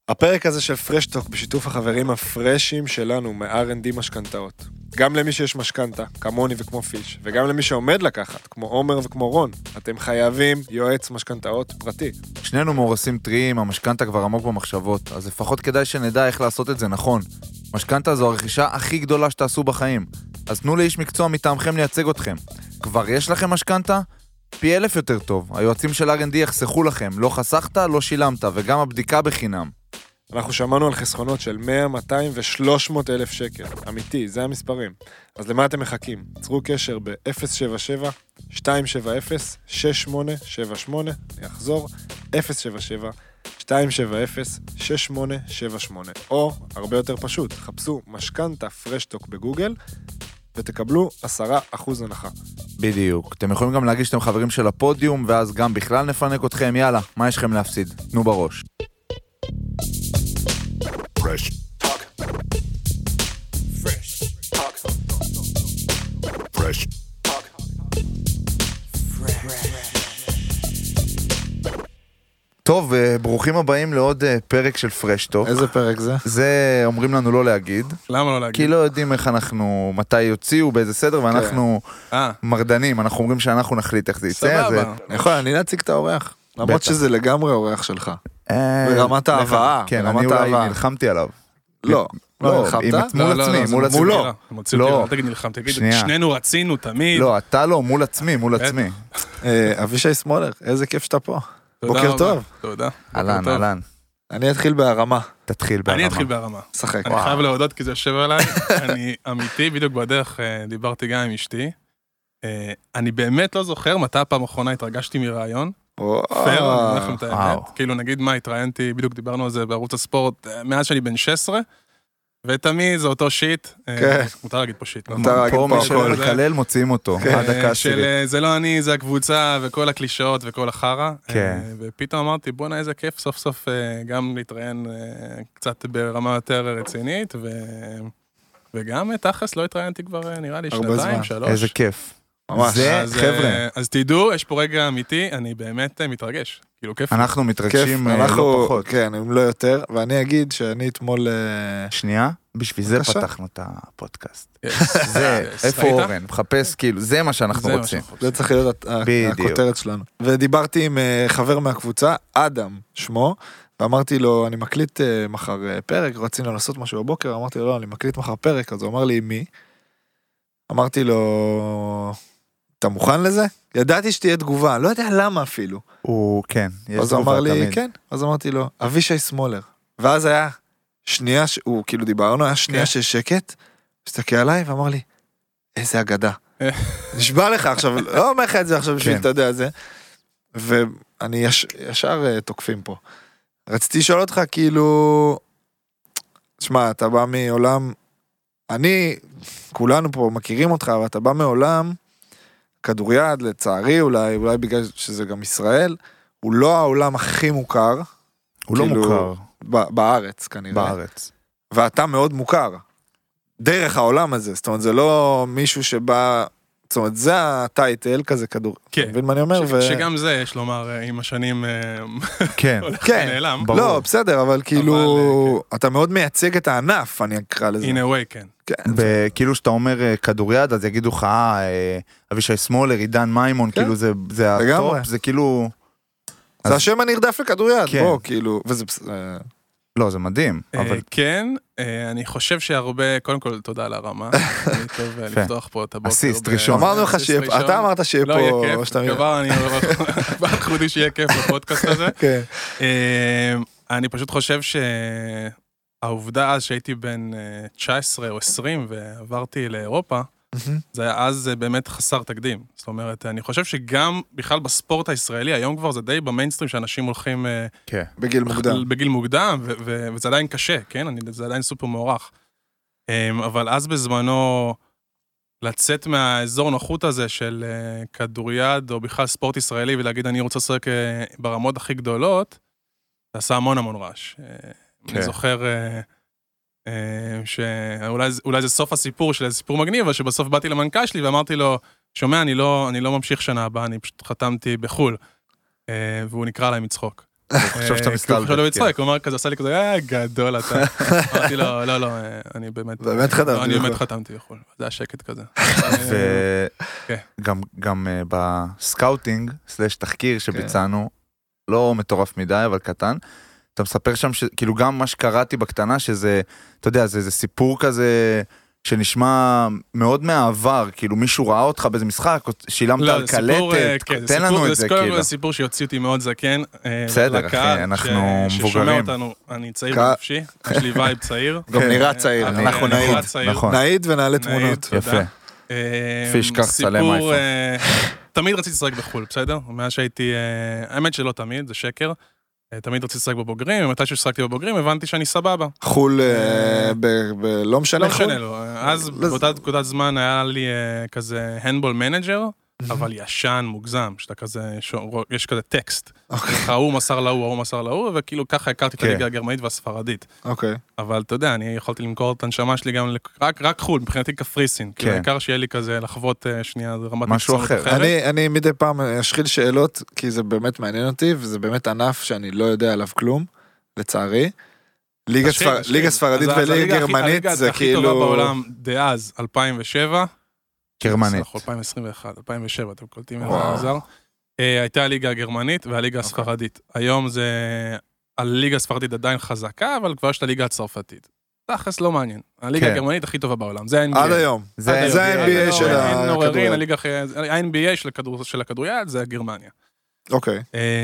הפרק הזה של פרשטוק בשיתוף החברים הפרשים שלנו מ-R&D משכנתאות. גם למי שיש משכנתה, כמוני וכמו פיש, וגם למי שעומד לקחת, כמו עומר וכמו רון, אתם חייבים יועץ משכנתאות פרטי. שנינו מאורסים טריים, המשכנתה כבר עמוק במחשבות, אז לפחות כדאי שנדע איך לעשות את זה נכון. משכנתה זו הרכישה הכי גדולה שתעשו בחיים, אז תנו לאיש מקצוע מטעמכם לייצג אתכם. כבר יש לכם משכנתה? פי 1000 יותר טוב. היועצים של R&D יחסכו לכם, לא חסכת, לא שילמת, וגם הבדיקה בחינם. אנחנו שמענו על חסכונות של 100, 200 ו-300 אלף שקל. אמיתי, זה המספרים. אז למה אתם מחכים? צרו קשר ב-077-270-6878. אני אחזור, 077-270-6878. או, הרבה יותר פשוט, חפשו משכנתה פרשטוק בגוגל, ותקבלו 10% הנחה. בדיוק. אתם יכולים גם להגיש שאתם חברים של הפודיום, ואז גם בכלל נפנק אתכם. יאללה, מה יש לכם להפסיד? תנו בראש. Fresh talk. Fresh talk. Fresh talk. טוב, ברוכים הבאים לעוד פרק של פרשטוק. איזה פרק זה? זה אומרים לנו לא להגיד. למה לא להגיד? כי לא יודעים איך אנחנו, מתי יוציאו, באיזה סדר, ואנחנו מרדנים. אנחנו אומרים שאנחנו נחליט איך זה יצא. סבבה. נכון, אני להציג את האורח. למרות שזה לגמרי האורח שלך. ברמת ההבאה. כן, אני אולי נלחמתי עליו. לא, לא נלחמת? מול עצמי, מול עצמי. לא, אל תגיד נלחמת, תגיד, שנינו רצינו תמיד. לא, אתה לא, מול עצמי, מול עצמי. אבישי סמולר, איזה כיף שאתה פה. בוקר טוב. תודה. אהלן, אהלן. אני אתחיל בהרמה. תתחיל בהרמה. אני אתחיל בהרמה. שחק. אני חייב להודות כי זה יושב עליי. אני אמיתי, בדיוק בדרך דיברתי גם עם אשתי. אני באמת לא זוכר מתי הפעם האחרונה התרגשתי מרעיון. פייר, אני לכם את האמת. כאילו נגיד מה, התראיינתי, בדיוק דיברנו על זה בערוץ הספורט, מאז שאני בן 16, ותמיד זה אותו שיט, מותר להגיד פה שיט. פה מי שמקלל מוציאים אותו, עד הקה שלי. זה לא אני, זה הקבוצה וכל הקלישאות וכל החרה, ופתאום אמרתי בוא'נה איזה כיף סוף סוף גם להתראיין קצת ברמה יותר רצינית, וגם תכלס לא התראיינתי כבר נראה לי 2-3. איזה כיף. זה, חבר'ה. אז תדעו, יש פה רגע אמיתי, אני באמת מתרגש. כאילו כיף. אנחנו מתרגשים לא פחות. כן, אם לא יותר, ואני אגיד שאני אתמול... שנייה, בשביל זה פתחנו את הפודקאסט. זה, איפה אורן? מחפש, כאילו, זה מה שאנחנו רוצים. זה צריך להיות הכותרת שלנו. ודיברתי עם חבר מהקבוצה, אדם שמו, ואמרתי לו, אני מקליט מחר פרק, רצינו לעשות משהו בבוקר, אמרתי לו, לא, אני מקליט מחר פרק, אז הוא אמר לי, מי? אמרתי לו, אתה מוכן לזה? ידעתי שתהיה תגובה, לא יודע למה אפילו. הוא, כן, יש אז תגובה תמיד. אז אמר לי, תמיד. כן, אז אמרתי לו, אבישי סמולר. ואז היה שנייה, הוא כאילו דיברנו, היה שנייה של שקט, הסתכל עליי ואמר לי, איזה אגדה. נשבע לך עכשיו, לא אומר לך את זה עכשיו בשביל, אתה יודע, זה. ואני ישר תוקפים פה. רציתי לשאול אותך, כאילו, שמע, אתה בא מעולם, כולנו פה מכירים אותך, אבל אתה בא מעולם, כדוריד, לצערי, אולי בגלל שזה גם ישראל, הוא לא העולם הכי מוכר. הוא לא מוכר. בארץ, כנראה. בארץ. ואתה מאוד מוכר. דרך העולם הזה. זאת אומרת, זה לא מישהו שבא... זאת אומרת, זה הטייטל כזה כדור. כן. מבין מה אני אומר? שגם זה, יש לומר, עם השנים... כן. כן. נעלם. לא, בסדר, אבל כאילו... אתה מאוד מייצג את הענף, אני אקרא לזה. In a way, כן. וכאילו שאתה אומר כדוריד, אז יגידו לך, אבישי סמולר, עידן מימון, כאילו זה הטופ, זה כאילו... זה השם הנרדף לכדוריד, בוא, כאילו, וזה... לא, זה מדהים. כן, אני חושב שהרבה, קודם כל, תודה על הרמה. אני טוב לפתוח פה את הבוקר. אסיסט ראשון. אמרנו לך שיהיה פה, אתה אמרת שיהיה פה... לא יהיה כיף, כבר אני חודי שיהיה כיף בפודקאסט הזה. אני פשוט חושב שהעובדה אז שהייתי בן 19 או 20 ועברתי לאירופה, זה היה אז באמת חסר תקדים. זאת אומרת, אני חושב שגם בכלל בספורט הישראלי, היום כבר זה די במיינסטרים שאנשים הולכים... בגיל מוקדם. בגיל מוקדם, וזה עדיין קשה, כן? זה עדיין סופר מוערך. אבל אז בזמנו, לצאת מהאזור נוחות הזה של כדוריד, או בכלל ספורט ישראלי, ולהגיד, אני רוצה לשחק ברמות הכי גדולות, זה עשה המון רעש. אני זוכר... שאולי זה סוף הסיפור של איזה סיפור מגניב, אבל שבסוף באתי למנכ"ל שלי ואמרתי לו, שומע, אני לא ממשיך שנה הבאה, אני פשוט חתמתי בחול, והוא נקרא עליי מצחוק. חושב שאתה מסתלבט. חושב לו לצחוק, הוא אמר כזה, עשה לי כזה, גדול אתה. אמרתי לו, לא, אני באמת חתמתי בחול. זה היה שקט כזה. וגם בסקאוטינג, סלש תחקיר שביצענו, לא מטורף מדי, אבל קטן, אתה מספר שם, כאילו גם מה שקראתי בקטנה, שזה, אתה יודע, זה סיפור כזה, שנשמע מאוד מהעבר, כאילו מישהו ראה אותך באיזה משחק, שילמת על קלטת, תן לנו את זה כאילו. זה סיפור שיוציא אותי מאוד זקן, בסדר אחי, אנחנו מבוגרים. ששומע אותנו, אני צעיר בנפשי, יש לי וייב צעיר. גם נראה צעיר, אנחנו נעיד ונעלה תמונות. יפה. פיש כך צלם אייפון. תמיד רציתי לשחק בחול, בסדר? מאז שהייתי, האמת שלא תמיד, זה שקר. תמיד רציתי לשחק בבוגרים, ומתי ששחקתי בבוגרים הבנתי שאני סבבה. חול, לא משנה חול? לא משנה לו, אז באותה נקודת זמן היה לי כזה הנדבול מנג'ר, אבל ישן, מוגזם, שאתה כזה, יש כזה טקסט. ההוא מסר להוא, וכאילו ככה הכרתי את הליגה הגרמנית והספרדית. אבל אתה יודע, אני יכולתי למכור את הנשמה שלי גם רק חול, מבחינתי קפריסין. כאילו העיקר שיהיה לי כזה לחוות שנייה רמת משהו אחר. אני מדי פעם אשחיל שאלות, כי זה באמת מעניין אותי, וזה באמת ענף שאני לא יודע עליו כלום, לצערי. ליגה ספרדית וליגה גרמנית זה כאילו... הכי טובה בעולם דאז, 2007. גרמנית. 2021, 2007, אתם קולטים את המזר. הייתה הליגה הגרמנית והליגה הספרדית. היום זה... הליגה הספרדית עדיין חזקה, אבל כבר יש את הליגה הצרפתית. תכלס לא מעניין. הליגה הגרמנית הכי טובה בעולם. זה ה-NBA. עד היום. זה ה-NBA של הכדוריד. ה-NBA של הכדוריד זה גרמניה. אוקיי.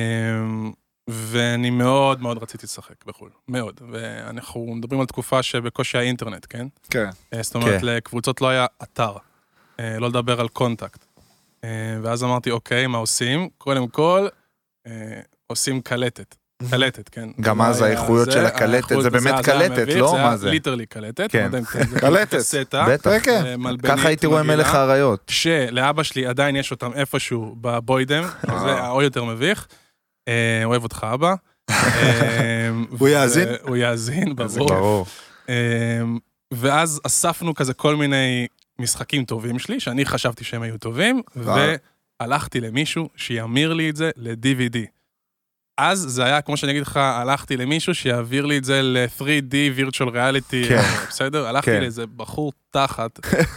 ואני מאוד מאוד רציתי לשחק בחו"ל. מאוד. ואנחנו מדברים על תקופה שבקושי האינטרנט, כן? כן. זאת אומרת, לקבוצות לא היה אתר. לא לדבר על קונטקט. ואז אמרתי, אוקיי, מה עושים? קודם כל, עושים קלטת. קלטת, כן. גם אז האיכויות של הקלטת, זה באמת קלטת, לא? מה זה? ליטרלי קלטת. כן. קלטת. בטח. ככה הייתי רואה מלך האריות. שלאבא שלי עדיין יש אותם איפשהו בבוידם, זה עוד יותר מביך. אוהב אותך, אבא. הוא יאזין? הוא יאזין, ברור. ואז אספנו כזה כל מיני משחקים טובים שלי, שאני חשבתי שהם היו טובים, והלכתי למישהו שיאמיר לי את זה ל-DVD. אז זה היה, כמו שאני אגיד לך, הלכתי למישהו שיעביר לי את זה ל-3D virtual reality, בסדר? הלכתי לאיזה בחור תחת,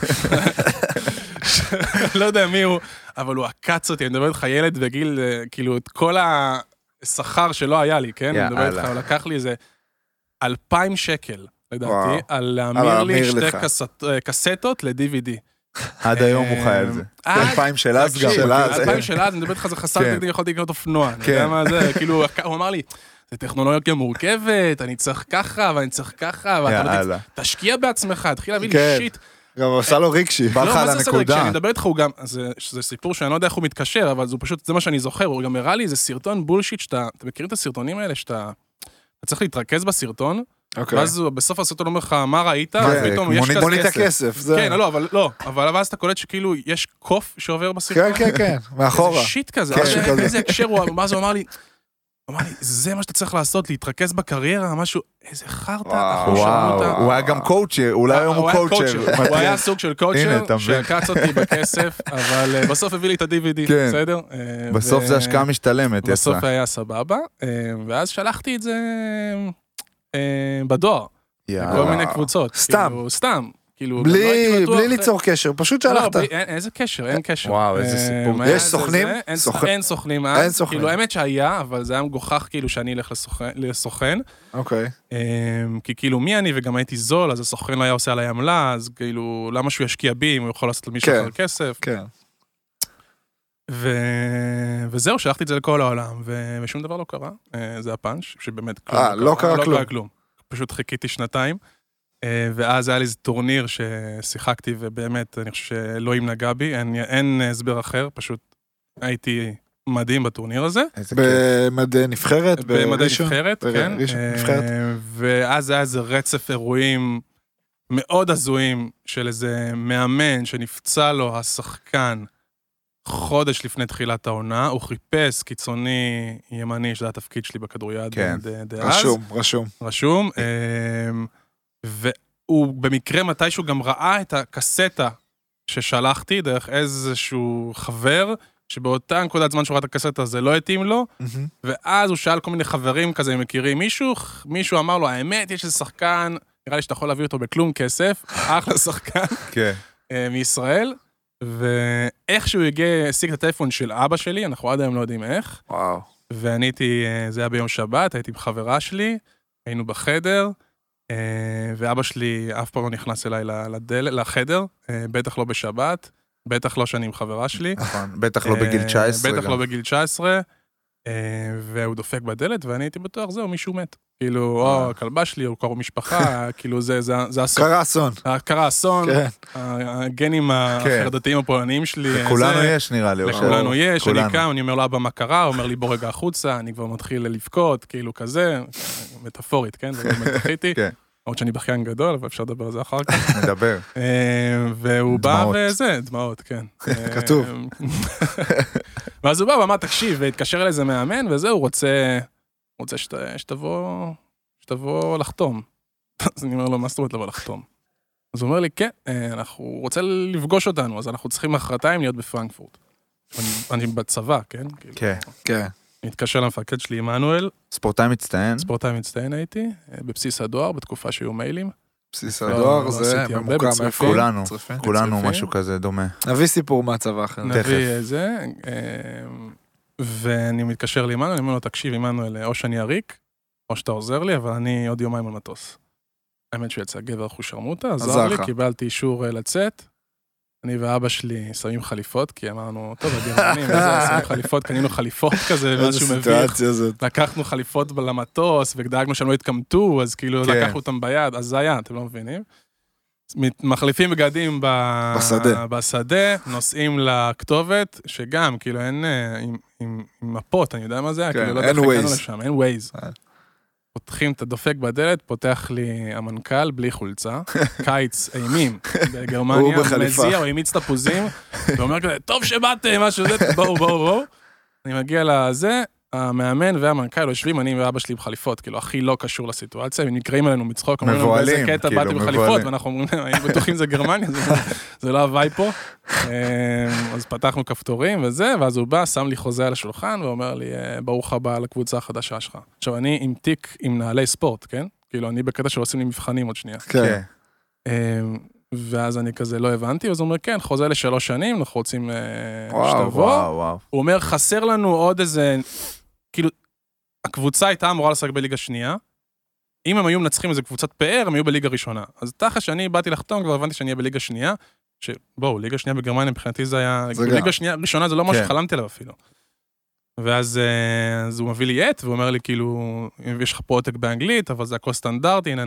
לא יודע מי הוא, אבל הוא עקץ אותי, אני מדבר איתך ילד וגיל, כאילו, את כל השכר שלא היה לי, כן? אני מדבר איתך, הוא לקח לי איזה 2,000 שקל. לדעתי, על להמיר לי שתי קסטות ל-DVD. עד היום הוא חי על זה. 2,000 של אז גם. 2,000 של אז, אני מדבר איתך, זה חסר תקדים, יכולתי לקנות אופנוע. אני יודע מה זה, כאילו, הוא אמר לי, זה טכנולוגיה מורכבת, אני צריך ככה, ואני צריך ככה, ואתה לא תשקיע בעצמך, תתחיל להביא לי שיט. גם עושה לו רגשי. בא לך על הנקודה. כשאני מדבר איתך, הוא גם, זה סיפור שאני לא יודע איך הוא מתקשר, אבל זה פשוט, זה מה שאני זוכר, הוא גם הראה לי איזה סרטון בולשיט, שאתה מכיר את הסרטונים האלה, שאתה צריך להתרכז בסרטון, ואז בסוף הסרטון אומר לך, מה ראית? ופתאום יש כזה מונית הכסף. כן, לא, אבל אז אתה קולט שכאילו יש קוף שעובר בסרטון. כן, מאחורה. איזה שיט כזה, איזה הקשר הוא, ואז הוא אמר לי, זה מה שאתה צריך לעשות, להתרכז בקריירה, משהו, איזה חרטה. הוא היה גם קואוצ'ר, אולי היום הוא קואוצ'ר. הוא היה סוג של קואוצ'ר, שקץ אותי בכסף, אבל בסוף הביא לי את ה-DVD, בסדר? בסוף זה השקעה משתלמת, יצא. בסוף היה סבבה, ואז שלחתי את זה בדואר, כל מיני קבוצות. סתם. בלי ליצור קשר, פשוט שלחת. איזה קשר, אין קשר. וואו, איזה סיפור. יש סוכנים? אין סוכנים אז, כאילו האמת שהיה, אבל זה היה מגוחך כאילו שאני אלך לסוכן. אוקיי. כי כאילו מי אני וגם הייתי זול, אז הסוכן לא היה עושה עליי עמלה, אז כאילו למה שהוא ישקיע בי אם הוא יכול לעשות למישהו אחר כסף. כן. וזהו, שלחתי את זה לכל העולם, ושום דבר לא קרה. זה הפאנץ' שבאמת לא קרה כלום. פשוט חיכיתי 2 ואז היה לי איזה טורניר ששיחקתי, ובאמת, אני חושב שאלוהים נגע בי, אין הסבר אחר, פשוט הייתי מדהים בטורניר הזה. במדי נבחרת? במדי נבחרת, כן. נבחרת. ואז היה איזה רצף אירועים מאוד הזויים, של איזה מאמן שנפצע לו השחקן, חודש לפני תחילת העונה, הוא חיפש קיצוני ימני, שזה התפקיד שלי בכדוריד דאז. רשום. והוא במקרה מתישהו גם ראה את הקסטה ששלחתי דרך איזשהו חבר, שבאותה נקודת זמן שהוא ראה את הקסט הזה לא התאים לו, ואז הוא שאל כל מיני חברים כזה, הם מכירים מישהו אמר לו, האמת, יש איזה שחקן, נראה לי שאתה יכול להביא אותו בכלום כסף, אחלה שחקן, מישראל, ואיך שהוא השיג את הטלפון של אבא שלי, אנחנו עד היום לא יודעים איך, ואני הייתי, זה היה ביום שבת, הייתי בחברה שלי, היינו בחדר, ואבא שלי אף פעם לא נכנס אליי לחדר, בטח לא בשבת, בטח לא שאני עם חברה שלי. נכון, בטח לא בגיל 19. בטח לא בגיל 19, והוא דופק בדלת, ואני הייתי בטוח, זהו, מישהו מת. כאילו, או הכלבה שלי, או קרוב משפחה, כאילו זה אסון. קרה אסון. קרה אסון, הגנים החרדתיים הפולניים שלי. לכולנו יש, נראה לי. לכולנו יש, אני קם, אני אומר לו, אבא, מה קרה? הוא אומר לי, בוא רגע החוצה, אני כבר מתחיל לבכות, כאילו כזה, מטאפורית, כן? זה מתחיתי. עוד שאני בכיין גדול, אבל אפשר לדבר על זה אחר כך. נדבר. והוא בא וזה, דמעות, כן. כתוב. ואז הוא בא ואמר, תקשיב, והתקשר אל איזה מאמן, וזה, הוא רוצה שתבוא לחתום. אז אני אומר לו, מה זאת אומרת לבוא לחתום? אז הוא אומר לי, כן, הוא רוצה לפגוש אותנו, אז אנחנו צריכים מחרתיים להיות בפרנקפורט. אני בצבא, כן? כן. אני התקשר למפקד שלי, עמנואל. ספורטאי מצטיין? ספורטאי מצטיין הייתי, בבסיס הדואר, בתקופה שהיו מיילים. בסיס הדואר זה ממוקם איפה. כולנו משהו כזה דומה. נביא סיפור מהצבא אחר. נביא זה, ואני מתקשר לעמנואל, אני אומר לו, תקשיב עמנואל, או שאני אריק, או שאתה עוזר לי, אבל אני עוד יומיים על מטוס. האמת שיצא גבר חושרמוטה, עזר לי, קיבלתי אישור לצאת, אני ואבא שלי שמים חליפות, כי אמרנו, טוב, הגרמנים, שמים חליפות, קנינו חליפות כזה, משהו מביך. לקחנו חליפות למטוס, ודאגנו שהם לא התקמטו, אז כאילו לקחנו אותם ביד, אז זה היה, אתם לא מבינים. מחליפים בגדים בשדה, נוסעים לכתובת, שגם, כאילו, אין, עם מפות, אני יודע מה זה, כאילו, לא דרך הגענו לשם, אין ווייז. פותחים את הדופק בדלת, פותח לי המנכ"ל בלי חולצה, קיץ אימים בגרמניה, מזיע או אימיץ תפוזים, ואומר כזה, טוב שבאתם, משהו זה, בואו. אני מגיע לזה, המאמן והמנכ"ל יושבים, אני ואבא שלי בחליפות, כאילו, הכי לא קשור לסיטואציה, הם נקראים עלינו מצחוק, אומרים לנו באיזה קטע באתי בחליפות, ואנחנו אומרים, היינו בטוחים זה גרמניה, זה לא הוואי פה. אז פתחנו כפתורים וזה, ואז הוא בא, שם לי חוזה על השולחן, ואומר לי, ברוך הבא לקבוצה החדשה שלך. עכשיו, אני עם תיק עם נעלי ספורט, כן? כאילו, אני בקטע שעושים לי מבחנים עוד שנייה. כן. ואז אני כזה לא הבנתי, אז הוא אומר, כן, חוזה ל3 שנים, אנחנו רוצים שתבוא. הוא אומר, חסר לנו עוד איזה, כאילו, הקבוצה הייתה אמורה לשחק בליגה שנייה, אם הם היו מנצחים איזה קבוצת פאר, הם היו בליגה ראשונה. אז תחת שאני באתי לחתום, כבר הבנתי שאני אהיה בליגה שנייה, שבואו, ליגה שנייה בגרמניה, מבחינתי זה היה, ליגה שנייה ראשונה זה לא מה שחלמתי עליו אפילו. ואז הוא מביא לי והוא אומר לי, כאילו, יש לך פה עותק באנגלית, אבל זה הכל סטנדרטי,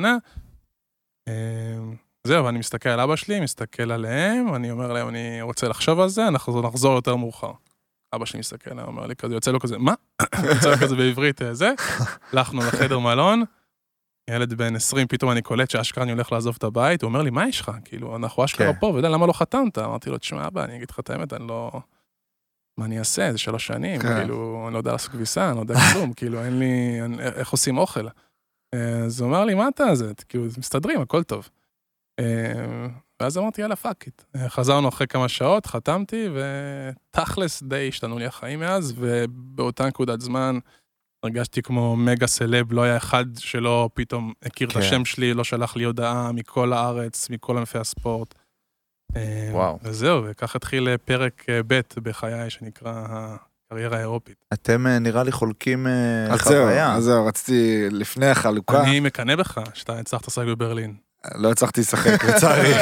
זהו, אני מסתכל על אבא שלי, מסתכל עליהם, אני אומר להם, אני רוצה לחשוב על זה, אנחנו נחזור יותר מאוחר. אבא שלי מסתכל עליהם, אומר לי כזה, יוצא לו כזה, מה? יוצא לו כזה בעברית, זה. הלכנו לחדר מלון, ילד בן 20, פתאום אני קולט שאשכרה אני הולך לעזוב את הבית, הוא אומר לי, מה יש לך? כאילו, אנחנו אשכרה פה, ויודע, למה לא חתמת? אמרתי לו, תשמע, אבא, אני אגיד לך את האמת, אני לא... מה אני אעשה? זה 3 שנים, כאילו, אני לא יודע לעשות כביסה, אני לא יודע כלום, כאילו, אין לי... איך עושים אוכל? אז הוא אומר לי, מה אתה זה? כאילו, מסתדרים, הכל טוב. ואז אמרתי, יאללה, פאק איט. חזרנו אחרי כמה שעות, חתמתי, ותכלס די השתנו לי החיים מאז, ובאותה נקודת זמן הרגשתי כמו מגה סלב, לא היה אחד שלא פתאום הכיר את השם שלי, לא שלח לי הודעה מכל הארץ, מכל ענפי הספורט. וואו. וזהו, וכך התחיל פרק ב' בחיי, שנקרא הקריירה האירופית. אתם נראה לי חולקים חוויה. אז זהו, רציתי לפני החלוקה. אני מקנה בך שאתה הצלחת לשחק בברלין. לא הצלחתי לשחק, לצערי.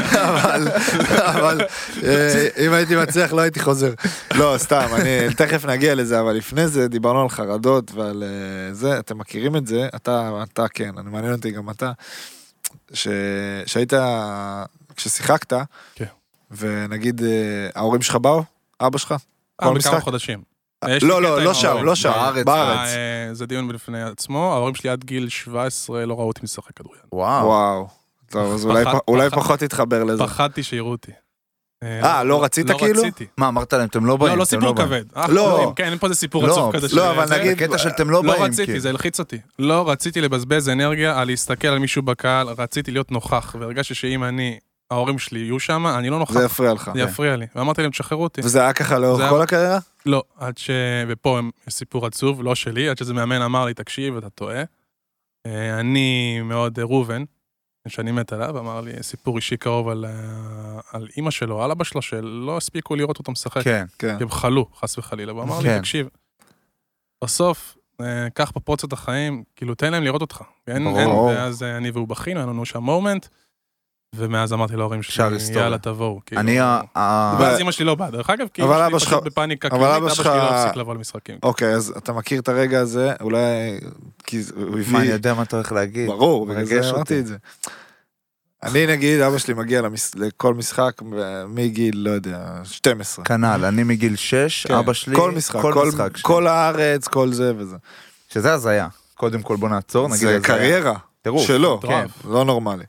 אבל אם הייתי מצליח, לא הייתי חוזר. לא, סתם, תכף נגיע לזה, אבל לפני זה דיברנו על חרדות ועל זה, אתם מכירים את זה, אתה כן, אני מעניין אותי גם אתה, שהיית, כששיחקת, ונגיד, ההורים שלך באו, אבא שלך, בכמה חודשים. לא שם, בארץ. זה דיון בפני עצמו, ההורים שלי עד גיל 17 לא ראו אותי משחק כדוריד. וואו. טוב, אז אולי פחות תתחבר לזה. פחדתי שיראו אותי. לא רצית כאילו? לא רציתי. מה, אמרת להם, אתם לא באים? לא סיפור כבד. לא. כן, אין פה איזה סיפור עצוב כזה. לא, אבל נגיד... קטע שאתם לא באים. לא רציתי, זה הלחיץ אותי. לא רציתי לבזבז אנרגיה על להסתכל על מישהו בקהל, רציתי להיות נוכח, והרגשתי שאם אני ההורים שלי יהיו שם, אני לא נוכח. זה יפריע לך. זה יפריע לי. ואמרתי להם, תשחררו אותי. וזה היה ככה לאורך כל הקריירה? לא, ופה יש סיפור עצוב, לא שלי, עד שזה מאמן אמר לי, תקשיב, אתה טועה. אני מאוד רובן, שאני מת עליו, אמר לי סיפור אישי קרוב על אמא שלו, על אבא שלו, שלא הספיקו לראות אותו משחק. כן. כי הם חלו, חס וחלילה. ואמר לי, תקשיב, בסוף, קח בפרוצות החיים, כאילו, תן להם לראות אותך. ואז אני והוא בכינו, היה לנו שם מומנט, ומאז אמרתי להורים שלי, יאללה, תבואו. ואז אמא שלי לא באה, דרך אגב, כי אמא שלי פשוט בפאניקה קלינית, אבא שלי לא הפסיק לבוא למשחקים. אוקיי, אז אתה מכיר את הרגע הזה, אולי, כי הוא הביא... מה, אני יודע מה אתה הולך להגיד. ברור, בגלל זה אמרתי את זה. אני נגיד, אבא שלי מגיע לכל משחק מגיל, לא יודע, 12. כנ"ל, אני מגיל 6, אבא שלי, כל משחק, כל הארץ, כל זה וזה. שזה אז היה. קודם כל בוא נעצור, נגיד זה קריירה שלו, לא נורמלי.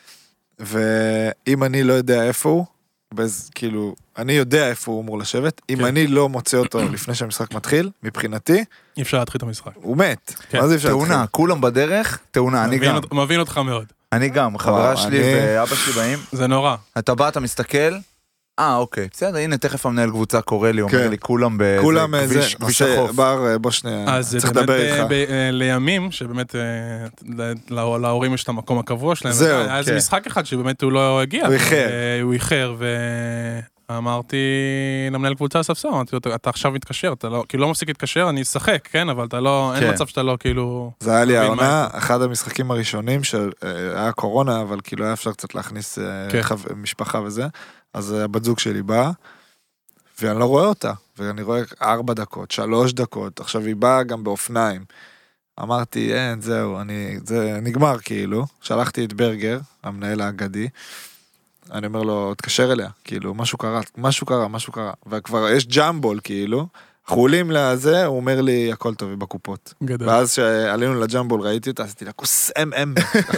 ואם אני לא יודע איפה הוא, כאילו, אני יודע איפה הוא אמור לשבת, אם אני לא מוצא אותו לפני שהמשחק מתחיל, מבחינתי, אי אפשר להתחיל את המשחק. הוא מת. מה זה אפשר להתחיל? תאונה, כולם בדרך, תאונה, אני גם. מבין אותך מאוד. אני גם, חברה שלי ואבא שלי באים. זה נורא. אתה בא, אתה מסתכל, אוקיי, בסדר, הנה, תכף המנהל קבוצה קורא לי, אומר לי, כולם בכביש החוף. בוא שנייה, אז צריך לדבר איתך. לימים, שבאמת להורים יש את המקום הקבוע שלהם, זהו. היה איזה משחק אחד שבאמת הוא לא הגיע. הוא איחר, ואמרתי למנהל קבוצה לספסל, אמרתי לו, אתה עכשיו מתקשר, כאילו לא מפסיק להתקשר, אני אשחק, כן, אבל אין מצב שאתה לא כאילו... זה היה לי העונה, אחד המשחקים הראשונים שהיה קורונה, אבל כאילו היה אפשר קצת להכניס משפחה וזה, אז הבת זוג שלי באה, ואני לא רואה אותה, ואני רואה 4 דקות, 3 דקות, עכשיו היא באה גם באופניים, אמרתי, זהו, זה נגמר כאילו, שלחתי את ברגר, המנהל האגדי, אני אומר לו, תקשר אליה, כאילו, משהו קרה, וכבר יש ג'מבול, כאילו, אנחנו עולים לזה, הוא אומר לי, הכל טוב, בקופות. גדול. ואז שעלינו לג'מבול, ראיתי אותה, עשיתי לה, כוס M.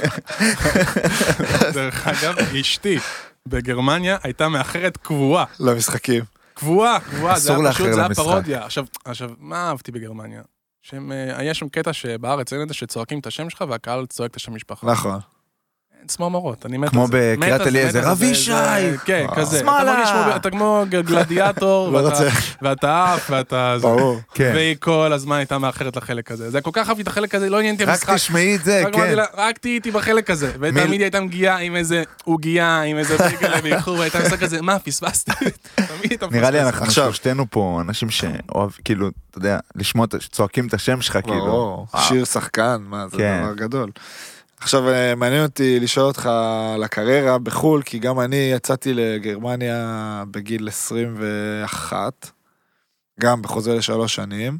דרך אגב, אשתי בגרמניה הייתה מאחרת קבועה. למשחקים. קבועה, זה היה פשוט, זה היה למשחק. פרודיה. עכשיו, מה אהבתי בגרמניה? היה שם קטע שבארץ אין את זה שצועקים את השם שלך, והקהל צועק את השם משפחה. נכון. אין צמרמורות, אני מת על זה. כמו בקריאת אליעזר, אבישי! כן, כזה. שמאלה! אתה כמו גלדיאטור, ואתה אף, ואתה... ברור. והיא כל הזמן הייתה מאחרת לחלק הזה. זה כל כך אהבתי את החלק הזה, לא עניינתי המשחק. רק תשמעי את זה, כן. רק תהיי איתי בחלק הזה. ותמיד הייתה מגיעה עם איזה עוגיה, עם איזה בגלה באיחור, והייתה משחק כזה, מה, פספסת? נראה לי אנחנו שלושתנו פה אנשים שאוהב, כאילו, אתה יודע, לשמוע, צועקים את השם שלך, כאילו. שיר שחקן, מה, זה דבר גדול. עכשיו מעניין אותי לשאול אותך על הקריירה בחול, כי גם אני יצאתי לגרמניה בגיל 21, גם בחוזה ל3 שנים.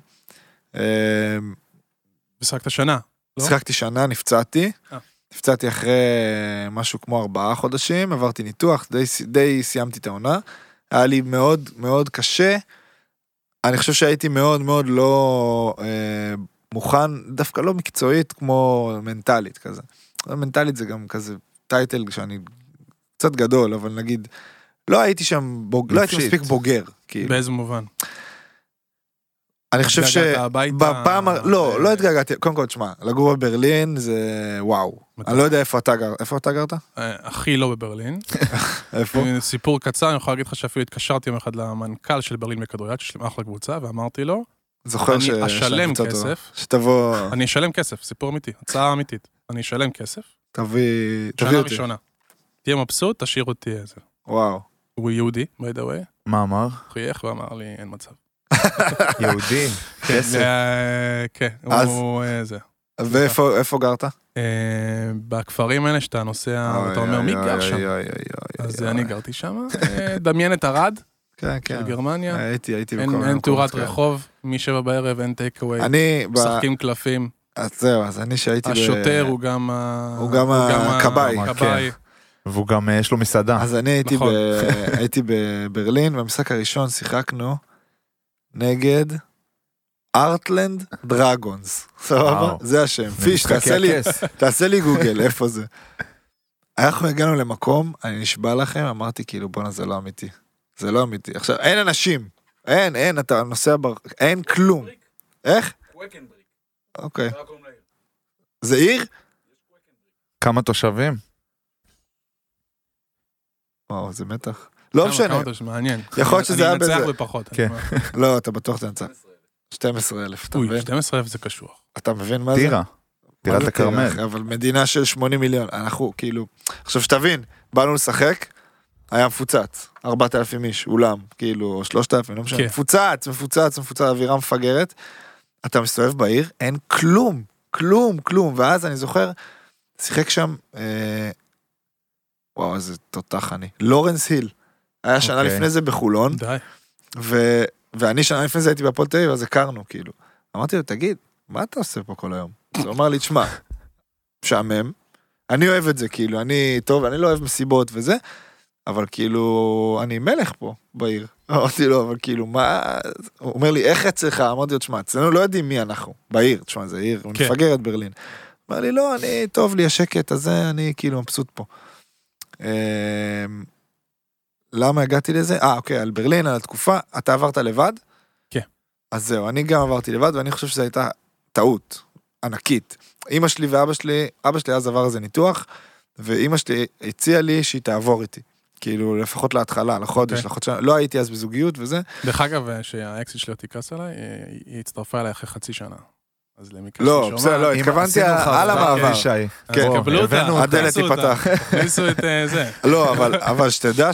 משחקת שנה, לא? משחקתי שנה, נפצעתי אחרי משהו כמו 4 חודשים, עברתי ניתוח, די סיימתי את העונה, היה לי מאוד מאוד קשה, אני חושב שהייתי מאוד מאוד לא... מוכן, דווקא לא מקצועית כמו מנטלית כזה. מנטלית זה גם כזה טייטל שאני קצת גדול, אבל נגיד, לא הייתי שם, לא הייתי מספיק בוגר. באיזה מובן? אני חושב שבפעם, לא התגעגעתי, קודם כל, תשמע, לגור בברלין זה וואו. אני לא יודע איפה אתה גרת? הכי לא בברלין. איפה? סיפור קצר, אני יכול להגיד לך שאפילו התקשרתי יום אחד למנכ"ל של ברלין בכדוריד, שיש להם אחלה קבוצה, ואמרתי לו, זוכר אני אשלם כסף, שתבוא... אני אשלם כסף, סיפור אמיתי, הצעה אמיתית, אני אשלם כסף, תביא שנה אותי. ראשונה, תהיה מבסוט, תשאיר אותי איזה. וואו. הוא יהודי, by the way. מה אמר? חייך ואמר לי, אין מצב. יהודי, כסף. כן, הוא זה. ואיפה גרת? בכפרים האלה שאתה נוסע, ואתה אומר, מי גר שם? אז אני גרתי שם, דמיין את ערד. בגרמניה, הייתי אין תאורת רחוב, מ7 בערב, אין טייקווי, משחקים קלפים. אז זהו, אז אני שהייתי... השוטר הוא גם הקבאי. והוא גם יש לו מסעדה. אז אני הייתי בברלין, במשחק הראשון שיחקנו נגד ארטלנד דרגונס. סבבה? זה השם. פיש, תעשה לי גוגל, איפה זה? אנחנו הגענו למקום, אני נשבע לכם, אמרתי כאילו בונה זה לא אמיתי. זה לא אמיתי. עכשיו, אין אנשים. אין, אתה נוסע אין כלום. איך? קווקנבריק. אוקיי. זה עיר? כמה תושבים? וואו, זה מתח. לא משנה. מעניין. יכול להיות שזה היה בזה. אני אנצח בפחות. לא, אתה בטוח תנצח. 12,000, אתה מבין? 12,000 זה קשוח. אתה מבין מה זה? טירה. טירת הכרמל. אבל מדינה של 80 מיליון, אנחנו כאילו, עכשיו שתבין, באנו לשחק, היה מפוצץ, 4,000 איש, אולם, כאילו, או 3,000, לא משנה, מפוצץ, אווירה מפגרת, אתה מסתובב בעיר, אין כלום, ואז אני זוכר, שיחק שם, וואו, איזה תותח אני, לורנס היל, היה שנה לפני זה בחולון, ואני שנה לפני זה הייתי בהפועל תל אביב, אז הכרנו, כאילו, אמרתי לו, תגיד, מה אתה עושה פה כל היום? אז הוא אמר לי, תשמע, משעמם, אני אוהב את זה, כאילו, אני לא אוהב מסיבות וזה, אבל כאילו, אני מלך פה בעיר. אמרתי לו, אבל כאילו, מה? הוא אומר לי, איך אצלך? אמרתי לו, תשמע, אצלנו לא יודעים מי אנחנו, בעיר, תשמע, זה עיר, הוא מפגר את ברלין. אמר לי, לא, אני, טוב לי השקט הזה, אני כאילו מבסוט פה. למה הגעתי לזה? אוקיי, על ברלין, על התקופה, אתה עברת לבד? כן. אז זהו, אני גם עברתי לבד, ואני חושב שזו הייתה טעות ענקית. אמא שלי ואבא שלי, אבא שלי אז עבר איזה ניתוח, ואמא שלי הציעה לי שהיא תעבור איתי. כאילו, לפחות להתחלה, לחודש, לא הייתי אז בזוגיות וזה. דרך אגב, שהאקסיט שלי תיכנס עליי, היא הצטרפה אליי אחרי חצי שנה. אז למקרה לא, בסדר, לא, התכוונתי על המעבר. כן, קבלו אותה. הדלת תיפתח. תכניסו את זה. לא, אבל שתדע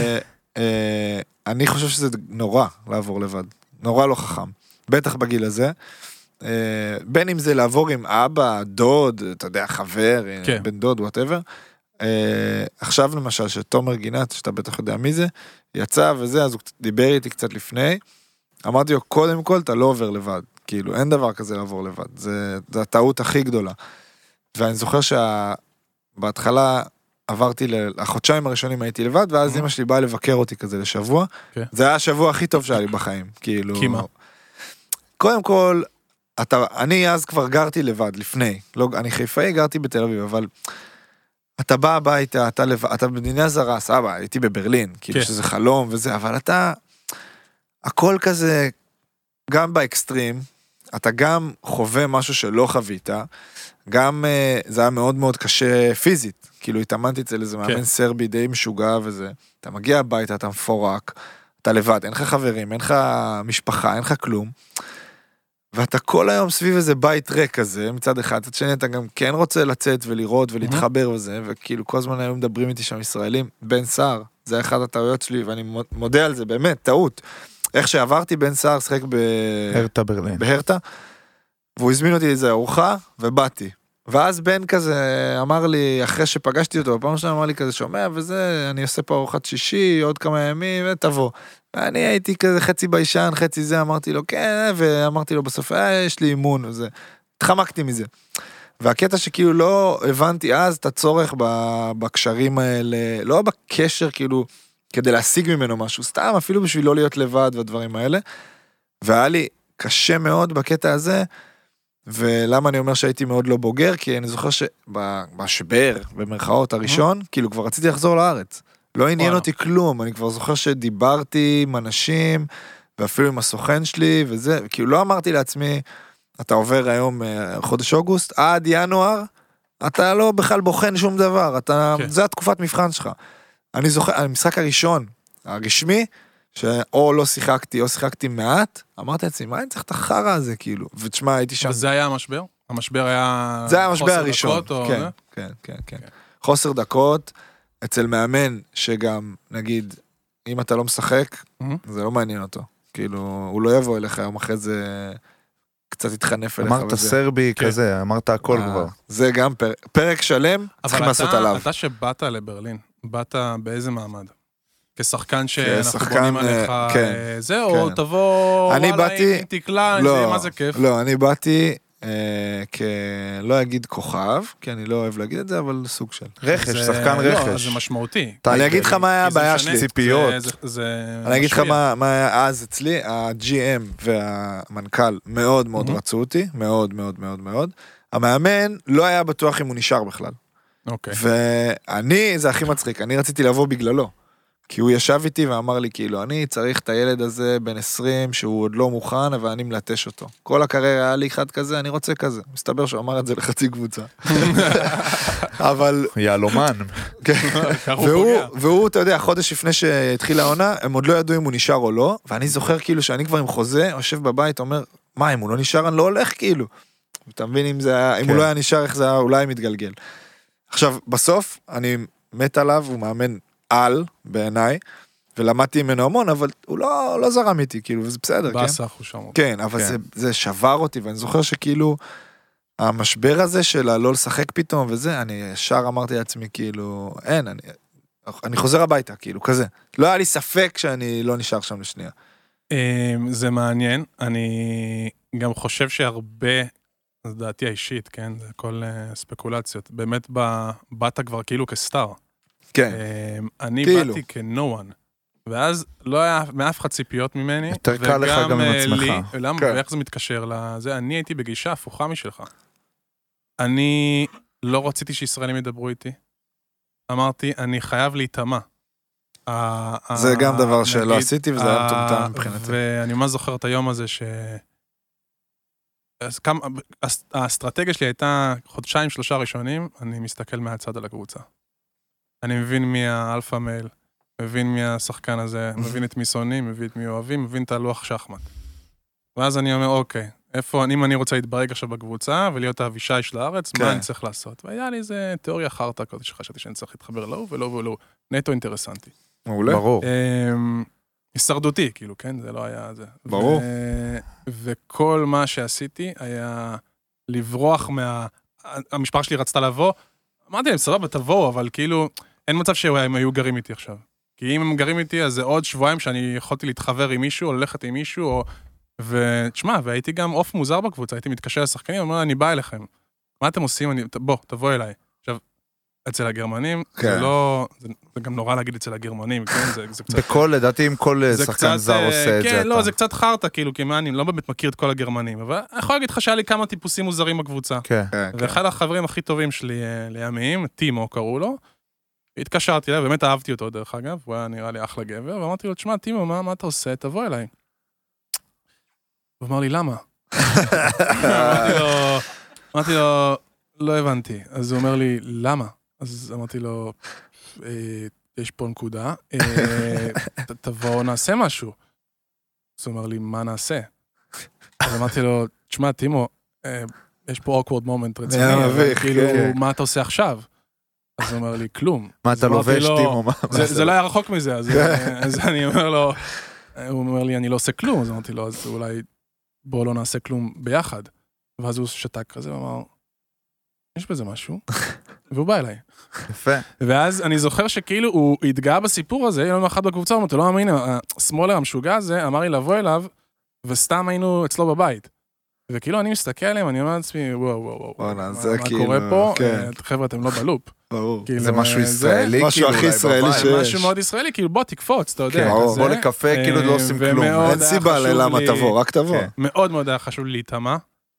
שאני חושב שזה נורא לעבור לבד. נורא לא חכם. בטח בגיל הזה. בין אם זה לעבור עם אבא, דוד, אתה יודע, חבר, בן דוד, whatever. עכשיו למשל שתומר גינת, שאתה בטח יודע מי זה, יצא וזה, אז הוא דיבר איתי קצת לפני, אמרתי לו, קודם כל אתה לא עובר לבד, כאילו אין דבר כזה לעבור לבד, זה הטעות הכי גדולה, ואני זוכר שבהתחלה עברתי, החודשיים הראשונים הייתי לבד, ואז אמא שלי באה לבקר אותי כזה לשבוע, זה היה השבוע הכי טוב שהיה לי בחיים, כאילו, קודם כל, אני אז כבר גרתי לבד, לפני, אני חיפאי, גרתי בתל אביב, אבל אתה בא הביתה, אתה במדינה זרה, סבא, הייתי בברלין, כאילו שזה חלום וזה, אבל אתה, הכל כזה, גם באקסטרים, אתה גם חווה משהו שלא חווית, גם זה היה מאוד מאוד קשה פיזית, כאילו התאמנתי אצל איזה מאמן סרבי די משוגע וזה, אתה מגיע הביתה, אתה מפורק, אתה לבד, אין לך חברים, אין לך משפחה, אין לך כלום, ואתה כל היום סביב איזה בית ריק כזה, מצד אחד, עד שני אתה גם כן רוצה לצאת ולראות ולהתחבר וזה, וכאילו כל הזמן היו מדברים איתי שם ישראלים, בן סער, זה אחד הטעויות שלי, ואני מודה על זה, באמת, טעות. איך שעברתי בן סער, שחק בהרטה ברלין. בהרטה, והוא הזמין אותי איזה ארוחה, ובאתי. ואז בן כזה אמר לי, אחרי שפגשתי אותו, בפעם שלה אמר לי כזה, שומע וזה, אני עושה פה ארוחת שישי, עוד כמה ימים, ותבוא. ואני הייתי כזה חצי ביישן, חצי זה, אמרתי לו, כן, ואמרתי לו בסוף, יש לי אימון, וזה. התחמקתי מזה. והקטע שכאילו לא הבנתי אז את הצורך בקשרים האלה, לא בקשר כאילו, כדי להשיג ממנו משהו, סתם אפילו בשביל לא להיות לבד והדברים האלה. והיה לי קשה מאוד בקטע הזה, ולמה אני אומר שהייתי מאוד לא בוגר, כי אני זוכר שבשבר, במרכאות הראשון, כאילו כבר רציתי לחזור לארץ. לא עניין אותי כלום, אני כבר זוכר שדיברתי עם אנשים, ואפילו עם הסוכן שלי, וזה, כאילו לא אמרתי לעצמי, אתה עובר היום חודש אוגוסט, עד ינואר, אתה לא בכלל בוחן שום דבר, זה התקופת מבחן שלך. אני זוכר, המשחק הראשון, הרשמי, שאו לא שיחקתי, או שיחקתי מעט, אמרתי לעצמי, מה אני צריך את החרא הזה, כאילו, ותשמע, הייתי שם. וזה היה המשבר? המשבר היה... זה היה המשבר הראשון, כן. חוסר דקות, אצל מאמן שגם, נגיד, אם אתה לא משחק, זה לא מעניין אותו. כאילו, הוא לא יבוא אליך היום אחרי זה, קצת יתחנף אליך. אמרת סרבי כזה, אמרת הכל כבר. זה גם פרק שלם, צריכים לעשות עליו. אבל אתה שבאת לברלין, באת באיזה מעמד? כשחקן שאנחנו בונים עליך, זה, או תבוא, וואלה, אם תקלה, מה זה כיף? לא, אני באתי לא אגיד כוכב, כי אני לא אוהב להגיד את זה, אבל סוג של רכש, שחקן רכש. זה משמעותי. אני אגיד לך מה היה הבעיה שלי. ציפיות. אני אגיד לך מה היה אז אצלי, ה-GM והמנכ"ל מאוד מאוד רצו אותי, מאוד מאוד מאוד מאוד. המאמן לא היה בטוח אם הוא נשאר בכלל. ואני, זה הכי מצחיק, אני רציתי לבוא בגללו. כי הוא ישב איתי ואמר לי, כאילו, אני צריך את הילד הזה בן 20, שהוא עוד לא מוכן, אבל אני מלטש אותו. כל הקריירה היה לי אחד כזה, אני רוצה כזה. מסתבר שהוא אמר את זה לחצי קבוצה. אבל... יעלומן. והוא, אתה יודע, חודש לפני שהתחילה העונה, הם עוד לא ידעו אם הוא נשאר או לא, ואני זוכר כאילו שאני כבר עם חוזה, יושב בבית, אומר, מה, אם הוא לא נשאר, אני לא הולך כאילו. אתה מבין אם הוא לא היה נשאר, איך זה היה אולי מתגלגל. עכשיו, בסוף, אני מת עליו, הוא מאמן על, בעיניי, ולמדתי ממנו המון, אבל הוא לא זרם איתי, כאילו, וזה בסדר, כן? בסך הוא שם. כן, אבל זה שבר אותי, ואני זוכר שכאילו, המשבר הזה של לא לשחק פתאום וזה, אני ישר אמרתי לעצמי, כאילו, אין, אני חוזר הביתה, כאילו, כזה. לא היה לי ספק שאני לא נשאר שם לשנייה. זה מעניין, אני גם חושב שהרבה, זו דעתי האישית, כן, זה כל ספקולציות, באמת באת כבר כאילו כסטאר. כן. אני באתי כ-no one, ואז לא היה מאף אחד ציפיות ממני. יותר קל לך גם עם עצמך. למה, ואיך זה מתקשר לזה? אני הייתי בגישה הפוכה משלך. אני לא רציתי שישראלים ידברו איתי. אמרתי, אני חייב להתאמה. זה גם דבר שלא עשיתי, וזה היה מטומטם מבחינתי. ואני ממש זוכר את היום הזה האסטרטגיה שלי הייתה 2-3 ראשונים, אני מסתכל מהצד על הקבוצה. אני מבין מי האלפא מייל, מבין מי השחקן הזה, מבין את מי שונאים, מבין את מי אוהבים, מבין את הלוח שחמט. ואז אני אומר, אוקיי, אם אני רוצה להתברג עכשיו בקבוצה, ולהיות האבישי של הארץ, מה אני צריך לעשות? והיה לי איזה תיאוריה חרטה כזאת שחשבתי שאני צריך להתחבר לו, ולא, נטו אינטרסנטי. מעולה. ברור. הישרדותי, כאילו, כן? זה לא היה זה. ברור. וכל מה שעשיתי היה לברוח המשפחה שלי רצתה לבוא, אמרתי להם, סבבה, תבואו, אבל כאילו, אין מצב שהם היו גרים איתי עכשיו. כי אם הם גרים איתי, אז זה עוד שבועיים שאני יכולתי להתחבר עם מישהו, או ללכת עם מישהו, ותשמע, והייתי גם אוף מוזר בקבוצה, הייתי מתקשר לשחקנים, אומר, אני בא אליכם. מה אתם עושים? בוא, תבוא אליי. עכשיו, אצל הגרמנים, זה לא, זה גם נורא להגיד אצל הגרמנים, כן? זה קצת... בכל, לדעתי, אם כל שחקן זר עושה את זה. כן, לא, זה קצת חרטה, כאילו, כי אני לא באמת מכיר את כל הגרמנים, אבל אני יכול להגיד לך שהיה לי כמה טיפוסים מוזרים בקבוצה. ואחד החברים הכי טובים שלי לימים, טימו קראו לו, התקשרתי אליו, באמת אהבתי אותו דרך אגב, הוא היה נראה לי אחלה גבר, ואמרתי לו, תשמע, טימו, מה אתה עושה? תבוא אליי. הוא אמר לי, למה? אמרתי לו, לא הבנתי. אז הוא אומר לי, למה? אז אמרתי לו, יש פה נקודה, תבוא, נעשה משהו. אז הוא אומר לי, מה נעשה? אז אמרתי לו, תשמע, טימו, יש פה awkward moment רציני, כאילו, מה אתה עושה עכשיו? אז הוא אומר לי, כלום. מה אתה לובש, טימו? זה לא היה רחוק מזה, אז אני אומר לו, הוא אומר לי, אני לא עושה כלום, אז אמרתי לו, אז אולי בוא לא נעשה כלום ביחד. ואז הוא שתק כזה, ואמר, יש בזה משהו, והוא בא אליי. יפה. ואז אני זוכר שכאילו הוא התגאה בסיפור הזה, יום אחד בקבוצה, הוא אמר, אתה לא מאמין, השמאלר המשוגע הזה אמר לי לבוא אליו, וסתם היינו אצלו בבית. וכאילו אני מסתכל עליהם, אני אומר לעצמי, וואו, מה קורה פה? חבר'ה, אתם לא בלופ. ברור. זה משהו ישראלי, משהו הכי ישראלי שיש. משהו מאוד ישראלי, כאילו בוא תקפוץ, אתה יודע. בוא לקפה, כאילו לא עושים כלום. אין סיבה ללמה תבוא, רק תבוא. מאוד מאוד היה חשוב לי להתאמה.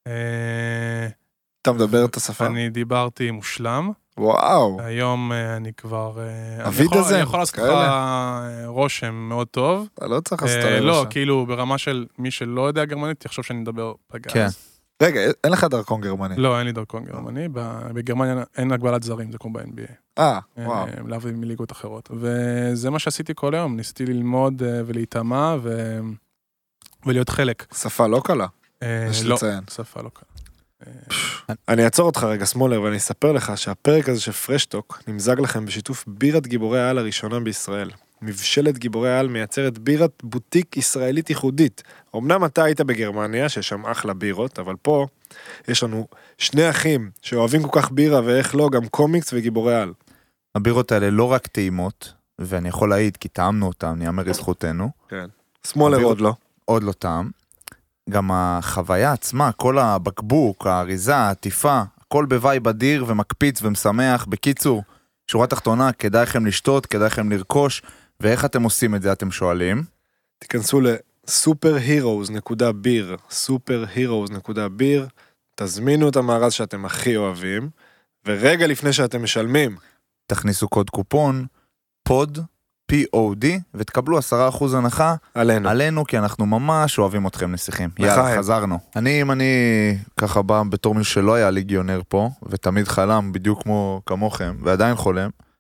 אתה מדבר את השפה? אני דיברתי מושלם. וואו. היום אני כבר... אביד הזה? אני יכול לעשות לך רושם מאוד טוב. אתה לא צריך לעשות רושם. לא, כאילו ברמה של מי שלא יודע גרמנית, תחשוב שאני מדבר פגז. כן. רגע, אין לך דרכון גרמני? לא, אין לי דרכון גרמני. בגרמניה אין הגבלת זרים, זה כמו ב-NBA. וואו. להביא מליגות אחרות. וזה מה שעשיתי כל היום. ניסיתי ללמוד ולהתאמה ולהיות חלק. שפה לא קלה. יש לציין. שפה לא קלה. אני אעצור אותך רגע סמולר ואני אספר לך שהפרק הזה של פרשטוק נמזג לכם בשיתוף בירת גיבורי העל הראשונה בישראל. מבשלת גיבורי העל מייצרת בירת בוטיק ישראלית ייחודית. אמנם אתה היית בגרמניה שיש שם אחלה בירות, אבל פה יש לנו שני אחים שאוהבים כל כך בירה ואיך לא גם קומיקס וגיבורי העל. הבירות האלה לא רק טעימות, ואני יכול להעיד כי טעמנו אותם, נאמר לזכותנו. כן. סמולר עוד לא. עוד לא טעם. גם החוויה עצמה, כל הבקבוק, האריזה, העטיפה, הכל בוואי בדיר ומקפיץ ומשמח. בקיצור, שורה תחתונה, כדאי לכם לשתות, כדאי לכם לרכוש, ואיך אתם עושים את זה, אתם שואלים? תיכנסו ל-superheroes.beer, superheroes.beer, תזמינו את המארז שאתם הכי אוהבים, ורגע לפני שאתם משלמים, תכניסו קוד קופון, POD, POD, ותקבלו 10% הנחה עלינו, כי אנחנו ממש אוהבים אתכם נסיכים. יאללה, חזרנו. אם אני ככה בא בתור מי שלא היה ליגיונר פה, ותמיד חלם בדיוק כמוכם, ועדיין חולם,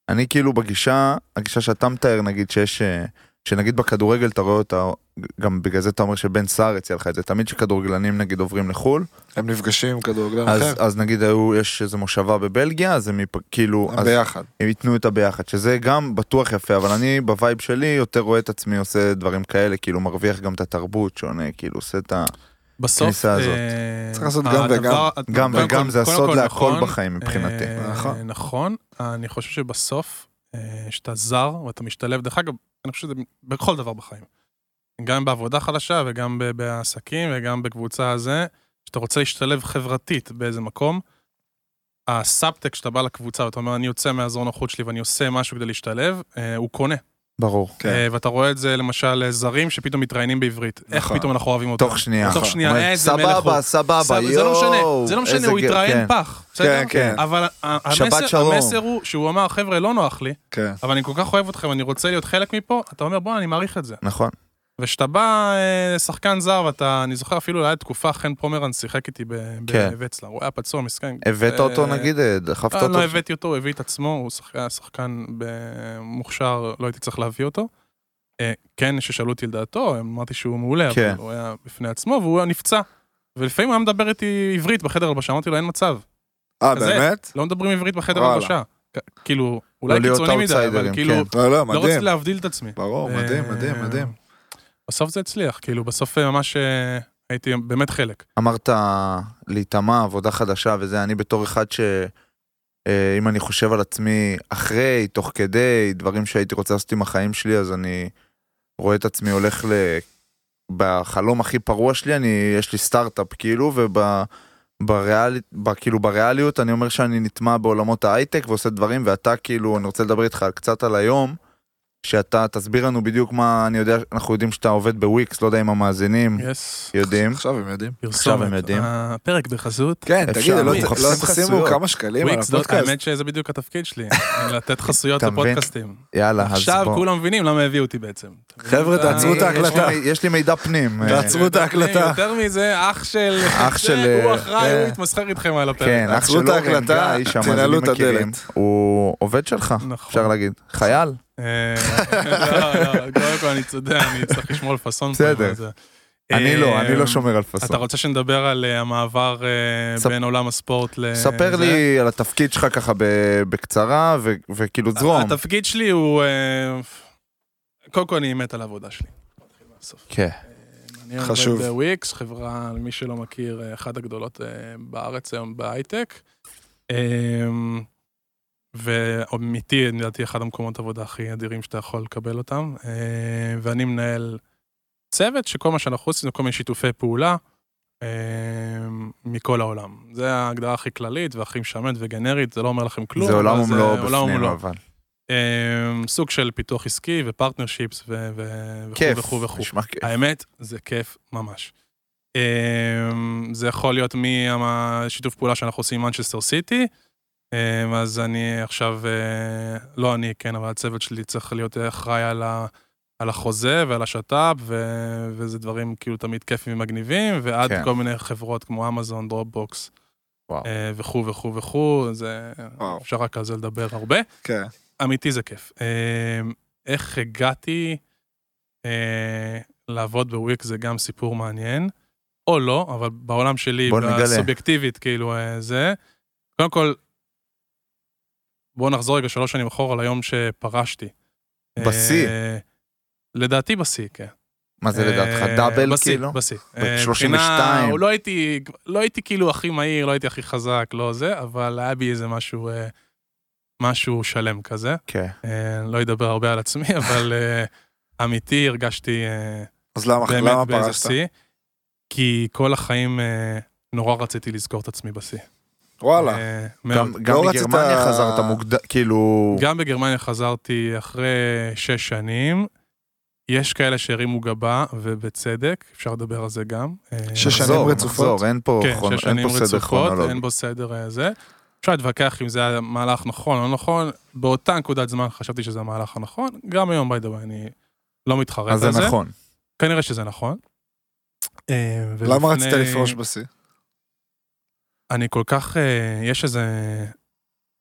אני כאילו הגישה שאתה מתאר, נגיד שנגיד בכדורגל אתה רואה אותה, גם בגלל זה אתה אומר שבן סער הציע לך את זה, תמיד שכדורגלנים נגיד עוברים לחול, הם נפגשים עם כדורגלן אחר. אז נגיד יש איזו מושבה בבלגיה, אז הם כאילו, הם ביחד. הם ייתנו את הביחד, שזה גם בטוח יפה, אבל אני בווייב שלי יותר רואה את עצמי עושה דברים כאלה, כאילו מרוויח גם את התרבות שונה, כאילו עושה את הכניסה הזאת. צריך לעשות גם וגם. גם וגם זה הסוד להכל בחיים מבחינתי. נכון, אני חושב שבסוף, שאתה זר ואתה משתלב, דרך אגב, אני חושב שזה בכל דבר בחיים. גם בעבודה חדשה וגם בעסקים וגם בקבוצה הזה, שאתה רוצה להשתלב חברתית באיזה מקום, הסאבטק שאתה בא לקבוצה, ואתה אומר, אני יוצא מהזון החוץ שלי ואני עושה משהו כדי להשתלב, הוא קונה. ברור. ואתה רואה את זה למשל זרים שפתאום מתראיינים בעברית. איך פתאום אנחנו אוהבים אותם? תוך שנייה. תוך שנייה, איזה מלך הוא. סבבה, יואו. זה לא משנה, הוא יתראיין פח. כן, כן. אבל המסר הוא שהוא אמר, חבר'ה, לא נוח לי, אבל אני כל כך אוהב אתכם, אני רוצה להיות חלק מפה, אתה אומר, בוא, אני מעריך את זה. נכון. ושאתה בא שחקן זר, אני זוכר אפילו ליד תקופה, חן פומרנץ שיחק איתי בווצלר, הוא היה פצוע מסכן. הבאת אותו נגיד, דחפת אותו? לא הבאתי אותו, הוא הביא את עצמו, הוא היה שחקן במוכשר, לא הייתי צריך להביא אותו. כן, ששאלו אותי לדעתו, אמרתי שהוא מעולה, אבל הוא היה בפני עצמו, והוא היה נפצע. ולפעמים הוא היה מדבר איתי עברית בחדר הלבשה, אמרתי לו, אין מצב. באמת? לא מדברים עברית בחדר הלבשה. כאילו, אולי קיצוני מדי, אבל כאילו, לא רציתי להבדיל את עצמי. ברור, מדהים. בסוף זה הצליח, כאילו, בסוף ממש הייתי באמת חלק. אמרת להתאמה, עבודה חדשה וזה, אני בתור אחד אם אני חושב על עצמי אחרי, תוך כדי, דברים שהייתי רוצה לעשות עם החיים שלי, אז אני רואה את עצמי הולך בחלום הכי פרוע שלי, יש לי סטארט-אפ כאילו, כאילו בריאליות אני אומר שאני נטמע בעולמות ההייטק ועושה דברים, ואתה כאילו, אני רוצה לדבר איתך קצת על היום, שאתה תסביר לנו בדיוק מה, אני יודע, אנחנו יודעים שאתה עובד בוויקס, לא יודע אם המאזינים יודעים. עכשיו הם יודעים. עכשיו הם יודעים. הפרק בחסות. כן, תגיד, לא תשימו כמה שקלים על הפודקאסט. האמת שזה בדיוק התפקיד שלי, לתת חסויות לפודקאסטים. יאללה, עכשיו כולם מבינים למה הביאו אותי בעצם. חבר'ה, תעצרו את ההקלטה. יש לי מידע פנים. תעצרו את ההקלטה. יותר מזה, אח של... הוא אחראי, הוא יתמסחר איתכם על הפרק. כן, אח של אורן גיא, תנעלו את הדלת. הוא עובד שלך, אפשר להגיד. חייל. קודם כל אני צודק, אני צריך לשמור על פסון. בסדר. אני לא שומר על פסון. אתה רוצה שנדבר על המעבר בין עולם הספורט ספר לי על התפקיד שלך ככה בקצרה, וכאילו זרום. התפקיד שלי הוא... קודם כל אני מת על העבודה שלי. כן. אני עובד בוויקס, חברה, למי שלא מכיר, אחת הגדולות בארץ היום בהייטק. ואמיתי, אני לדעתי, אחד המקומות עבודה הכי אדירים שאתה יכול לקבל אותם, ואני מנהל צוות שכל מה שאנחנו עושים זה כל מיני שיתופי פעולה מכל העולם. זה ההגדרה הכי כללית והכי משעממת וגנרית, זה לא אומר לכם כלום. זה עולם ומלואו בפנים, אבל. סוג של פיתוח עסקי ופרטנרשיפס וכו' וכו'. האמת, זה כיף ממש. זה יכול להיות מהשיתוף פעולה שאנחנו עושים עם מנצ'סטר סיטי, אז אני עכשיו, לא אני, כן, אבל הצוות שלי צריך להיות אחראי על החוזה ועל השטאפ, וזה דברים כאילו תמיד כיפים ומגניבים, ועד כל מיני חברות כמו אמזון, דרופבוקס, וכו' וכו' וכו', אפשר רק על זה לדבר הרבה. אמיתי זה כיף. איך הגעתי לעבוד בוויקס זה גם סיפור מעניין, או לא, אבל בעולם שלי, בסובייקטיבית, כאילו זה, קודם כל, בואו נחזור רגע 3 שנים אחורה ליום שפרשתי. בסי? לדעתי בסי, כן. מה זה לדעתך? דאבל כאילו? בסי. ב-32? לא הייתי כאילו הכי מהיר, לא הייתי הכי חזק, לא זה, אבל היה בי איזה משהו שלם כזה. כן. לא אדבר הרבה על עצמי, אבל אמיתי הרגשתי אז למה פרשת? כי כל החיים נורא רציתי לזכור את עצמי בסי. וואלה. גם בגרמניה חזרת מוקדם, כאילו... גם בגרמניה חזרתי אחרי 6 שנים. יש כאלה שהרימו גבה, ובצדק, אפשר לדבר על זה גם. 6 שנים רצופות? אין פה סדר כרונולוגי. אין פה סדר זה. אפשר להתווכח אם זה היה מהלך נכון או לא נכון. באותה נקודת זמן חשבתי שזה המהלך הנכון. גם היום, by the way, אני לא מתחרט על זה. אז זה נכון. כנראה שזה נכון. למה רצית לפרוש בסי? אני כל כך, יש איזה,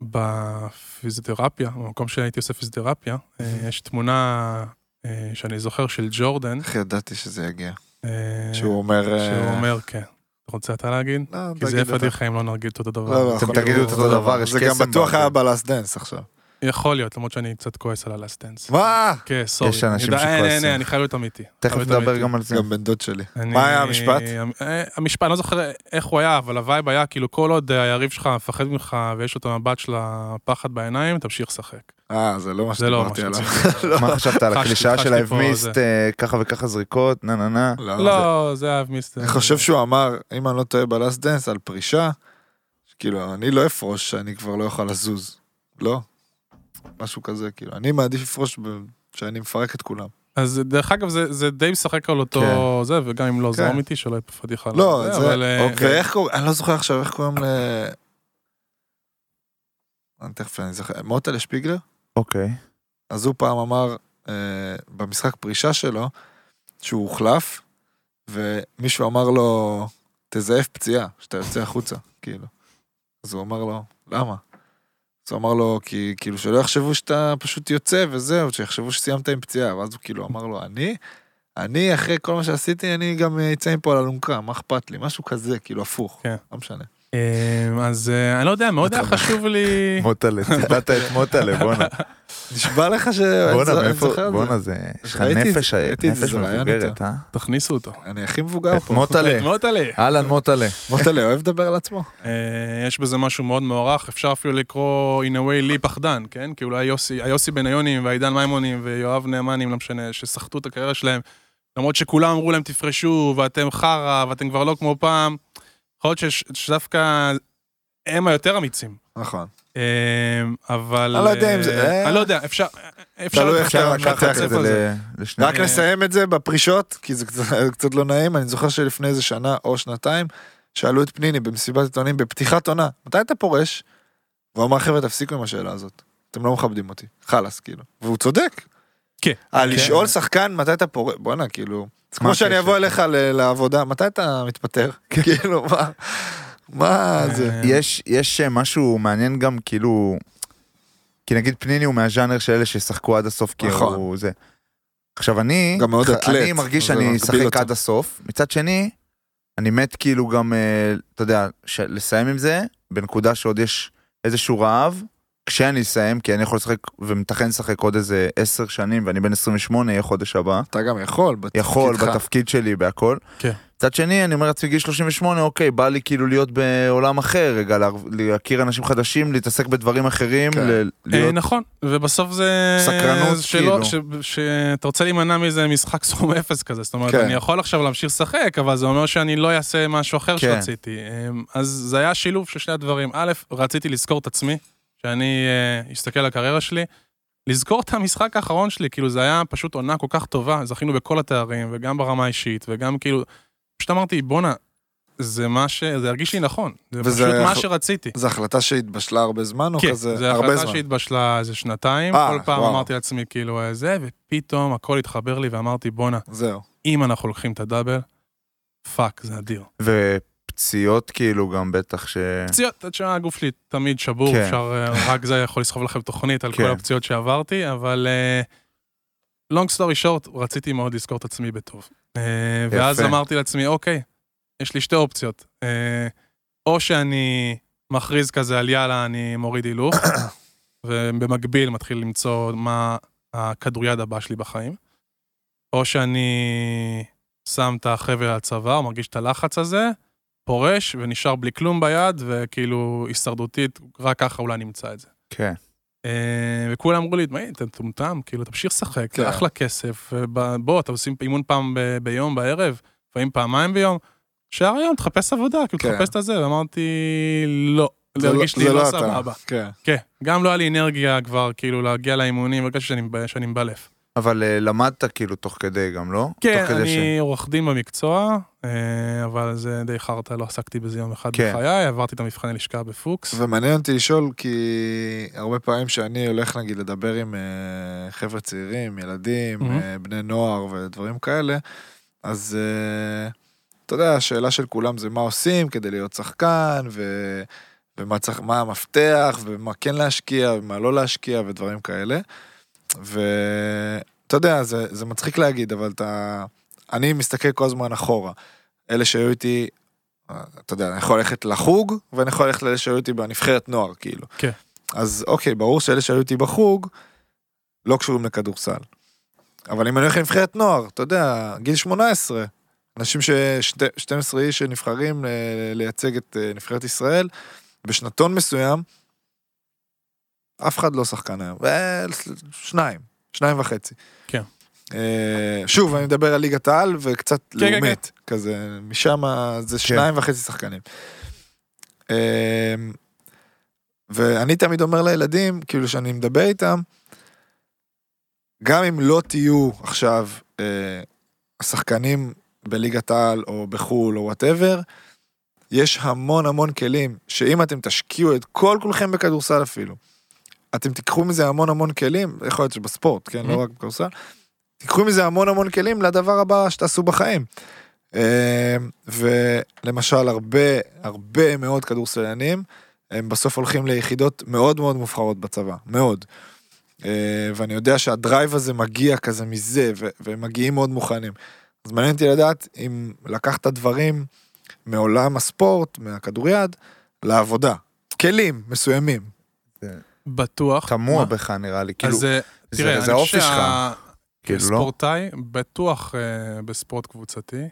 בפיזיותרפיה, במקום שהייתי עושה פיזיותרפיה, יש תמונה שאני זוכר של ג'ורדן. איך ידעתי שזה יגיע? שהוא אומר... כן. אתה רוצה אתה להגיד? לא, כי זה יפה דיחה אם לא נרגיל את אותו דבר. לא, אתם תגידו את אותו דבר, יש זה גם קסם בטוח בהרבה. היה בלאסט דנס עכשיו. יכול להיות, למרות שאני קצת כועס על הלאסט דנס. מה? כן, סורי. יש אנשים שכועסים. אני חייב להיות אמיתי. תכף נדבר גם על זה. גם בן דוד שלי. מה היה המשפט? המשפט, אני לא זוכר איך הוא היה, אבל הווייב היה, כאילו כל עוד היריב שלך מפחד ממך, ויש אותו מבט של הפחד בעיניים, תמשיך לשחק. זה לא מה שדיברתי עליו. מה חשבת על הקלישה של האבמיסט, ככה וככה זריקות, נה. לא, זה האבמיסט. אני חושב שהוא אמר, אם אני לא טועה בלאסט דנס, על פרישה, כאילו, אני לא אפרוש שאני כבר לא יכול לזוז. לא? משהו כזה, כאילו. אני מעדיף לפרוש שאני מפרק את כולם. אז דרך אגב, זה די משחק על אותו זה, וגם אם לא זרום איתי, שלא יהיה פדיחה. לא, זה, ואיך קוראים, אני לא זוכר עכשיו איך קוראים תכף אני זוכר, מוטל שפיגלר? אוקיי. אז הוא פעם אמר, במשחק פרישה שלו, שהוא הוחלף, ומישהו אמר לו, תזייף פציעה, שאתה יוצא החוצה, כאילו. אז הוא אמר לו, למה? אז הוא אמר לו, כי כאילו שלא יחשבו שאתה פשוט יוצא וזהו, שיחשבו שסיימת עם פציעה, ואז הוא כאילו אמר לו, אני אחרי כל מה שעשיתי, אני גם יצא עם פה על אלונקה, מה אכפת לי? משהו כזה, כאילו הפוך, לא משנה. אז אני לא יודע, מאוד היה חשוב לי... מוטלה, ציטטת את מוטלה, בונה. נשבע לך בונה זה, יש לך נפש מבוגרת, אה? תכניסו אותו. אני הכי מבוגר פה. מוטלה. אהלן מוטלה. מוטלה, אוהב לדבר על עצמו. יש בזה משהו מאוד מעורך, אפשר אפילו לקרוא in a way לי פחדן, כן? כי אולי היוסי בניונים והעידן מימונים ויואב נאמנים, לא משנה, ששחטו את הקריירה שלהם, למרות שכולם אמרו להם תפרשו ואתם חרה ואתם כבר לא כמו פעם, יכול להיות שדווקא הם היותר אמיצים. נכון. אבל... אני לא יודע אם זה... אני לא יודע, אפשר... תלוי איך אתה לקחת את זה לשני... רק נסיים את זה בפרישות, כי זה קצת לא נעים, אני זוכר שלפני איזה שנה או שנתיים, שאלו את פניני במסיבת עיתונים בפתיחת עונה, מתי אתה פורש? והוא אמר, חבר'ה, תפסיקו עם השאלה הזאת. אתם לא מכבדים אותי. חלס, כאילו. והוא צודק. כן. לשאול שחקן, מתי אתה פורש? בוא'נה, כאילו... כמו שאני אבוא אליך לעבודה, מתי אתה מתפטר? כאילו, מה זה? יש משהו מעניין גם, כאילו... כי נגיד פניני הוא מהז'אנר של אלה ששחקו עד הסוף, כי הוא זה. עכשיו אני מרגיש שאני אשחק עד הסוף, מצד שני, אני מת כאילו גם, אתה יודע, לסיים עם זה, בנקודה שעוד יש איזשהו רעב, כשאני אסיים, כי אני יכול לשחק ומתכן לשחק עוד איזה 10 שנים, ואני בן 28, יהיה חודש הבא. אתה גם יכול בתפקיד שלי, בהכל. כן. מצד שני, אני אומר לעצמי גיל 38, אוקיי, בא לי כאילו להיות בעולם אחר, רגע, להכיר אנשים חדשים, להתעסק בדברים אחרים, נכון, ובסוף זה... סקרנות, כאילו. שאתה רוצה להימנע מאיזה משחק סכום אפס כזה, זאת אומרת, אני יכול עכשיו להמשיך לשחק, אבל זה אומר שאני לא אעשה משהו אחר שרציתי. אז זה היה שילוב של שני הדברים. א', רציתי לזכור את עצמי, שאני אסתכל על הקריירה שלי, לזכור את המשחק האחרון שלי, כאילו זה היה פשוט עונה כל כך טובה, זכינו בכל התארים, וגם ברמה האישית, וגם כאילו, פשוט אמרתי, בונה, זה הרגיש לי נכון, זה פשוט מה שרציתי. זו החלטה שהתבשלה הרבה זמן, או כזה הרבה זמן? כן, זו החלטה שהתבשלה איזה שנתיים, כל פעם אמרתי לעצמי כאילו זה, ופתאום הכל התחבר לי, ואמרתי, בונה, אם אנחנו לוקחים את הדאבל, פאק, זה אדיר. פציעות כאילו גם בטח פציעות, עד שהגוף שלי תמיד שבור, אפשר, רק זה יכול לסחוב לכם תוכנית על כל הפציעות שעברתי, אבל long story short, רציתי מאוד לזכור את עצמי בטוב. ואז אמרתי לעצמי, אוקיי, יש לי שתי אופציות. או שאני מכריז כזה על יאללה, אני מוריד הילוך, ובמקביל מתחיל למצוא מה הכדוריד הבא שלי בחיים, או שאני שם את החבל על הצוואר, מרגיש את הלחץ הזה, פורש ונשאר בלי כלום ביד, וכאילו הישרדותית, רק ככה אולי נמצא את זה. כן. וכולם אמרו לי, אתה תומתם, כאילו, תמשיך לשחק, זה אחלה כסף, בוא, אתה עושים אימון פעם ביום, בערב, לפעמים פעמיים ביום, שער היום, תחפש עבודה, כאילו, תחפש את זה, ואמרתי, לא, להרגיש לי לא סבבה. כן, גם לא היה לי אנרגיה כבר, כאילו, להגיע לאימונים, הרגשתי שאני מבלף. אבל למדת כאילו תוך כדי גם, לא? כן, אני עורך דין במקצוע, אבל זה די חרטה, לא עסקתי בזה יום אחד בחיי, עברתי את המבחני לשכה בפוקס. ומעניין אותי לשאול, כי הרבה פעמים שאני הולך נגיד לדבר עם חבר'ה צעירים, ילדים, בני נוער ודברים כאלה, אז אתה יודע, השאלה של כולם זה מה עושים כדי להיות שחקן, מה המפתח, ומה כן להשקיע, ומה לא להשקיע, ודברים כאלה. ואתה יודע, זה מצחיק להגיד, אבל אני מסתכל כל הזמן אחורה. אלה שהיו איתי, אתה יודע, אני יכול ללכת לחוג, ואני יכול ללכת לאלה שהיו איתי בנבחרת נוער, כאילו. כן. אז אוקיי, ברור שאלה שהיו איתי בחוג, לא קשורים לכדורסל. אבל אם אני הולך לנבחרת נוער, אתה יודע, גיל 18, אנשים 12 איש שנבחרים לייצג את נבחרת ישראל, בשנתון מסוים, אף אחד לא שחקן היום, שניים וחצי. כן. שוב, אני מדבר על ליגת העל, וקצת לאומית, כזה, משם זה 2.5 שחקנים. ואני תמיד אומר לילדים, כאילו שאני מדבר איתם, גם אם לא תהיו עכשיו השחקנים בליגת העל או בחול או whatever, יש המון כלים, שאם אתם תשקיעו את כולכם בכדורסל אפילו, אתם תיקחו מזה המון כלים, יכול להיות שבספורט, כן, לא רק בכדורסל, תיקחו מזה המון כלים לדבר הבא שתעשו בחיים. ולמשל, הרבה מאוד כדורסלנים, הם בסוף הולכים ליחידות מאוד מובחרות בצבא, מאוד. ואני יודע שהדרייב הזה מגיע כזה מזה, והם מגיעים מאוד מוכנים. אז מעניין אותי לדעת אם לקחת דברים מעולם הספורט, מהכדוריד, לעבודה. כלים מסוימים. בטוח. תמוה בך נראה לי, כאילו, תראה, זה האופי שלך. ספורטאי, בטוח בספורט קבוצתי,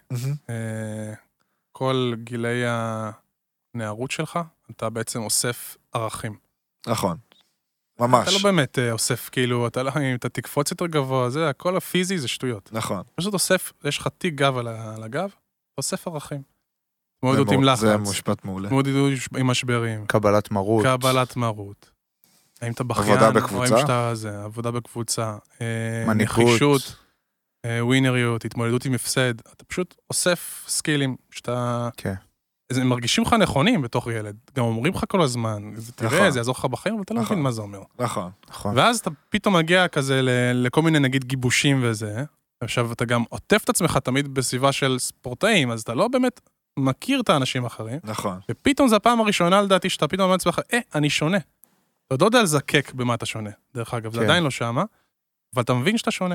כל גילי הנערות שלך, אתה בעצם אוסף ערכים. נכון. ממש. אתה לא באמת אוסף, כאילו, אם אתה תקפוץ יותר גבוה, זה, הכל הפיזי זה שטויות. נכון. פשוט אוסף, יש לך תיק גב על הגב, אוסף ערכים. מועדות עם לחץ. זה משפט מעולה. מועדות עם משברים. קבלת מרות. האם אתה בכיין, עבודה בקבוצה. עבודה בקבוצה. נחישות. ווינריות, התמודדות עם הפסד. אתה פשוט אוסף סקילים שאתה... כן. הם מרגישים לך נכונים בתוך ילד. גם אומרים לך כל הזמן, תראה, זה יעזור לך בחיים, אבל אתה לא מבין מה זה אומר. נכון. ואז אתה פתאום מגיע כזה לכל מיני נגיד גיבושים וזה. עכשיו אתה גם עוטף את עצמך תמיד בסביבה של ספורטאים, אז אתה לא באמת מכיר את האנשים האחרים. נכון. ופתאום זה הפעם הראשונה לדעתי שאתה פתאום אומר לעצמך, אני שונה. אתה לא יודע לזקק במה אתה שונה. דרך אגב, זה עדיין לא שמה, אבל אתה מבין שאתה שונה.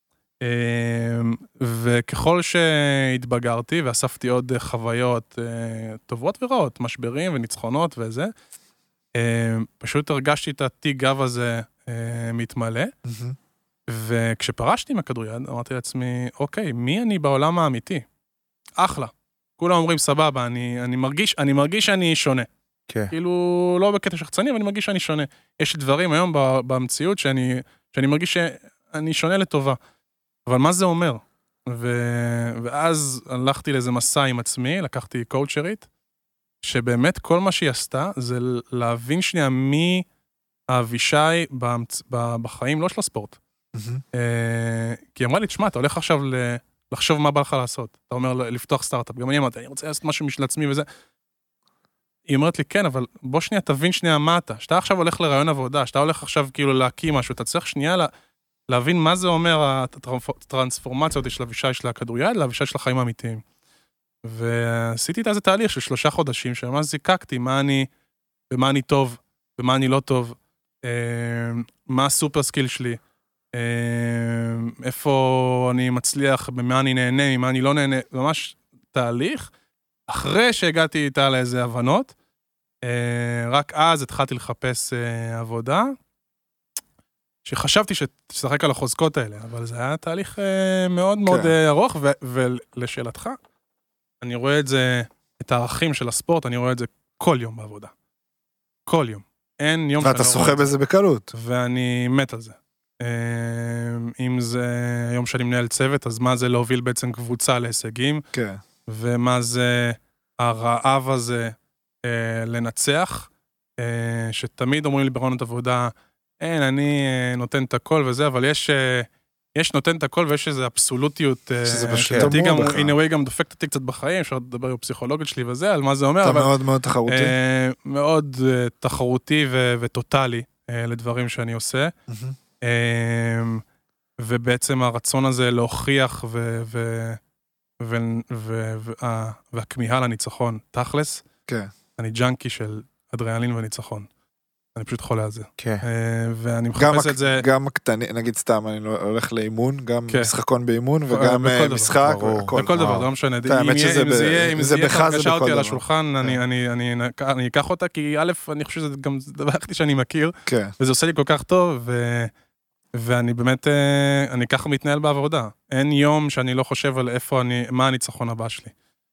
וככל שהתבגרתי ואספתי עוד חוויות טובות ורעות, משברים וניצחונות וזה, פשוט הרגשתי את התיק גב הזה מתמלא, וכשפרשתי מהכדוריד, אמרתי לעצמי, אוקיי, מי אני בעולם האמיתי? אחלה. כולם אומרים, סבבה, אני מרגיש שאני שונה. כאילו, לא בקטע שחצני, אבל אני מרגיש שאני שונה. יש דברים היום במציאות שאני מרגיש שאני שונה לטובה. אבל מה זה אומר? ואז הלכתי לאיזה מסע עם עצמי, לקחתי קואוצ'רית, שבאמת כל מה שהיא עשתה, זה להבין שנייה מי האבישי בחיים, לא של הספורט. כי היא אמרה לי, תשמע, אתה הולך עכשיו לחשוב מה בא לך לעשות. אתה אומר לפתוח סטארט-אפ. גם אני אמרתי, אני רוצה לעשות משהו משל עצמי וזה. היא אומרת לי, כן, אבל בוא שנייה, תבין שנייה מה אתה. שאתה עכשיו הולך לרעיון עבודה, שאתה הולך עכשיו כאילו להקים משהו, אתה צריך שנייה להבין מה זה אומר הטרנספורמציה של אבישי של הכדוריד, לאבישי של החיים האמיתיים. ועשיתי את איזה תהליך של 3 חודשים, שממש זיקקתי במה אני טוב, במה אני לא טוב, מה הסופר סקיל שלי, איפה אני מצליח, במה אני נהנה, במה אני לא נהנה, ממש תהליך. אחרי שהגעתי איתה לאיזה הבנות, רק אז התחלתי לחפש עבודה, שחשבתי שתשחק על החוזקות האלה, אבל זה היה תהליך מאוד מאוד ארוך, ולשאלתך, אני רואה את זה, את הערכים של הספורט, אני רואה את זה כל יום בעבודה. כל יום. אין יום ואתה שוחה בזה בקלות. ואני מת על זה. אם זה יום שאני מנהל צוות, אז מה זה להוביל בעצם קבוצה להישגים, כן. ומה זה הרעב הזה לנצח, שתמיד אומרים לי ברעיונות עבודה, אין, אני נותן את הכל וזה, אבל יש נותן את הכל ויש איזו אבסולוטיות, שדעתי גם, הנה הוא גם דופק אותי קצת בחיים, אפשר לדבר עם פסיכולוגית שלי וזה, על מה זה אומר. אתה מאוד מאוד תחרותי. מאוד תחרותי וטוטלי לדברים שאני עושה. ובעצם הרצון הזה להוכיח והכמיהה לניצחון תכלס. כן. אני ג'אנקי של אדרנלין וניצחון. אני פשוט חולה על זה. כן. ואני מחפש את זה... גם הקטנים, נגיד סתם, אני הולך לאימון, גם משחקון באימון, וגם משחק. בכל דבר, לא משנה. אם זה יהיה תרגשה אותי על השולחן, אני אקח אותה, כי א', אני חושב שזה גם דבר הכי שאני מכיר, וזה עושה לי כל כך טוב, ואני באמת, אני ככה מתנהל בעבודה. אין יום שאני לא חושב על מה הניצחון הבא שלי.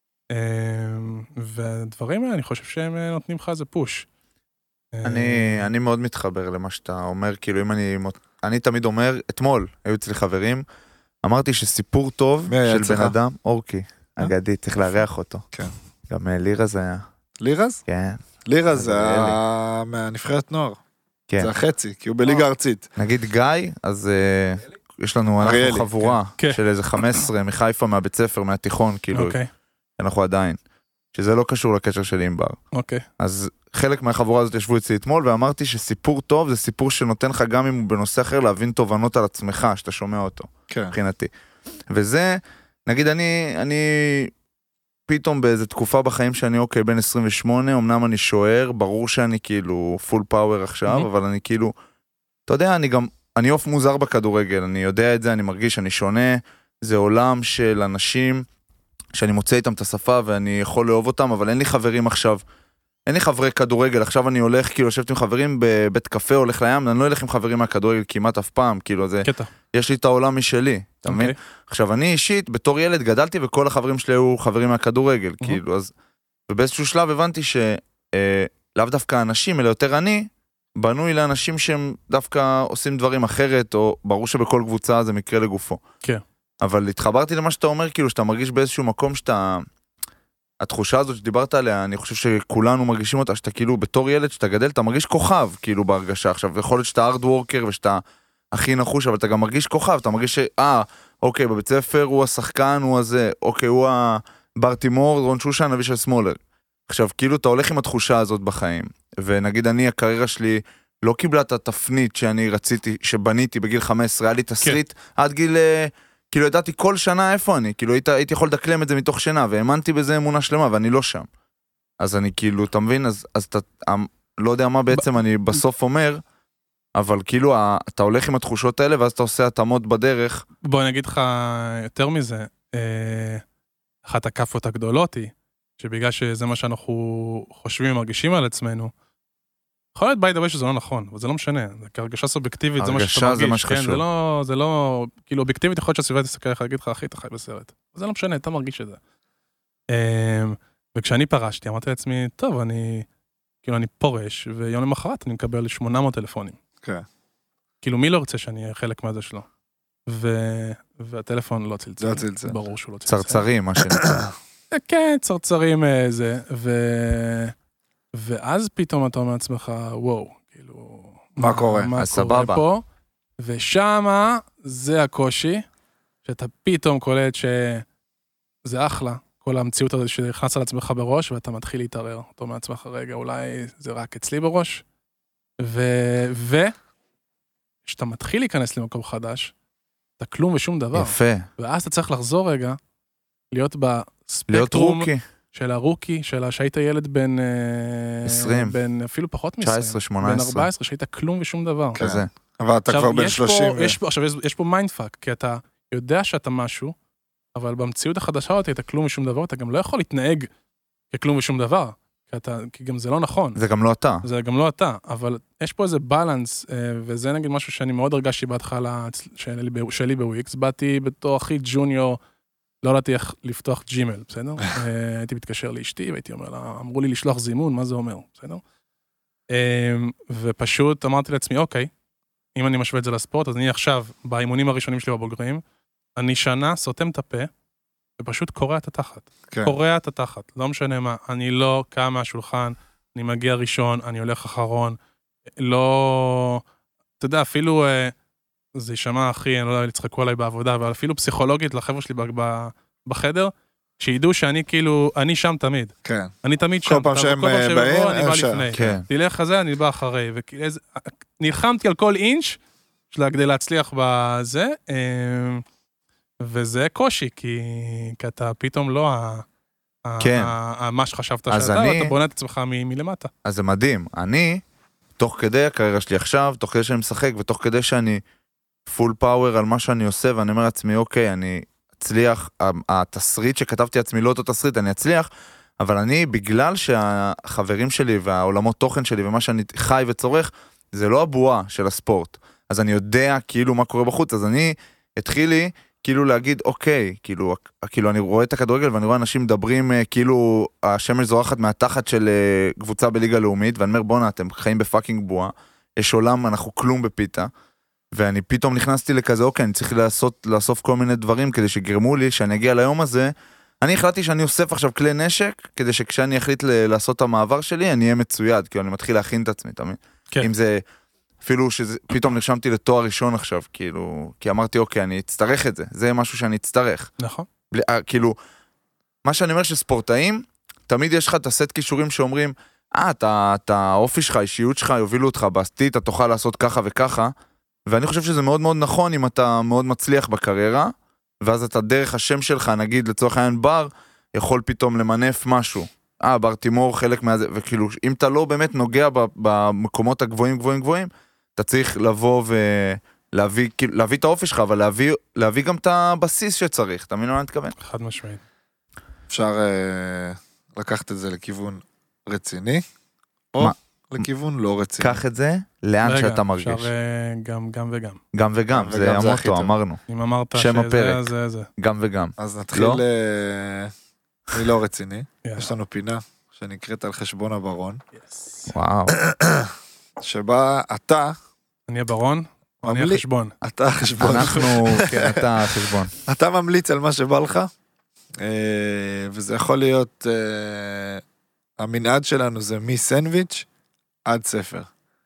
והדברים האלה, אני חושב שהם נותנים לך איזה פוש. אני מאוד מתחבר למה שאתה אומר, כאילו אם אני תמיד אומר, אתמול היו אצלי חברים, אמרתי שסיפור טוב של בן אדם, אורקי, אגדי, צריך להריח אותו. גם לירז היה. לירז? כן. לירז זה מהנבחרת נוער. זה החצי, כי הוא בליגה ארצית. נגיד גיא, אז יש לנו חבורה של איזה 15 מחיפה מהבית ספר, מהתיכון, כאילו, אנחנו עדיין. שזה לא קשור לקשר של אימבר. אוקיי. אז חלק מהחבורה הזאת ישבו אצלי אתמול, ואמרתי שסיפור טוב זה סיפור שנותן לך גם אם הוא בנושא אחר להבין תובנות על עצמך, שאתה שומע אותו. כן. מבחינתי. וזה, נגיד אני פתאום באיזו תקופה בחיים שאני אוקיי, בין 28, אמנם אני שוער, ברור שאני כאילו פול פאוור עכשיו, אבל אני כאילו, אתה יודע, אני אוף מוזר בכדורגל, אני יודע את זה, אני מרגיש, אני שונה, זה עולם של אנשים שאני מוצא איתם את השפה ואני יכול לאהוב אותם, אבל אין לי חברים עכשיו, אין לי חברי כדורגל, עכשיו אני הולך, כאילו, יושבת עם חברים בבית קפה, הולך לים, אני לא הולך עם חברים מהכדורגל כמעט אף פעם, כאילו, זה, יש לי את העולם משלי, אתה מבין? עכשיו, אני אישית, בתור ילד גדלתי, וכל החברים שלי היו חברים מהכדורגל, כאילו, אז, ובאיזשהו שלב הבנתי שלאו דווקא אנשים, אלא יותר אני, בנוי לאנשים שהם דווקא עושים דברים אחרת, או ברור שבכל קבוצה זה מקרה לגופו. כן. אבל התחברתי למה שאתה אומר, כאילו, שאתה מרגיש באיזשהו מקום שאתה, התחושה הזאת שדיברת עליה, אני חושב שכולנו מרגישים אותה, שאתה כאילו בתור ילד, שאתה גדל, אתה מרגיש כוכב, כאילו, בהרגשה. עכשיו, יכול להיות שאתה ארד וורקר, ושאתה הכי נחוש, אבל אתה גם מרגיש כוכב, אתה מרגיש אוקיי, בבית ספר הוא השחקן, הוא הזה, אוקיי, הוא ברטימור, רון שושן, אבי של סמולר. עכשיו, כאילו, אתה הולך עם התחושה הזאת בחיים, ונגיד אני, הקריירה שלי לא קיבלה את התפנית שאני רציתי, שבניתי בגיל 15, היה לי תסריט עד גיל, כאילו, ידעתי כל שנה איפה אני, כאילו, הייתי יכול לדקלם את זה מתוך שינה, והאמנתי בזה אמונה שלמה, ואני לא שם. אז אני כאילו, אתה מבין, אז אתה, לא יודע מה בעצם אני בסוף אומר, אבל כאילו, אתה הולך עם התחושות האלה, ואז אתה עושה התאמות בדרך. בוא אני אגיד לך יותר מזה, אחת הכפות הגדולות היא, שבגלל שזה מה שאנחנו חושבים ומרגישים על עצמנו, יכול להיות by the way שזה לא נכון, אבל זה לא משנה, כהרגשה סובייקטיבית זה מה שאתה מרגיש, זה מה שחשוב. זה לא, כאילו אובייקטיבית יכול להיות שהסביבה תסתכל לך, להגיד לך, אחי, אתה חי בסרט. זה לא משנה, אתה מרגיש את זה. וכשאני פרשתי, אמרתי לעצמי, טוב, אני פורש, ויום למחרת אני מקבל 800 טלפונים. כן. כאילו מי לא רוצה שאני אהיה חלק מהזה שלו? והטלפון לא צלצל. לא צלצל. ברור שהוא לא צלצל. צרצרים, מה שנקרא. כן, צרצרים זה, ואז פתאום אתה אומר לעצמך, וואו, כאילו, מה קורה? מה קורה פה? ושמה זה הקושי, שאתה פתאום קולט שזה אחלה, כל המציאות הזאת שנכנס על עצמך בראש, ואתה מתחיל להתערער. אתה אומר לעצמך, רגע, אולי זה רק אצלי בראש, שאתה מתחיל להיכנס למקום חדש, אתה כלום ושום דבר. יפה. ואז אתה צריך לחזור רגע, להיות בספקטרום של הרוקי, שהיית ילד בן 20, בין אפילו פחות מ-20, 19, 18, בין 14, שהיית כלום ושום דבר. כזה. אבל אתה כבר בן 30. עכשיו, יש פה מיינדפאק, כי אתה יודע שאתה משהו, אבל במציאות החדשה אותי, אתה כלום ושום דבר, אתה גם לא יכול להתנהג ככלום ושום דבר, כי גם זה לא נכון. זה גם לא אתה. זה גם לא אתה, אבל יש פה איזה בלנס, וזה נגיד משהו שאני מאוד הרגשתי בהתחלה שלי בוויקס, באתי בתור הכי ג'וניור, לא ידעתי איך לפתוח ג'ימל, בסדר? הייתי מתקשר לאשתי, והייתי אומר לה, אמרו לי לשלוח זימון, מה זה אומר, בסדר? ופשוט אמרתי לעצמי, אוקיי, אם אני משווה את זה לספורט, אז אני עכשיו, באימונים הראשונים שלי בבוגרים, אני שנה סותם את הפה, ופשוט קורע את התחת. קורע את התחת, לא משנה מה, אני לא קם מהשולחן, אני מגיע ראשון, אני הולך אחרון, לא, אתה יודע, אפילו, זה יישמע הכי, אני לא יודע, לצחקו עליי בעבודה, אבל אפילו פסיכולוגית לחבר'ה שלי בחדר, שידעו שאני כאילו, אני שם תמיד. כן. אני תמיד שם. כל פעם שהם באים, אני בא לפני. תלך לזה, אני בא אחרי. נלחמתי על כל אינץ' כדי להצליח בזה, וזה קושי, כי אתה פתאום לא כן. מה שחשבת אז שאתה, אני- ואתה בונה את עצמך מלמטה. אז זה מדהים. אני, תוך כדי הקריירה שלי עכשיו, תוך כדי שאני משחק, ותוך כדי שאני פול פאוור על מה שאני עושה, ואני אומר לעצמי, אוקיי, אני אצליח, התסריט שכתבתי לעצמי לא אותו תסריט, אני אצליח, אבל אני, בגלל שהחברים שלי והעולמות תוכן שלי ומה שאני חי וצורך, זה לא הבועה של הספורט. אז אני יודע כאילו מה קורה בחוץ, אז אני התחיל לי כאילו להגיד, אוקיי, כאילו אני רואה את הכדורגל ואני רואה אנשים מדברים כאילו השמש זורחת מהתחת של קבוצה בליגה לאומית, ואני אומר, בונה, אתם חיים בפאקינג בועה, יש עולם, אנחנו כלום בפיתה, ואני פתאום נכנסתי לכזה, אוקיי, אני צריך לאסוף כל מיני דברים כדי שגרמו לי שאני אגיע ליום הזה. אני החלטתי שאני אוסף עכשיו כלי נשק, כדי שכשאני אחליט לעשות את המעבר שלי, אני אהיה מצויד, כי אני מתחיל להכין את עצמי, תמיד. כן. אם זה, אפילו שפתאום נרשמתי לתואר ראשון עכשיו, כאילו, כי אמרתי, אוקיי, אני אצטרך את זה, זה משהו שאני אצטרך. נכון. כאילו, מה שאני אומר שספורטאים, תמיד יש לך את הסט קישורים שאומרים, אתה האופי שלך, האישיות שלך, יובילו אותך בסטית, אתה תוכל לעשות ככה וככה, ואני חושב שזה מאוד מאוד נכון אם אתה מאוד מצליח בקריירה, ואז אתה דרך השם שלך, נגיד לצורך העניין בר, יכול פתאום למנף משהו. בר תימור חלק מהזה, וכאילו, אם אתה לא באמת נוגע במקומות הגבוהים, אתה צריך לבוא ולהביא את האופי שלך, אבל להביא גם את הבסיס שצריך, אתה מבין מה אני מתכוון? חד משמעית. אפשר לקחת את זה לכיוון רציני, או מה? לכיוון לא רציני. קח את זה לאן רגע, שאתה מרגיש. אפשר גם וגם. גם וגם, זה וגם זה הכי המוטו, טוב. אמרנו. אם אמרת שם הפרק. זה. גם וגם. אז נתחיל לא? מלא רציני. יאללה. יש לנו פינה שנקראת על חשבון הברון, וואו. שבה אתה אני הברון, אני ממליץ- החשבון. אתה החשבון. אנחנו, כן, אתה החשבון. אתה ממליץ על מה שבא לך, וזה יכול להיות, המנעד שלנו זה מסנדוויץ' עד ספר.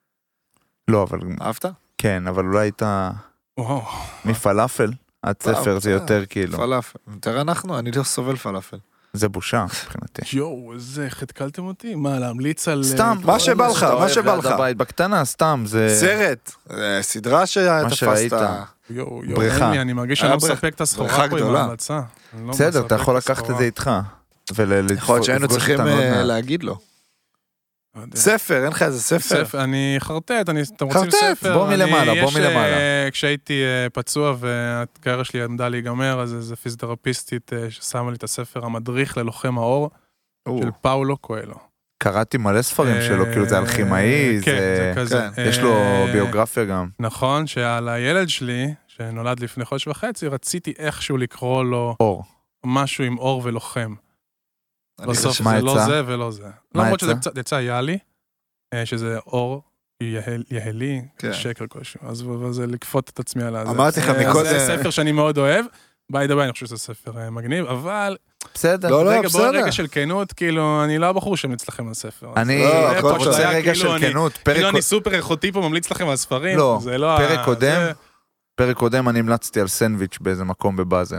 לא, אבל, אהבת? כן, אבל אולי הייתה וואו. מפלאפל, עד ספר זה יותר כאילו, פלאפל. יותר אנחנו, אני לא סובל פלאפל. זה בושה מבחינתי. יואו, איזה, איך התקלתם אותי? מה, להמליץ על... סתם, מה שבא לך, מה שבא לך. הבית בקטנה, סתם, זה... סרט, סדרה שתפסת. שראית. יואו, בריכה. אין לי, אני מרגיש שאני היה לא מספק את הסחורה בריכה פה עם גדולה. ההמלצה. אני לא בסדר, מספק אתה יכול את לקחת את הסחורה. זה איתך. יכול להיות שהיינו צריכים להגיד לו. לא יודע. ספר, אין לך איזה ספר? אני חרטט, אתם רוצים חרטט, ספר? בוא מלמעלה, אני- בוא יש, מלמעלה. כשהייתי פצוע והקריירה שלי עמדה להיגמר, אז איזה פיזיותרפיסטית ששמה לי את הספר המדריך ללוחם האור של פאולו קואלו. קראתי מלא ספרים שלו, כאילו זה אלכימאי, כן, זה כזה. כן. יש לו ביוגרפיה גם. נכון, שעל הילד שלי, שנולד לפני חודש וחצי, רציתי איכשהו לקרוא לו אור. משהו עם אור ולוחם. אני בסוף חושב- מה זה לא יצא? זה ולא זה. מה למרות שזה יצא? קצת יצא יאלי, שזה אור יהלי, כן. שקר כלשהו. אז זה לקפות את עצמי על הזה. אמרתי לך אז מקודם- זה ספר שאני מאוד אוהב. ביי דביי, אני חושב שזה ספר מגניב, אבל בסדר. לא, רגע, בואו בסדר. רגע של כנות, כאילו, אני לא הבחור שממליץ לכם על ספר. אני לא, הכל רוצה טוב. רגע כאילו של אני- כנות. כאילו אני סופר איכותי פה ממליץ לכם על ספרים. לא, זה לא פרק ה- קודם. זה- פרק קודם אני המלצתי על סנדוויץ' באיזה מקום בבאזן.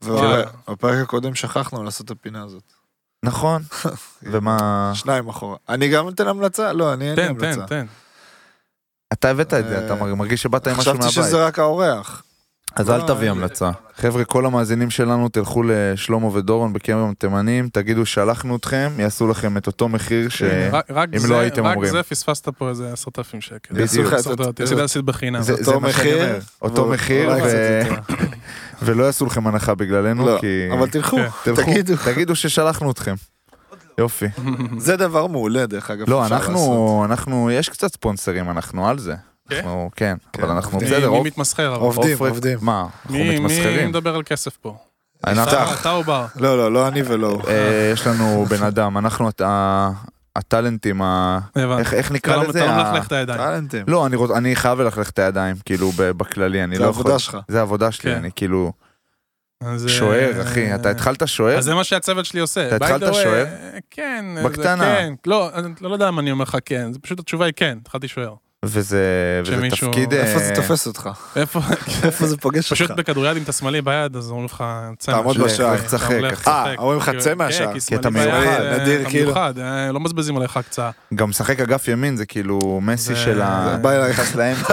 בפרק הקודם שכחנו לעשות את הפינה הזאת. נכון? ומה... 2 אחורה. אני גם נותן המלצה? לא, אני אין לי תן, המלצה. תן. אתה הבאת את זה, אתה מרגיש שבאת עם משהו חשבתי מהבית. שזה רק האורח. אז אל תביא המלצה. חבר'ה, כל המאזינים שלנו תלכו לשלמה ודורון בקרב התימנים, תגידו שלחנו אתכם, יעשו לכם את אותו מחיר רק אם זה- לא הייתם רק אומרים. זה פספסת פה איזה 10,000 שקל. בדיוק. עשית לעשות בחינם. זה- זה אותו מה שאני מחיר, אומר. אותו אבל מחיר, אולי קצת יותר. ולא יעשו לכם הנחה בגללנו, לא, כי... אבל תלכו, תלכו, תגידו. תגידו ששלחנו אתכם. יופי. זה דבר מעולה, דרך אגב. לא, אפשר לעשות. אנחנו, יש קצת ספונסרים, אנחנו על זה. כן? אנחנו, כן, כן, אבל אנחנו עובדים. בסדר. מי מתמסחר? אבל? עובדים, עופרק- עובדים. מה, אנחנו מי מתמסחרים. מדבר על כסף פה? אנחנו- אתה או בר? לא אני ולא הוא. יש לנו בן אדם, אנחנו הטלנטים, הבנתי. איך נקרא אתה לזה? לא מלכלך את הידיים. טלנטים. לא, אני חייב ללכלך את הידיים, כאילו, בכללי, אני זה לא יכול... העבודה שלך. זה העבודה שלי, כן. אני כאילו אז, שוער, אחי. אתה התחלת שוער? אז זה מה שהצוות שלי עושה. אתה התחלת By the way, שוער? כן. בקטנה. זה כן. לא, אני לא יודע אם אני אומר לך כן. זה פשוט התשובה היא כן. התחלתי שוער. וזה שמישהו- תפקיד... איפה זה תופס אותך? איפה? איפה זה פוגש פשוט אותך? בכדוריד עם את השמאלי ביד, אז אומרים לך, צא תעמוד מהשער. בשער. לך תשחק, אתה הולך אחי. לשחק. אומרים לך, צא מהשער. כן, כי אתה שמאלי ביד, מיוחד, נדיר, אתה כאילו. מיוחד, לא מבזבזים עליך הקצאה. גם משחק אגף ימין, זה כאילו מסי זה- של ה... זה בא אליי. נכנס לאמצע,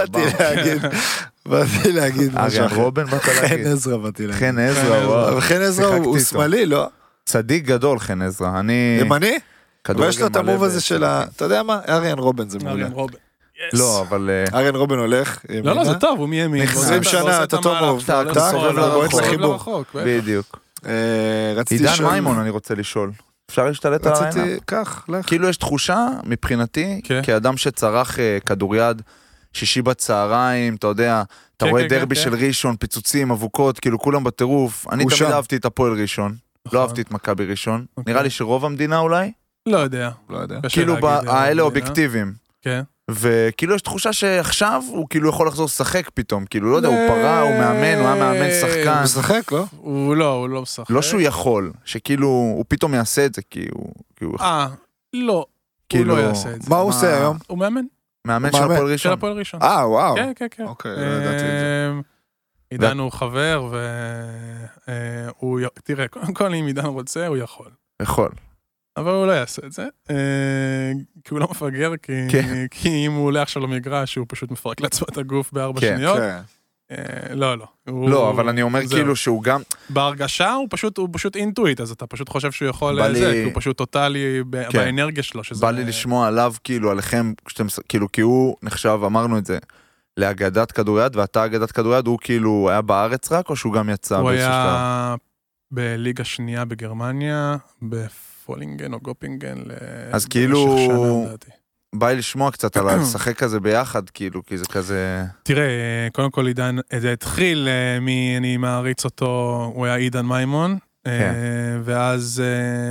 באתי להגיד משהו אריאן אחר. רובן באת חן להגיד. עזרא באתי להגיד. חן עזרא, וואו. אבל חן עזרא הוא שיחקתי איתו. שמאלי, לא? צדיק גדול, חן עזרא. אני... ימני? כדורגל ויש לו את המוב הזה של אתה יודע מה? אריאן רובן זה מעולה. אריאן רובן. לא, אבל... אריאן רובן הולך. לא, זה טוב, הוא מימין. 20 שנה, את אותו מוב. אתה סובב לרחוק. בדיוק. רציתי עידן מימון אני רוצה לשאול. אפשר להשתלט על העינה? רציתי, כך, לך. כאילו יש תחושה, מבחינתי, כאדם שצרח כדוריד, שישי בצהריים, אתה יודע, אתה רואה דרבי של ראשון, פיצוצים, אבוקות, כאילו כולם בטירוף. אני תמיד אהבתי את הפועל ראשון, לא אהבתי את מכבי ראשון. נראה לי שרוב המדינה אולי? לא יודע. כאילו האלה אובייקטיביים. כן. וכאילו יש תחושה שעכשיו הוא כאילו יכול לחזור לשחק פתאום, כאילו לא יודע, הוא פרה, הוא מאמן, הוא היה מאמן שחקן. הוא משחק, לא? הוא לא משחק. לא שהוא יכול, שכאילו הוא פתאום יעשה את זה, כי הוא... לא, הוא לא יעשה את זה. מה הוא עושה היום? הוא מאמן. מאמן של הפועל ראשון. של הפועל ראשון. וואו. כן, כן, כן. אוקיי, לא ידעתי את זה. עידן הוא חבר, והוא, תראה, קודם כל אם עידן רוצה, הוא יכול. יכול. אבל הוא לא יעשה את זה, כי הוא לא מפגר, כי אם הוא עולה עכשיו למגרש, הוא פשוט מפרק לעצמו את הגוף ב4 שניות. לא. לא, אבל אני אומר כאילו שהוא גם... בהרגשה הוא פשוט אינטואיט, אז אתה פשוט חושב שהוא יכול לזה, כי הוא פשוט טוטלי באנרגיה שלו. בא לי לשמוע עליו, כאילו, עליכם, כאילו, כי הוא נחשב, אמרנו את זה, לאגדת כדוריד, ואתה אגדת כדוריד, הוא כאילו היה בארץ רק, או שהוא גם יצא? הוא היה בליגה שנייה בגרמניה, פולינגן או גופינגן אז כאילו בא לי לשמוע קצת על לשחק כזה ביחד, כאילו, כי זה כזה... תראה, קודם כל עידן, זה התחיל אני מעריץ אותו, הוא היה עידן מימון, ואז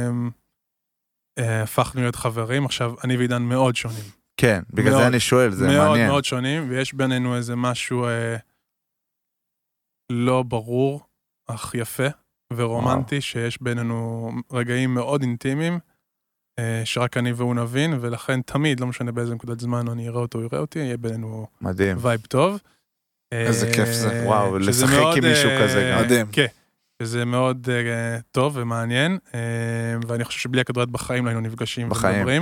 הפכנו להיות חברים, עכשיו אני ועידן מאוד שונים. כן, בגלל זה אני שואל, זה מעניין. מאוד מאוד שונים, ויש בינינו איזה משהו לא ברור, אך יפה. ורומנטי, שיש בינינו רגעים מאוד אינטימיים, שרק אני והוא נבין, ולכן תמיד, לא משנה באיזה נקודת זמן, אני אראה אותו, יראה אותי, יהיה בינינו וייב טוב. איזה כיף זה. וואו, לשחק עם מישהו כזה. מדהים. כן, שזה מאוד טוב ומעניין, ואני חושב שבלי הכדוריד בחיים לא היינו נפגשים ומדברים.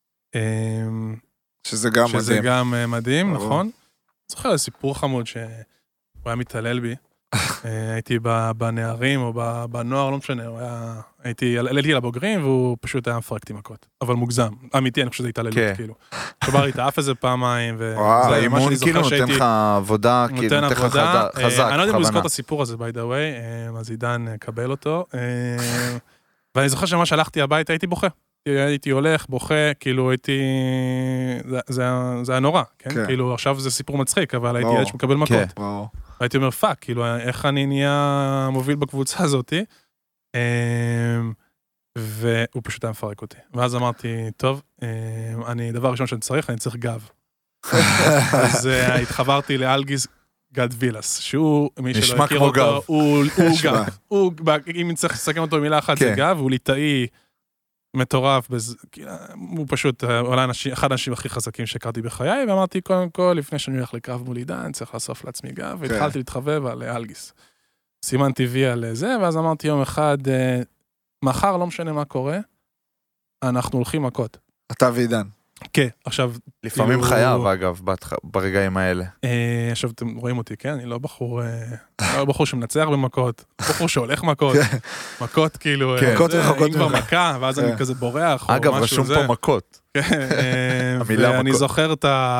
שזה גם מדהים. שזה גם מדהים, נכון? זוכר סיפור חמוד שהוא היה מתעלל בי, הייתי בנערים או בנוער, לא משנה, עליתי לבוגרים והוא פשוט היה מפרקתי מכות, אבל מוגזם, אמיתי, אני חושב שזה התעללות, כאילו. שובר התאף איזה פעמיים, וואו, האימון כאילו נותן לך עבודה, נותן לך חזק, אני לא יודע אם לזכור את הסיפור הזה, by the way, אז עידן קבל אותו, ואני זוכר שמה שהלכתי הביתה, הייתי בוכה. הייתי הולך, בוכה, כאילו הייתי... זה היה נורא, כן? כאילו עכשיו זה סיפור מצחיק, אבל הייתי ילד שמקבל מכות. הייתי אומר, פאק, כאילו, איך אני נהיה מוביל בקבוצה הזאת? והוא פשוט היה מפרק אותי. ואז אמרתי, טוב, דבר ראשון שאני צריך גב. אז התחברתי לאלגיס גד וילס, שהוא, מי שלא הכיר אותו, הוא גב. אם צריך לסכם אותו במילה אחת, זה גב, הוא ליטאי מטורף, הוא פשוט אחד האנשים הכי חזקים שהכרתי בחיי, ואמרתי קודם כל, לפני שאני הולך לקרב מול עידן, צריך לאסוף לעצמי גב, והתחלתי להתחבב על אלגיס. סימנתי וי על זה, ואז אמרתי יום אחד, מחר לא משנה מה קורה, אנחנו הולכים מכות. אתה ועידן. כן, עכשיו... לפעמים חייב, אגב, ברגעים האלה. עכשיו אתם רואים אותי, כן? אני לא בחור שמנצח במכות, בחור שהולך מכות, מכות כאילו, מכות רחוקות כבר מכה, ואז אני כזה בורח, אגב, רשום פה מכות. ואני זוכר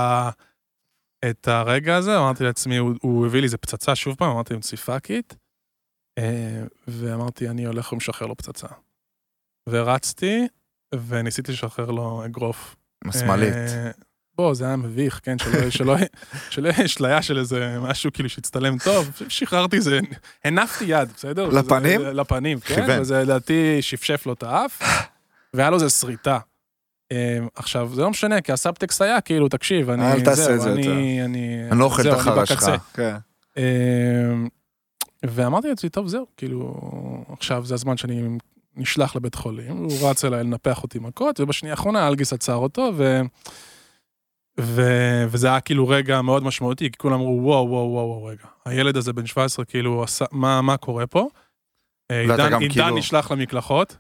את הרגע הזה, אמרתי לעצמי, הוא הביא לי איזה פצצה שוב פעם, אמרתי עם ציפקית, ואמרתי, אני הולך ומשחרר לו פצצה. ורצתי, וניסיתי לשחרר לו אגרוף. מסמלית. בוא, זה היה מביך, כן, שלא יש ליה של איזה משהו כאילו שהצטלם טוב, שחררתי זה, הנפתי יד, בסדר? לפנים? לפנים, כן, וזה לדעתי שפשף לו את האף, והיה לו איזה שריטה. עכשיו, זה לא משנה, כי הסאבטקסט היה, כאילו, תקשיב, אל תעשה את זה יותר. אני לא אוכל את החרא שלך. ואמרתי לעצמי, טוב, זהו, כאילו, עכשיו זה הזמן שאני נשלח לבית חולים, הוא רץ אליי לנפח אותי מכות, ובשנייה האחרונה אלגיס עצר אותו, וזה היה כאילו רגע מאוד משמעותי, כי כולם אמרו, וואו, רגע, הילד הזה בן 17, כאילו, מה קורה פה? עידן נשלח למקלחות,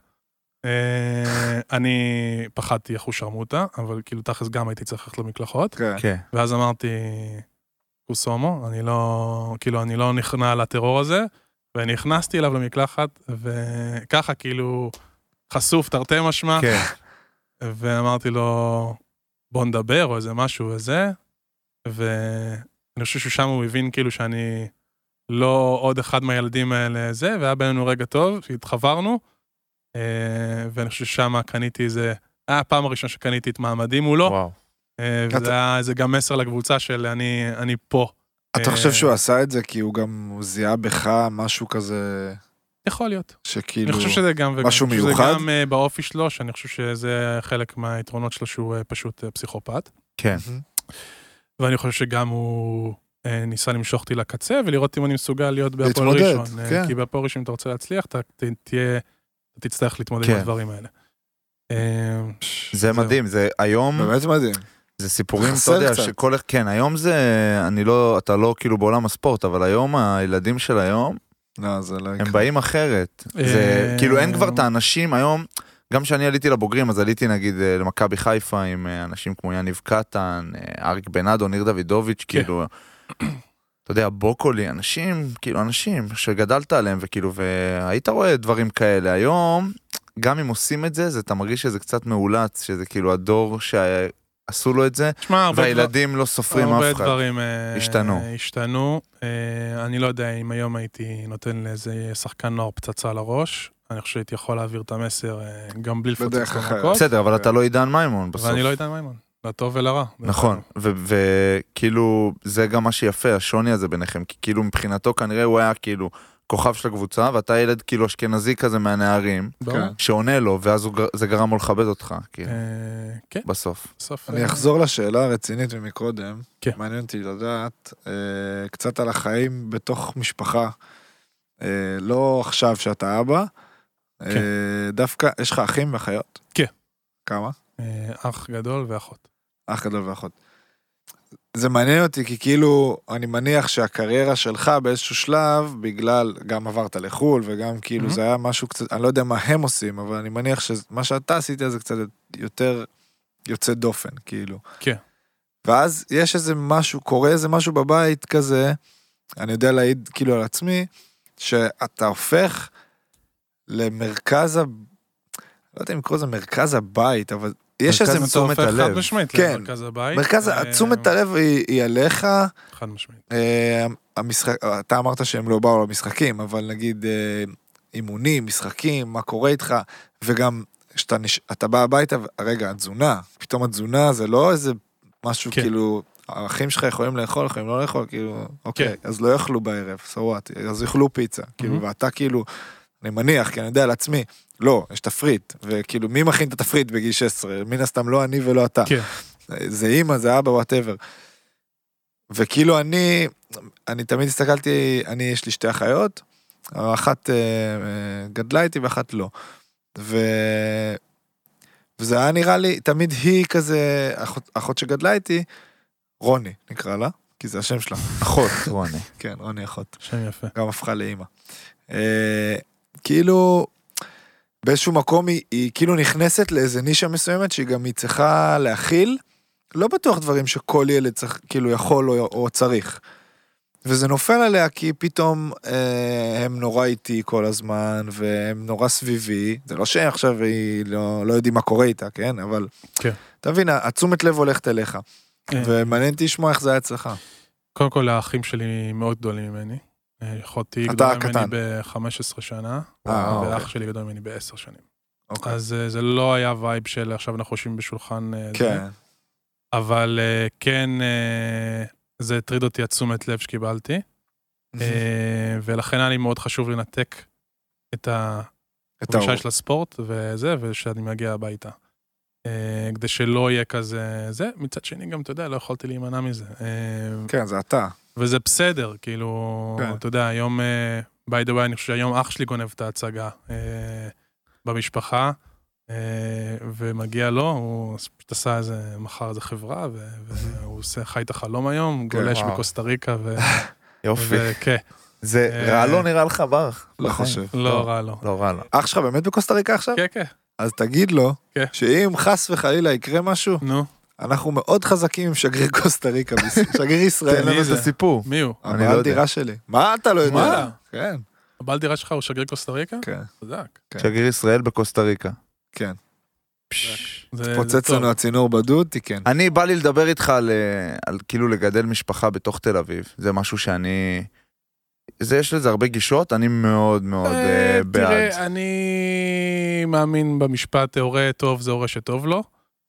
אני פחדתי איך הוא שרמוטה, אבל כאילו תכלס גם הייתי צריך ללכת למקלחות, ואז אמרתי, קוסומו, אני לא נכנע לטרור הזה, ונכנסתי אליו למקלחת, וככה כאילו חשוף, תרתי משמע, כן. ואמרתי לו, בוא נדבר, או איזה משהו וזה, ואני חושב ששם הוא הבין כאילו שאני לא עוד אחד מהילדים האלה זה, והיה בינינו רגע טוב, שהתחברנו, ואני חושב ששם קניתי איזה, היה הפעם הראשונה שקניתי את מעמדים מולו, וואו. וזה היה איזה גם מסר לקבוצה של אני פה. אתה חושב שהוא עשה את זה כי הוא גם זיהה בך משהו כזה... יכול להיות. שכאילו... אני חושב שזה גם וגם. משהו מיוחד? שזה גם באופי שלו, שאני חושב שזה חלק מהיתרונות שלו שהוא פשוט פסיכופת. כן. ואני חושב שגם הוא ניסה למשוך אותי לקצה, ולראות אם אני מסוגל להיות בהפועל ראשון. כן. כי בהפועל ראשון, אם אתה רוצה להצליח, אתה תצטרך להתמודד עם הדברים האלה. זה מדהים, זה היום... באמת מדהים. זה סיפורים, אתה יודע, שכל... כן, היום זה... אתה לא כאילו בעולם הספורט, אבל היום, הילדים של היום, הם באים אחרת. זה כאילו אין כבר את האנשים היום... גם כשאני עליתי לבוגרים, אז עליתי נגיד למכבי חיפה עם אנשים כמו יניב קטן, אריק בנאדו, ניר דוידוביץ', כאילו, אתה יודע, בוקולי, אנשים, כאילו אנשים שגדלת עליהם, וכאילו, והיית רואה דברים כאלה. היום, גם אם עושים את זה, אתה מרגיש שזה קצת מאולץ, שזה כאילו הדור שעשו לו את זה, והילדים לא סופרים אף אחד. הרבה דברים השתנו. אני לא יודע אם היום הייתי נותן לאיזה שחקן נוער פצצה לראש, אני חושב שהייתי יכול להעביר את המסר גם בלי לפוצץ במקות. בסדר, אבל אתה לא עידן מימון בסוף. ואני לא עידן מימון, לטוב ולרע. נכון, וכאילו זה גם מה שיפה, השוני הזה ביניכם, כי כאילו מבחינתו כנראה הוא היה כאילו כוכב של הקבוצה, ואתה ילד כאילו אשכנזי כזה מהנערים, שעונה לו, ואז זה גרם לו לכבד אותך, בסוף. אני אחזור לשאלה הרצינית ממקודם, מעניין אותי לדעת קצת על החיים בתוך משפחה, לא עכשיו שאתה אבא, דווקא, יש לך אחים ואחיות? כן. כמה? אח גדול ואחות. אח גדול ואחות. זה מעניין אותי, כי כאילו, אני מניח שהקריירה שלך באיזשהו שלב, בגלל, גם עברת לחול, וגם כאילו זה היה משהו קצת, אני לא יודע מה הם עושים, אבל אני מניח שמה שאתה עשית זה קצת יותר יוצא דופן, כאילו. כן. ואז יש איזה משהו, קורה איזה משהו בבית כזה, אני יודע להעיד כאילו על עצמי, שאתה הופך למרכז, לא יודע אם לקרוא לזה מרכז הבית, אבל יש איזה תשומת הלב. חד משמעית למרכז הבית. תשומת הלב היא עליך. חד משמעית. אתה אמרת שהם לא באו למשחקים, אבל נגיד אימונים, משחקים, מה קורה איתך, וגם כשאתה בא הביתה, רגע, התזונה, פתאום התזונה זה לא איזה משהו כאילו, האחים שלך יכולים לאכול, יכולים לא לאכול, כאילו, אוקיי, אז לא יאכלו בערב, סוואט, אז יאכלו פיצה, כאילו, ואתה כאילו, אני מניח, כי אני יודע על עצמי, לא, יש תפריט, וכאילו, מי מכין את התפריט בגיל 16? מן הסתם לא אני ולא אתה. זה אמא, זה אבא, whatever. וכאילו אני תמיד הסתכלתי, יש לי שתי אחיות, אחת גדלה איתי ואחת לא. וזה היה נראה לי, תמיד היא כזה, אחות שגדלה איתי, רוני נקרא לה, כי זה השם שלה. אחות, רוני. כן, רוני אחות. שם יפה. גם הפכה לאמא. כאילו, באיזשהו מקום היא כאילו נכנסת לאיזה נישה מסוימת, שהיא גם צריכה להכיל, לא בטוח דברים שכל ילד צריך, כאילו יכול או צריך. וזה נופל עליה כי פתאום הם נורא איתי כל הזמן, והם נורא סביבי, זה לא שעכשיו היא לא יודעים מה קורה איתה, כן? אבל תבין, התשומת לב הולכת אליך, ומעניין לשמוע איך זה היה אצלך. קודם כל, האחים שלי מאוד גדולים ממני. אחותי גדולה ממני ב-15 שנה, ואח שלי גדול ממני ב-10 שנים. אז זה לא היה וייב של עכשיו אנחנו חושבים בשולחן זה. אבל כן, זה הטריד אותי התשומת לב שקיבלתי, ולכן היה לי מאוד חשוב לנתק את הפגישה של הספורט וזה, ושאני מגיע הביתה. כדי שלא יהיה כזה זה, מצד שני גם, אתה יודע, לא יכולתי להימנע מזה. כן, זה אתה. וזה בסדר, כאילו, אתה יודע, היום, by the way, אני חושב שהיום אח שלי גונב את ההצגה במשפחה, ומגיע לו, הוא פשוט עשה איזה, מחר איזה חברה, והוא חי את החלום היום, גולש בקוסטה ריקה, יופי. זה רע לא נראה לך ברך? לא חושב. לא רע לא. לא רע לא. אח שלך באמת בקוסטה ריקה עכשיו? כן, כן. אז תגיד לו, שאם חס וחלילה יקרה משהו, אנחנו מאוד חזקים עם שגריר קוסטה ריקה, שגריר ישראל. תן לנו את הסיפור. מי הוא? הבעל דירה שלי. מה אתה לא יודע? מה? כן. הבעל דירה שלך הוא שגריר קוסטה ריקה? כן. חזק. שגריר ישראל בקוסטה ריקה. כן. זה פוצץ לנו הצינור בדוד, תיקן. אני בא לי לדבר איתך על כאילו לגדל משפחה בתוך תל אביב. זה משהו שאני... יש לזה הרבה גישות, אני מאוד מאוד בעד. תראה, אני מאמין במשפט, הורה טוב זה הורה שטוב לו.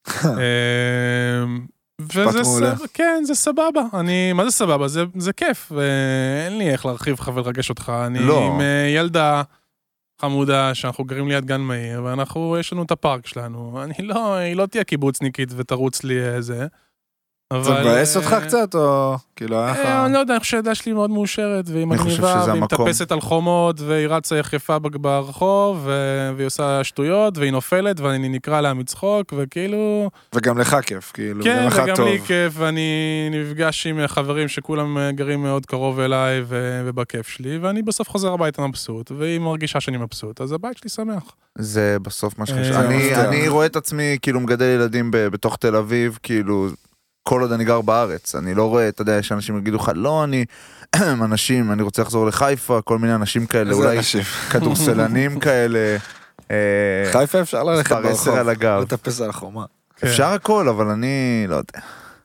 וזה מעולה. כן, זה סבבה. מה זה סבבה? זה כיף. אין לי איך להרחיב לך ולרגש אותך. אני עם ילדה חמודה שאנחנו גרים ליד גן מהיר, יש לנו את הפארק שלנו. היא לא תהיה קיבוצניקית ותרוץ לי איזה. זה מבאס אותך קצת, או כאילו היה לך... אני לא יודע, אני חושב שהילדה שלי מאוד מאושרת, והיא מגניבה, והיא מטפסת על חומות, והיא רצה יחפה ברחוב, והיא עושה שטויות, והיא נופלת, ואני נקרא לה מצחוק, וכאילו... וגם לך כיף, כאילו, כן, גם לך טוב. וגם לי כיף, ואני נפגש עם חברים שכולם גרים מאוד קרוב אליי, ובכיף שלי, ואני בסוף חוזר הביתה מבסוט, והיא מרגישה שאני מבסוט, אז הבית שלי שמח. זה בסוף מה שחשוב. אני רואה את עצמי, כאילו, מגדל ילדים בתוך תל אביב, כאילו... כל עוד אני גר בארץ, אני לא רואה, אתה יודע, יש אנשים יגידו לך, לא, אנשים, אני רוצה לחזור לחיפה, כל מיני אנשים כאלה, אולי כדורסלנים כאלה. חיפה אפשר ללכת ברחוב, לטפס על החומה. אפשר הכל, אבל אני לא יודע.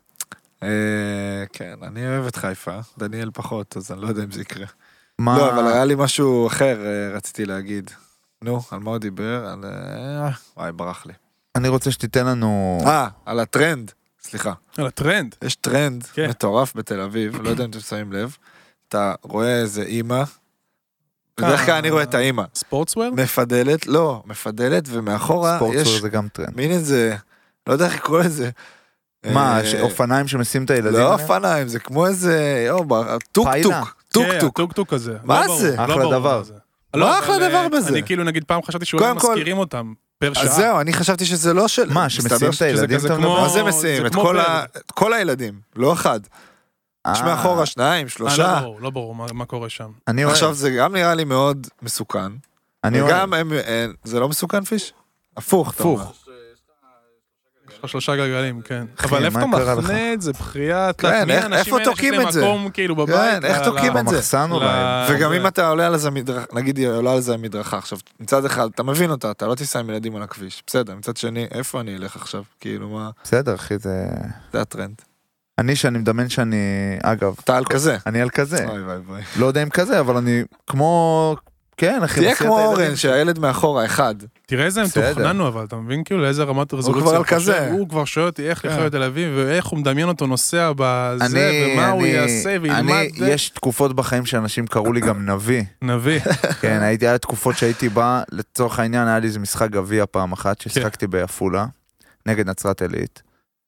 כן, אני אוהב את חיפה, דניאל פחות, אז אני לא יודע אם זה יקרה. מה? לא, אבל היה לי משהו אחר, רציתי להגיד. נו, על מה הוא דיבר? וואי, ברח לי. אני רוצה שתיתן לנו... על הטרנד. סליחה. על הטרנד. יש טרנד מטורף בתל אביב, לא יודע אם אתם שמים לב, אתה רואה איזה אימא, בדרך כלל אני רואה את האימא. ספורטסוור? מפדלת, לא, מפדלת, ומאחורה ספורטסוור זה גם טרנד. מין איזה, לא יודע איך לקרוא לזה. מה, אופניים שמשים את הילדים? לא אופניים, זה כמו איזה, טוק-טוק. טוק-טוק כזה. מה זה? אחלה דבר. מה אחלה דבר בזה? אני כאילו נגיד פעם חשבתי שאולי מזכירים אותם. אז זהו, אני חשבתי שזה לא של... מה, שמסיים את הילדים? מה זה מסיים? את כל הילדים, לא אחד. יש מאחורה 2, 3. לא ברור מה קורה שם. עכשיו זה גם נראה לי מאוד מסוכן. וגם זה לא מסוכן פיש? הפוך. יש לך 3 גלגלים, כן. אבל איפה אתה מחנה את זה? בחייאת? כן, איפה תוקים את זה? כן, איך תוקים את זה? וגם אם אתה עולה על זה מדרכה, נגיד עולה על זה מדרכה, עכשיו, מצד אחד, אתה מבין אותה, אתה לא תיסע עם ילדים על הכביש, בסדר, מצד שני, איפה אני אלך עכשיו? כאילו מה? בסדר, אחי, זה הטרנד. שאני מדמיין שאני, אגב... אתה על כזה. אני על כזה. וואי. לא יודע אם כזה, אבל אני כמו... כן, אחי. תהיה כמו אורן, שהילד מאחורה, אחד. תראה איזה מתוכננו, אבל אתה מבין כאילו לאיזה רמת רזולוציה. הוא כבר על כזה. הוא כבר שואל אותי איך לחיות תל אביב, ואיך הוא מדמיין אותו נוסע בזה, ומה הוא יעשה וילמד. יש תקופות בחיים שאנשים קראו לי גם נביא. נביא. כן, היה תקופות שהייתי בא, לצורך העניין היה לי איזה משחק גביע פעם אחת, ששחקתי בעפולה, נגד נצרת עילית.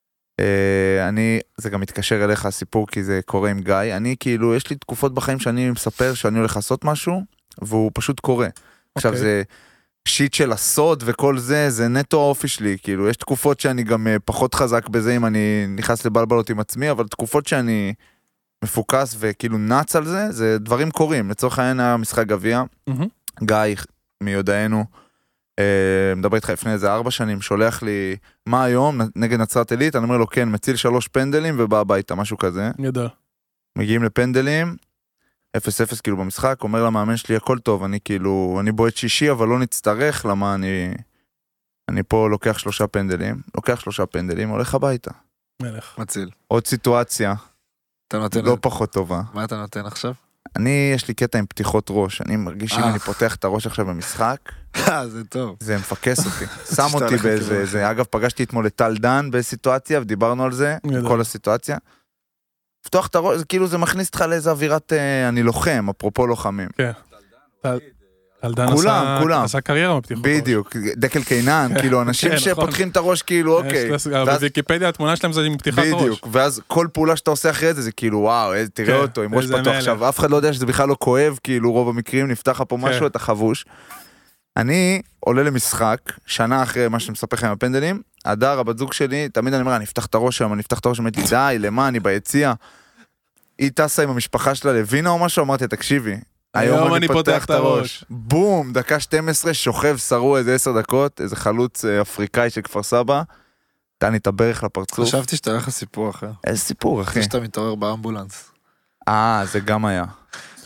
זה גם מתקשר אליך הסיפור, כי זה קורה עם גיא. אני כאילו, יש לי תקופות בחיים שאני מספר שאני הולך לעשות משהו, והוא פשוט קורה. עכשיו זה שיט של הסוד וכל זה, זה נטו האופי שלי, כאילו יש תקופות שאני גם פחות חזק בזה אם אני נכנס לבלבלות עם עצמי, אבל תקופות שאני מפוקס וכאילו נץ על זה, זה דברים קורים. לצורך העניין המשחק גביע, גיא מיודענו, מדבר איתך לפני איזה 4 שנים, שולח לי מה היום נגד נצרת עילית, אני אומר לו כן, מציל 3 פנדלים ובא הביתה, משהו כזה. ידע. מגיעים לפנדלים, 0-0 כאילו במשחק, אומר למאמן שלי הכל טוב, אני כאילו, אני בועט 6 אבל לא נצטרך, למה אני פה לוקח 3 פנדלים, הולך הביתה. מלך. מציל. עוד סיטואציה, לא פחות טובה. מה אתה נותן עכשיו? יש לי קטע עם פתיחות ראש, אני מרגיש שאם אני פותח את הראש עכשיו במשחק, זה טוב. זה מפקס אותי, שם אותי באיזה, אגב פגשתי אתמול לטל דן בסיטואציה, ודיברנו על זה, כל הסיטואציה. פתוח את הראש, כאילו זה מכניס אותך לאיזה אווירת, אני לוחם, אפרופו לוחמים. כן. טלדן עשה קריירה בפתיחות ראש. בדיוק, דקל קינן, כאילו אנשים שפותחים את הראש, כאילו אוקיי. בוויקיפדיה התמונה שלהם זה עם פתיחת ראש. בדיוק, ואז כל פעולה שאתה עושה אחרי זה, זה כאילו וואו, תראה אותו עם ראש פתוח. עכשיו, אף אחד לא יודע שזה בכלל לא כואב, כאילו רוב המקרים נפתח פה משהו, אתה חבוש. אני עולה למשחק, שנה אחרי מה שמספר לכם הפנדלים, הדר, הבת זוג שלי, תמיד אני אומר, אני אפתח את הראש שם, אמרתי, די, למה, אני ביציאה. היא טסה עם המשפחה שלה לווינה או משהו, אמרתי, תקשיבי, היום אני פותח את הראש. בום, דקה 12, שוכב, שרו איזה 10 דקות, איזה חלוץ אפריקאי של כפר סבא, תן לי את הברך לפרצוף. חשבתי שאתה הולך לסיפור אחר. איזה סיפור, אחי? שאתה מתעורר באמבולנס. זה גם היה.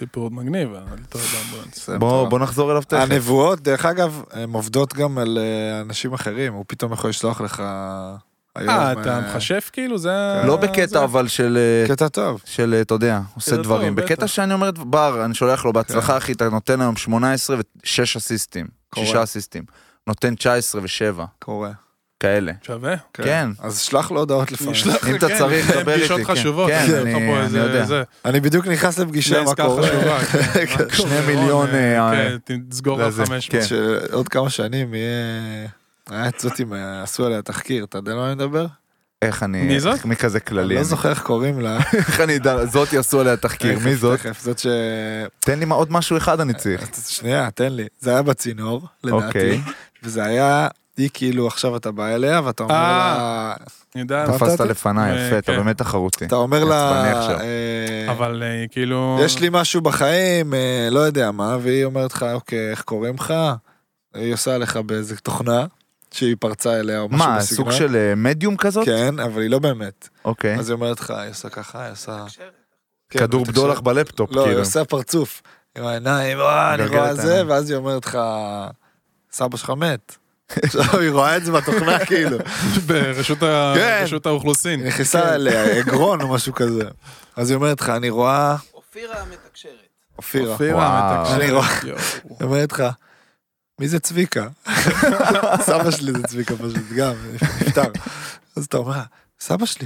סיפור מגניב, לטעות באמבולנס. בוא נחזור אליו תכף. הנבואות, דרך אגב, הן עובדות גם על אנשים אחרים, הוא פתאום יכול לשלוח לך אתה מחשף כאילו, זה... לא בקטע אבל של... קטע טוב. של, אתה יודע, עושה דברים. בקטע שאני אומרת, בר, אני שולח לו בהצלחה, אחי, אתה נותן היום 18 ו6 אסיסטים. 6 אסיסטים. נותן 19 ו7. קורה. כאלה. שווה? כן. אז שלח לו הודעות לפעמים. אם אתה צריך לדבר איתי. פגישות חשובות. כן, אני יודע. אני בדיוק נכנס לפגישה, מה קורה? 2 מיליון... תסגור על 500. שעוד כמה שנים יהיה... זאת עשו עליה תחקיר, אתה יודע מה אני מדבר? איך אני... מי זאת? מי כזה כללי? אני לא זוכר איך קוראים לה. איך אני יודע, זאת יעשו עליה תחקיר, מי זאת? זאת ש... תן לי עוד משהו אחד אני צריך. שנייה, תן לי. זה היה בצינור, לדעתי. וזה היה, היא כאילו עכשיו אתה בא אליה, ואתה אומר לה... תפסת לפניי, יפה, אתה באמת תחרותי. אתה אומר לה... אבל כאילו... יש לי משהו בחיים, לא יודע מה, והיא אומרת לך, אוקיי, איך קוראים לך? היא עושה לך באיזה תוכנה. שהיא פרצה אליה או משהו בסגנון. מה, סוג של מדיום כזאת? כן, אבל היא לא באמת. אוקיי. אז היא אומרת לך, היא עושה ככה, היא עושה... כדור בדולח בלפטופ, כאילו. לא, היא עושה פרצוף. עם העיניים, אני רואה זה, ואז היא אומרת לך, סבא שלך מת. היא רואה את זה בתוכנה, כאילו. ברשות האוכלוסין. היא נכנסה לאגרון או משהו כזה. אז היא אומרת לך, אני רואה... אופירה המתקשרת. אופירה. אני רואה... היא אומרת לך, מי זה צביקה? סבא שלי זה צביקה פשוט, גם, נפטר. אז אתה אומר, סבא שלי.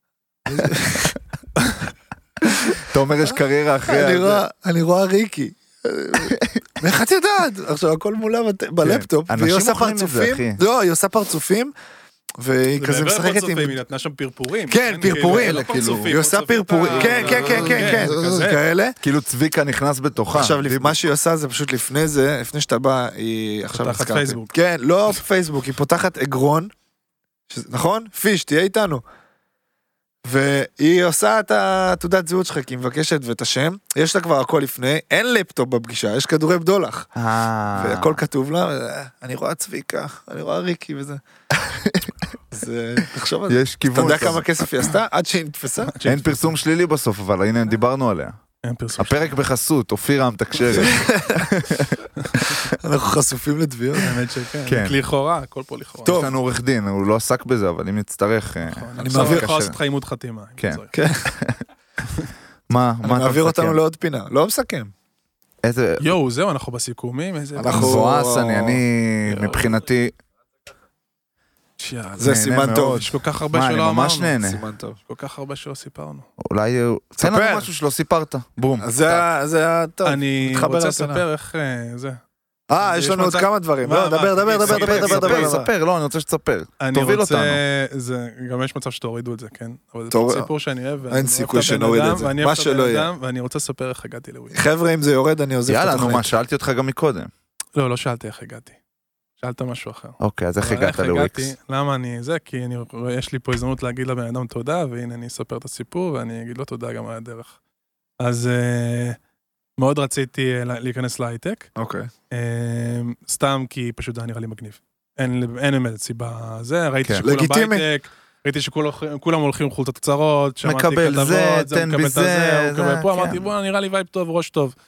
אתה אומר, יש קריירה אחרי... אני רואה ריקי. איך את יודעת? עכשיו, הכל מולה בלפטופ, והיא עושה פרצופים. לא, היא עושה פרצופים, והיא כזה משחקת עם... היא נתנה שם פרפורים. כן, פרפורים. היא עושה פרפורים. כן, כן, כן, כן, כאלה. כאילו צביקה נכנס בתוכה. עכשיו, מה שהיא עושה זה פשוט לפני זה, לפני שאתה בא, היא עכשיו... פותחת פייסבוק. כן, לא פייסבוק, היא פותחת אגרון, נכון? פיש, תהיה איתנו. והיא עושה את התעודת זהות שלך, כי היא מבקשת ואת השם, יש לה כבר הכל לפני, אין לפטופ בפגישה, יש כדורי בדולח. והכל כתוב לה, אני רואה צביקה, אני רואה ריקי וזה. אז תחשוב על זה. יש כיוון. אתה יודע כמה כסף היא עשתה? עד שהיא נתפסה? אין פרסום שלילי בסוף, אבל הנה דיברנו עליה. הפרק בחסות, אופירה המתקשרת. אנחנו חשופים לתביעות. האמת שכן, לכאורה, הכל פה לכאורה. טוב, יש לנו עורך דין, הוא לא עסק בזה, אבל אם נצטרך... אני מעביר לך לעשות לך אימות חתימה. כן. אני מעביר אותנו לעוד פינה, לא מסכם. יואו, זהו, אנחנו בסיכומים. זועס, אני מבחינתי... זה סימן טוב. יש כל כך הרבה שלא אמרנו. אני ממש נהנה. סימן טוב. כל כך הרבה שלא סיפרנו. אולי... תן לנו משהו שלא סיפרת. בום. זה היה טוב. אני רוצה לספר איך זה. יש לנו עוד כמה דברים. לא, דבר. ספר, לא, אני רוצה שתספר. תוביל אותנו. גם יש מצב שתורידו את זה, כן? אבל זה סיפור שאני אוהב. אין סיכוי שנוריד את זה. מה שלא יהיה. ואני רוצה לספר איך הגעתי לוויל. חבר'ה, אם זה יורד, אני עוזב את התוכנית. יאללה, נו מה, שאלתי אותך גם מקודם. לא שאלתי איך הגעתי. שאלת משהו אחר. אוקיי, אז איך הגעת לוויקס? למה אני זה? כי יש לי פה הזדמנות להגיד לבן אדם תודה, והנה אני אספר את הסיפור, ואני אגיד לו תודה גם על הדרך. אז מאוד רציתי להיכנס להייטק. אוקיי. סתם כי פשוט זה נראה לי מגניב. אין באמת סיבה זה, ראיתי שכולם בהייטק, ראיתי שכולם הולכים חולצות קצרות, שמעתי מקבל זה, תן בזה, אמרתי בוא נראה לי וייב טוב, ראש טוב.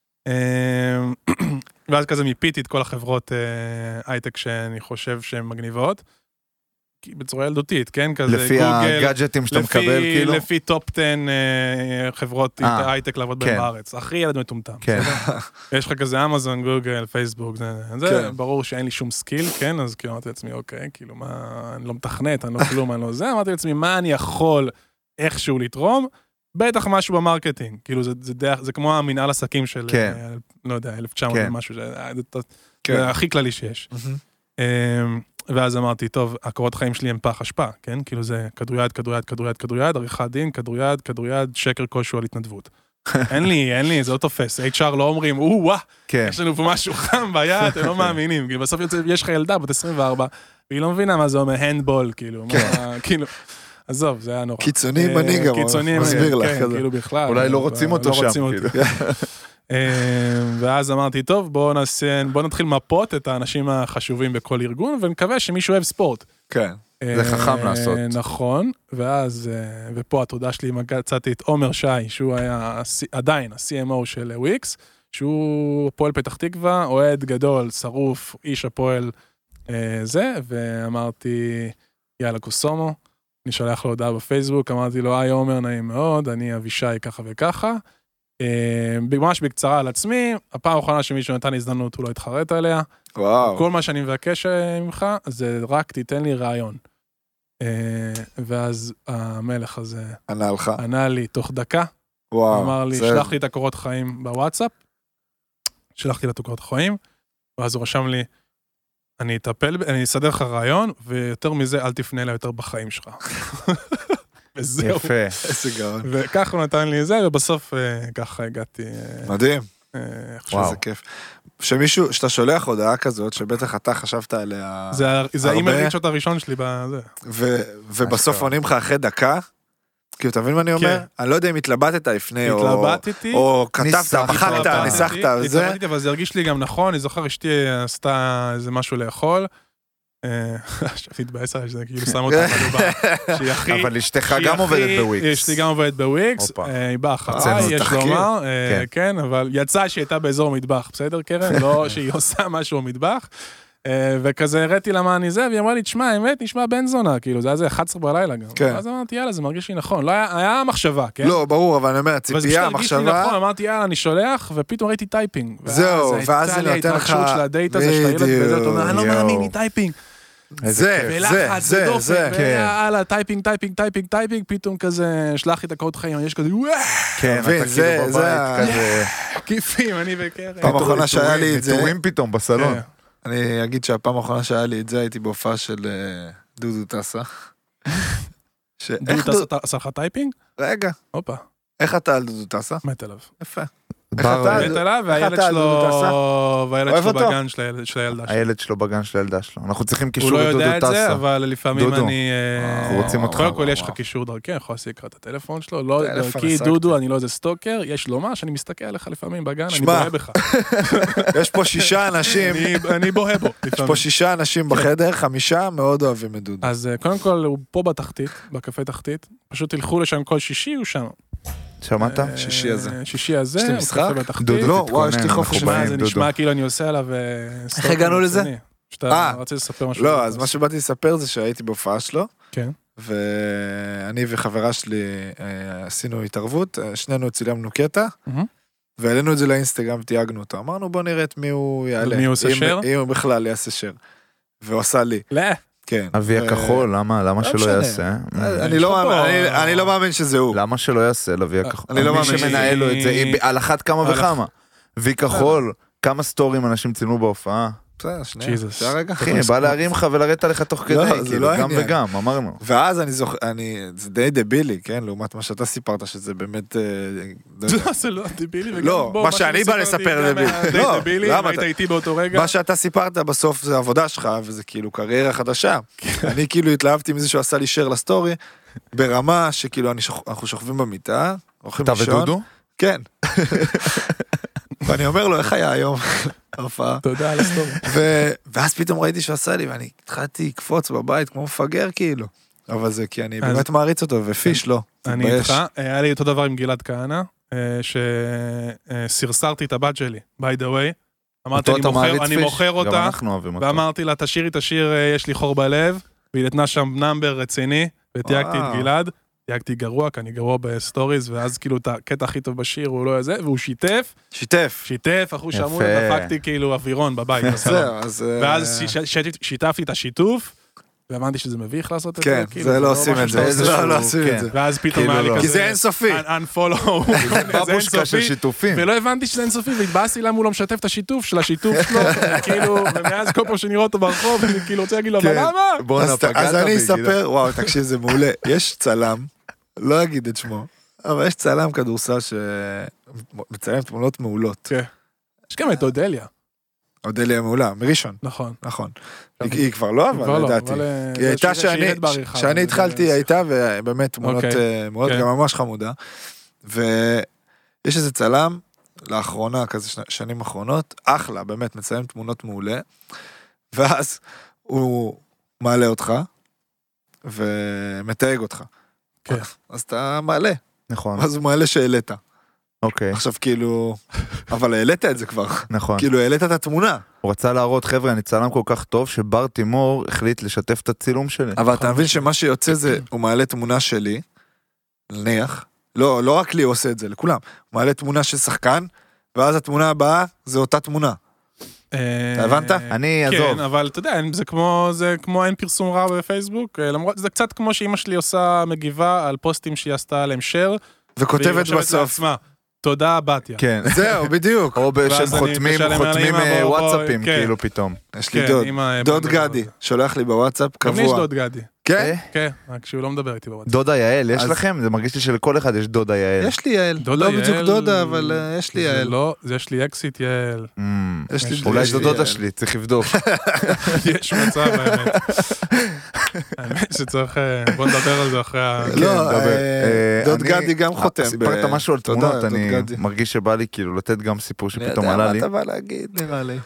ואז כזה מיפיתי את כל החברות הייטק שאני חושב שהן מגניבות, בצורה ילדותית, כן? כזה לפי הגאדג'טים שאתה מקבל, כאילו? לפי טופ 10 חברות הייטק לעבוד בהם בארץ. הכי ילד מטומטם. יש לך כזה אמזון, גוגל, פייסבוק, זה ברור שאין לי שום סקיל, כן? אז כאילו אמרתי לעצמי, אוקיי, כאילו מה, אני לא מתכנת, אני לא כלום, אני לא זה, אמרתי לעצמי, מה אני יכול איכשהו לתרום? בטח משהו במרקטינג, כאילו זה כמו המנהל עסקים של, לא יודע, 1900 ומשהו, זה הכי כללי שיש. ואז אמרתי, טוב, הקורות חיים שלי הם פח אשפה, כן? כאילו זה כדוריד, עריכת דין, כדוריד, שקר כלשהו על התנדבות. אין לי, זה לא תופס. HR לא אומרים, יש לנו פה משהו חם ביד, אתם לא מאמינים. בסוף יש לך ילדה בת 24, והיא לא מבינה מה זה אומר, הנדבול, כאילו. עזוב, זה היה נורא. קיצוני מנהיג, מסביר לך. כאילו בכלל. אולי לא רוצים אותו שם. ואז אמרתי, טוב, בוא נתחיל מפות את האנשים החשובים בכל ארגון, ונקווה שמישהו אוהב ספורט. כן. זה חכם לעשות. נכון, ואז, ופה התודה שלי מצאתי את עומר שי, שהוא היה עדיין ה-CMO של וויקס, שהוא פועל פתח תקווה, אוהד גדול, שרוף, איש הפועל זה, ואמרתי, יאללה קוסומו, אני שולח לו הודעה בפייסבוק, אמרתי לו, היי עומר, נעים מאוד, אני אבישי ככה וככה, ממש בקצרה על עצמי, הפעם האחרונה שמישהו נתן הזדמנות, הוא לא התחרט עליה, וואו. כל מה שאני מבקש ממך, זה רק תיתן לי רעיון. ואז המלך הזה ענה לי תוך דקה, אמר לי, שלח לי את הקורות חיים בוואטסאפ, שלחתי את הקורות חיים, ואז הוא רשם לי, אני אסדר לך רעיון, ויותר מזה אל תפנה אליי יותר בחיים שלך. וזהו. יפה. איזה גאון. וכך הוא נתן לי זה, ובסוף ככה הגעתי. מדהים. וואו. זה כיף. שמישהו, שאתה שולח הודעה כזאת, שבטח אתה חשבת עליה... זה האימייל ריצ'ות הראשון שלי בזה. ובסוף עונים לך אחרי דקה, כאילו, אתה מבין מה אני אומר? אני לא יודע אם התלבטת לפני, או כתבת, מחקת, ניסחת, וזה. התלבטתי, אבל זה הרגיש לי גם נכון, אני זוכר, אשתי עשתה איזה משהו לאכול, עכשיו התבאס עליי שזה כאילו שם אותה בדובה, שהיא הכי... אבל אשתך גם עובדת בוויקס. אשתי גם עובדת בוויקס, היא באה אחריי, יש לומר, כן, אבל יצא שהיא הייתה באזור מטבח, בסדר קרן? לא שהיא עושה משהו במטבח, וכזה הראיתי לה מה אני זה, והיא אמרה לי, תשמע, האמת, נשמע בן זונה, כאילו, זה היה זה 11 בלילה גם. אז אמרתי, יאללה, זה מרגיש לי נכון. לא, היה מחשבה, כן? לא, ברור, אבל אני אומר, ציפייה, מחשבה. אמרתי, יאללה, אני שולח, ופתאום ראיתי טייפינג. זהו, ואז זה נותן לך... של הדייט הזה, של הילד וזה, אתה אומר, אני לא מאמין, היא טייפינג. ולחץ, ודופק, ויאללה, טייפינג, פתאום כזה, שלח לי את הקורות חיים, יש כזה, כן, אתה כאילו בבית כזה... כיפים, אני וקרן. פעם האחרונה שהיה לי את זה... ניטורים פתאום בסלון. אני אגיד שהפעם האחרונה שהיה לי את זה, הייתי בהופעה של דודו טסה. דודו טסה עשה לך טייפינג? רגע. הופה. איך אתה על דודו טסה? מת עליו. יפה. מת עליו, והילד שלו בגן של הילדה שלו. הילד שלו בגן של הילדה שלו. אנחנו צריכים קישור לדודו טסה. הוא לא יודע את זה, אבל לפעמים אני... אנחנו רוצים אותך. קודם כל יש לך קישור דרכי, אני יכול להשיג לך את הטלפון שלו, לא דרכי דודו, אני לא איזה סטוקר, יש לו מה שאני מסתכל עליך לפעמים בגן, אני בוהה בך. יש פה 6 אנשים. אני בוהה בו. יש פה 6 אנשים בחדר, 5 מאוד אוהבים את דודו. אז קודם כל הוא פה בתחתית, בקפה תחתית, פשוט תלכו לשם כל שישי, הוא שם. שמעת? שישי הזה. שישי הזה, יש לי משחק? דודו, לא, וואו, יש לי חופש. זה נשמע כאילו אני עושה עליו... איך הגענו לזה? שאתה רצה לספר משהו. לא, אז מה שבאתי לספר זה שהייתי בהופעה שלו. כן. ואני וחברה שלי עשינו התערבות, שנינו צילמנו קטע, והעלינו את זה לאינסטגרם, תייגנו אותו. אמרנו בוא נראה את מי הוא יעלה. מי הוא עושה שר? אם הוא בכלל יעשה שר. והוא עשה לי. לא. כן. אבי הכחול, למה שלא יעשה? אני לא מאמין שזה הוא. למה שלא יעשה לאבי הכחול? אני לא מאמין מי שמנהל לו את זה, על אחת כמה וכמה. אבי כחול, כמה סטורים אנשים צילמו בהופעה. בסדר, שנייה. אחי, בא להרים לך ולראת עליך תוך כדי, כאילו, גם וגם, אמרנו. ואז אני זוכר, זה די דבילי, כן, לעומת מה שאתה סיפרת, שזה באמת... לא, זה לא דבילי, וגם לא, מה שאני בא לספר דבילי, היית איתי באותו רגע. מה שאתה סיפרת בסוף זה עבודה שלך, וזה כאילו קריירה חדשה. אני כאילו התלהבתי מזה שהוא עשה לי share לסטורי, ברמה שכאילו אנחנו שוכבים במיטה, הולכים לישון. אתה ודודו? כן. ואני אומר לו, איך היה היום? הופעה. תודה על הסטורי. ואז פתאום ראיתי שהוא עשה לי, ואני התחלתי לקפוץ בבית כמו מפגר כאילו. אבל זה כי אני באמת מעריץ אותו, ופיש לא. אני איתך, היה לי אותו דבר עם גלעד כהנא, שסרסרתי את הבת שלי, by the way. אמרתי, אני מוכר אותה, ואמרתי לה, תשאירי את השיר, יש לי חור בלב, והיא נתנה שם נאמבר רציני, ותייגתי את גלעד. תייגתי גרוע, כי אני גרוע בסטוריז, ואז כאילו את הקטע הכי טוב בשיר הוא לא איזה, והוא שיתף, אחו שמעו, דפקתי כאילו אווירון בבית. ואז שיתפתי את השיתוף, והבנתי שזה מביך לעשות את זה. כן, זה לא עושים את זה. לא עושים את זה. ואז פתאום היה לי כזה... כי זה אינסופי. unfollow. בבושקה של שיתופים. ולא הבנתי שזה אינסופי, והתבאסתי למה הוא לא משתף את השיתוף של השיתוף שלו, כאילו, ומאז כל פעם שנראה אותו ברחוב, אני כאילו רוצה להגיד לו, אבל למה? אז אני אספר, וואו, תקשיב, זה מעולה. יש צלם, לא אגיד את שמו, אבל יש צלם כדורסל שמצלם תמונות מעולות. יש גם את אודליה. אודליה מעולה, מראשון. נכון. נכון. היא כבר לא, אבל לדעתי. היא הייתה שאני התחלתי, הייתה, ובאמת תמונות מאוד, גם ממש חמודה. ויש איזה צלם, לאחרונה, כזה שנים אחרונות, אחלה, באמת, מצלם תמונות מעולה. ואז הוא מעלה אותך, ומתייג אותך. כן. אז אתה מעלה. נכון. אז הוא מעלה שהעלית. אוקיי. עכשיו כאילו, אבל העלית את זה כבר. נכון. כאילו העלית את התמונה. הוא רצה להראות, חבר'ה, אני צלם כל כך טוב, שבר תימור החליט לשתף את הצילום שלי. אבל אתה מבין שמה שיוצא זה, הוא מעלה תמונה שלי, נניח, לא רק לי הוא עושה את זה, לכולם. הוא מעלה תמונה של שחקן, ואז התמונה הבאה זה אותה תמונה. אתה הבנת? אני אעזוב. כן, אבל אתה יודע, זה כמו אין פרסום רע בפייסבוק, למרות, זה קצת כמו שאמא שלי עושה מגיבה על פוסטים שהיא עשתה עליהם share, וכותבת בסוף. תודה, בתיה. כן. זהו, בדיוק. או שהם חותמים וואטסאפים, כאילו פתאום. יש לי דוד גדי, שולח לי בוואטסאפ קבוע. גם לי יש דוד גדי. כן? כן, רק שהוא לא מדבר איתי בוואטסאפ. דודה יעל, יש לכם? זה מרגיש לי שלכל אחד יש דודה יעל. יש לי יעל. לא בדיוק דודה, אבל יש לי יעל. לא, יש לי אקסיט יעל. אולי זו דודה שלי, צריך לבדוק. יש מצב, האמת. האמת שצריך, בוא נדבר על זה אחרי לא, דוד גדי גם חותם. סיפרת משהו על תמונות, אני מרגיש שבא לי כאילו לתת גם סיפור שפתאום עלה לי. מה אתה בא להגיד, נראה לי.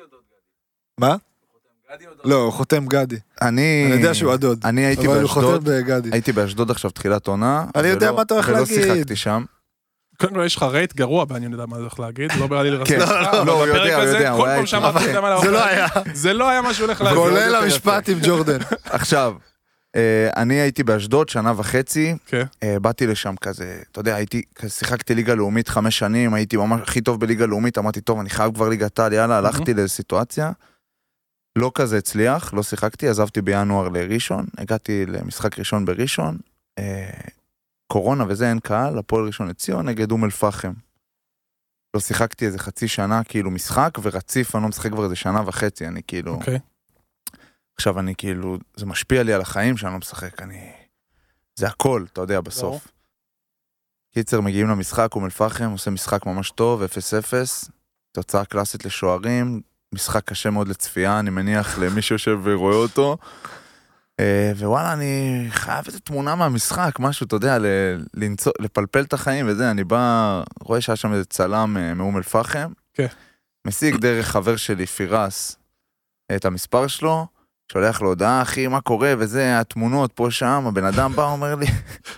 מה? לא, הוא חותם גדי. אני יודע שהוא הדוד. אני הייתי באשדוד, הייתי באשדוד עכשיו תחילת עונה. אני יודע מה אתה הולך להגיד. ולא שיחקתי שם. קודם כל יש לך רייט גרוע, ואני יודע מה זה הולך להגיד, לא בא לי לרסק. לא, הוא יודע, כל פעם שמעתי את זה לא היה. זה לא היה מה שהוא הולך להגיד. גולל המשפט עם ג'ורדן. עכשיו, אני הייתי באשדוד 1.5 שנה, באתי לשם כזה, אתה יודע, שיחקתי ליגה לאומית 5 שנים, הייתי ממש הכי טוב בליגה לאומית, אמרתי, טוב, אני חייב כבר ליגת העל, יאללה, הלכתי לסיטואציה, לא כזה הצליח, לא שיחקתי, עזבתי בינואר לראשון, הגעתי למשחק ראשון בראשון, קורונה וזה, אין קהל, הפועל ראשון לציון נגד אום אל פחם. לא שיחקתי איזה 0.5 שנה, כאילו משחק, ורציף, אני לא משחק כבר איזה 1.5 שנה, אני כאילו... עכשיו אני כאילו, זה משפיע לי על החיים שאני לא משחק, זה הכל, אתה יודע, בסוף. קיצר, מגיעים למשחק, אום אל פחם, עושה משחק ממש טוב, 0-0, תוצאה קלאסית לשוערים, משחק קשה מאוד לצפייה, אני מניח למי שיושב ורואה אותו, ווואלה, אני חייב איזו תמונה מהמשחק, משהו, אתה יודע, לפלפל את החיים וזה, אני בא, רואה שהיה שם איזה צלם מאום אל פחם, משיג דרך חבר שלי, פירס, את המספר שלו, שולח לו הודעה, אחי, מה קורה, וזה, התמונות פה שם, הבן אדם בא, אומר לי,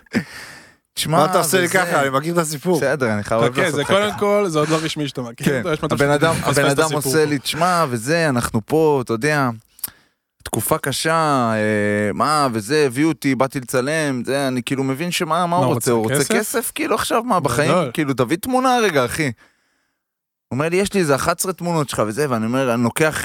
מה אתה עושה לי ככה, אני מכיר את הסיפור. בסדר, אני חייב לעשות לך. זה קודם כל, זה עוד לא רשמי שאתה מכיר. הבן אדם עושה לי, תשמע, וזה, אנחנו פה, אתה יודע, תקופה קשה, מה, וזה, הביאו אותי, באתי לצלם, זה, אני כאילו מבין שמה, מה הוא רוצה? הוא רוצה כסף? כאילו עכשיו, מה, בחיים? כאילו, תביא תמונה רגע, אחי. הוא אומר לי, יש לי איזה 11 תמונות שלך וזה, ואני אומר, אני לוקח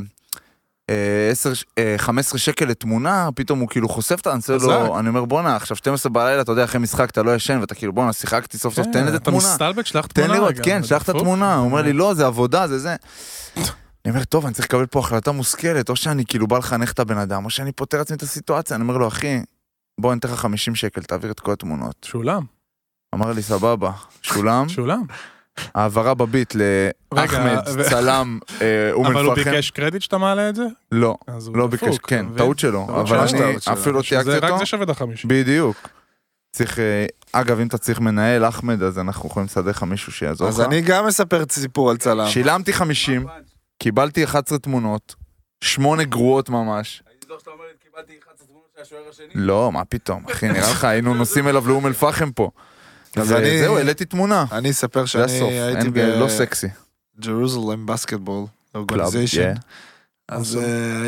15 שקל לתמונה, פתאום הוא כאילו חושף את האנסה לו, אני אומר בונה, עכשיו 12 בלילה, אתה יודע, אחרי משחק אתה לא ישן, ואתה כאילו בונה, שיחקתי סוף סוף, תן איזה תמונה. אתה מסתלבט, שלח תמונה רגע. כן, שלח את התמונה, הוא אומר לי, לא, זה עבודה, זה. אני אומר, טוב, אני צריך לקבל פה החלטה מושכלת, או שאני כאילו בא לחנך את הבן אדם, או שאני פותר עצמי את הסיטואציה, אני אומר לו, אחי, בוא אני אתן לך 50 שקל, תעביר את כל התמונות. שולם. אמר לי, סבבה, שולם. העברה בביט לאחמד צלם אום אל פחם. אבל הוא ביקש קרדיט שאתה מעלה את זה? לא, לא ביקש, כן, טעות שלו, אבל אני אפילו תייגתי אותו. רק זה שווה את ה-50. בדיוק. צריך, אגב, אם אתה צריך מנהל אחמד, אז אנחנו יכולים לסדר לך מישהו שיעזור לך. אז אני גם מספר את סיפור על צלם. שילמתי 50, קיבלתי 11 תמונות, 8 גרועות ממש. אני זוכר שאתה אומר לי, קיבלתי 11 תמונות של השוער השני? לא, מה פתאום, אחי, נראה לך, היינו נוסעים אליו לאום אל פחם פה. זהו, העליתי תמונה. אני אספר שאני הייתי לא סקסי. ג'רוזלם בסקטבול אורגניזיישן. אז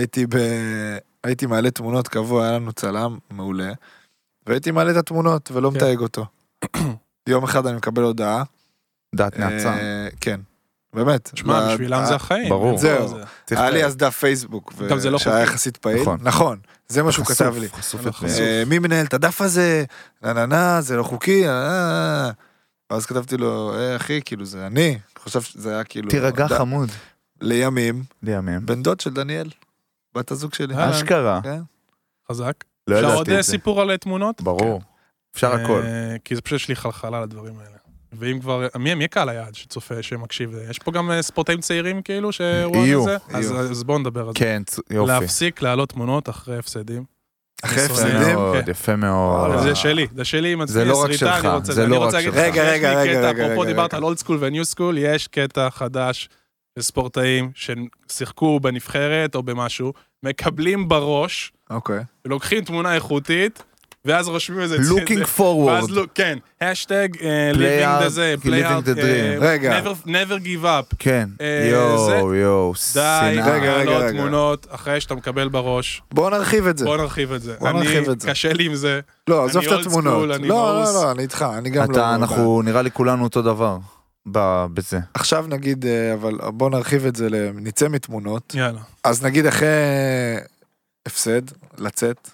הייתי מעלה תמונות קבוע, היה לנו צלם מעולה, והייתי מעלה את התמונות ולא מתייג אותו. יום אחד אני מקבל הודעה. דעת נעצה. כן, באמת. שמע, בשבילם זה החיים. ברור. זהו. היה לי אז דף פייסבוק, שהיה יחסית פעיל. נכון. זה מה שהוא כתב לי. מי מנהל את הדף הזה? זה לא חוקי. ואז כתבתי לו, אחי, כאילו זה אני. חושב שזה היה כאילו... תירגע חמוד. לימים. בן דוד של דניאל. בת הזוג שלי. אשכרה. חזק. אפשר עוד סיפור על תמונות? ברור. אפשר הכל. כי זה פשוט יש לי חלחלה לדברים האלה. ואם כבר, מי קהל היעד שצופה, שמקשיב? יש פה גם ספורטאים צעירים כאילו שרואים את זה? אז בואו נדבר על זה. כן, יופי. להפסיק להעלות תמונות אחרי הפסדים. אחרי הפסדים? יפה מאוד. זה שלי, זה שלי עם זה לא רק שלך, זה לא רק שלך. רגע. אפרופו דיברת על אולד סקול וניו סקול, יש קטע חדש לספורטאים ששיחקו בנבחרת או במשהו, מקבלים בראש, אוקיי. לוקחים תמונה איכותית, ואז רושמים איזה... looking forward. כן, השטג, living the dream. רגע. never give up. כן, יואו, די, רגע. לא תמונות, אחרי שאתה מקבל בראש. בוא נרחיב את זה. קשה לי עם זה. לא, עזוב את התמונות. לא, אני איתך, אני גם לא... אנחנו נראה לי כולנו אותו דבר בזה. עכשיו נגיד, אבל בוא נרחיב את זה, נצא מתמונות. יאללה. אז נגיד אחרי הפסד, לצאת.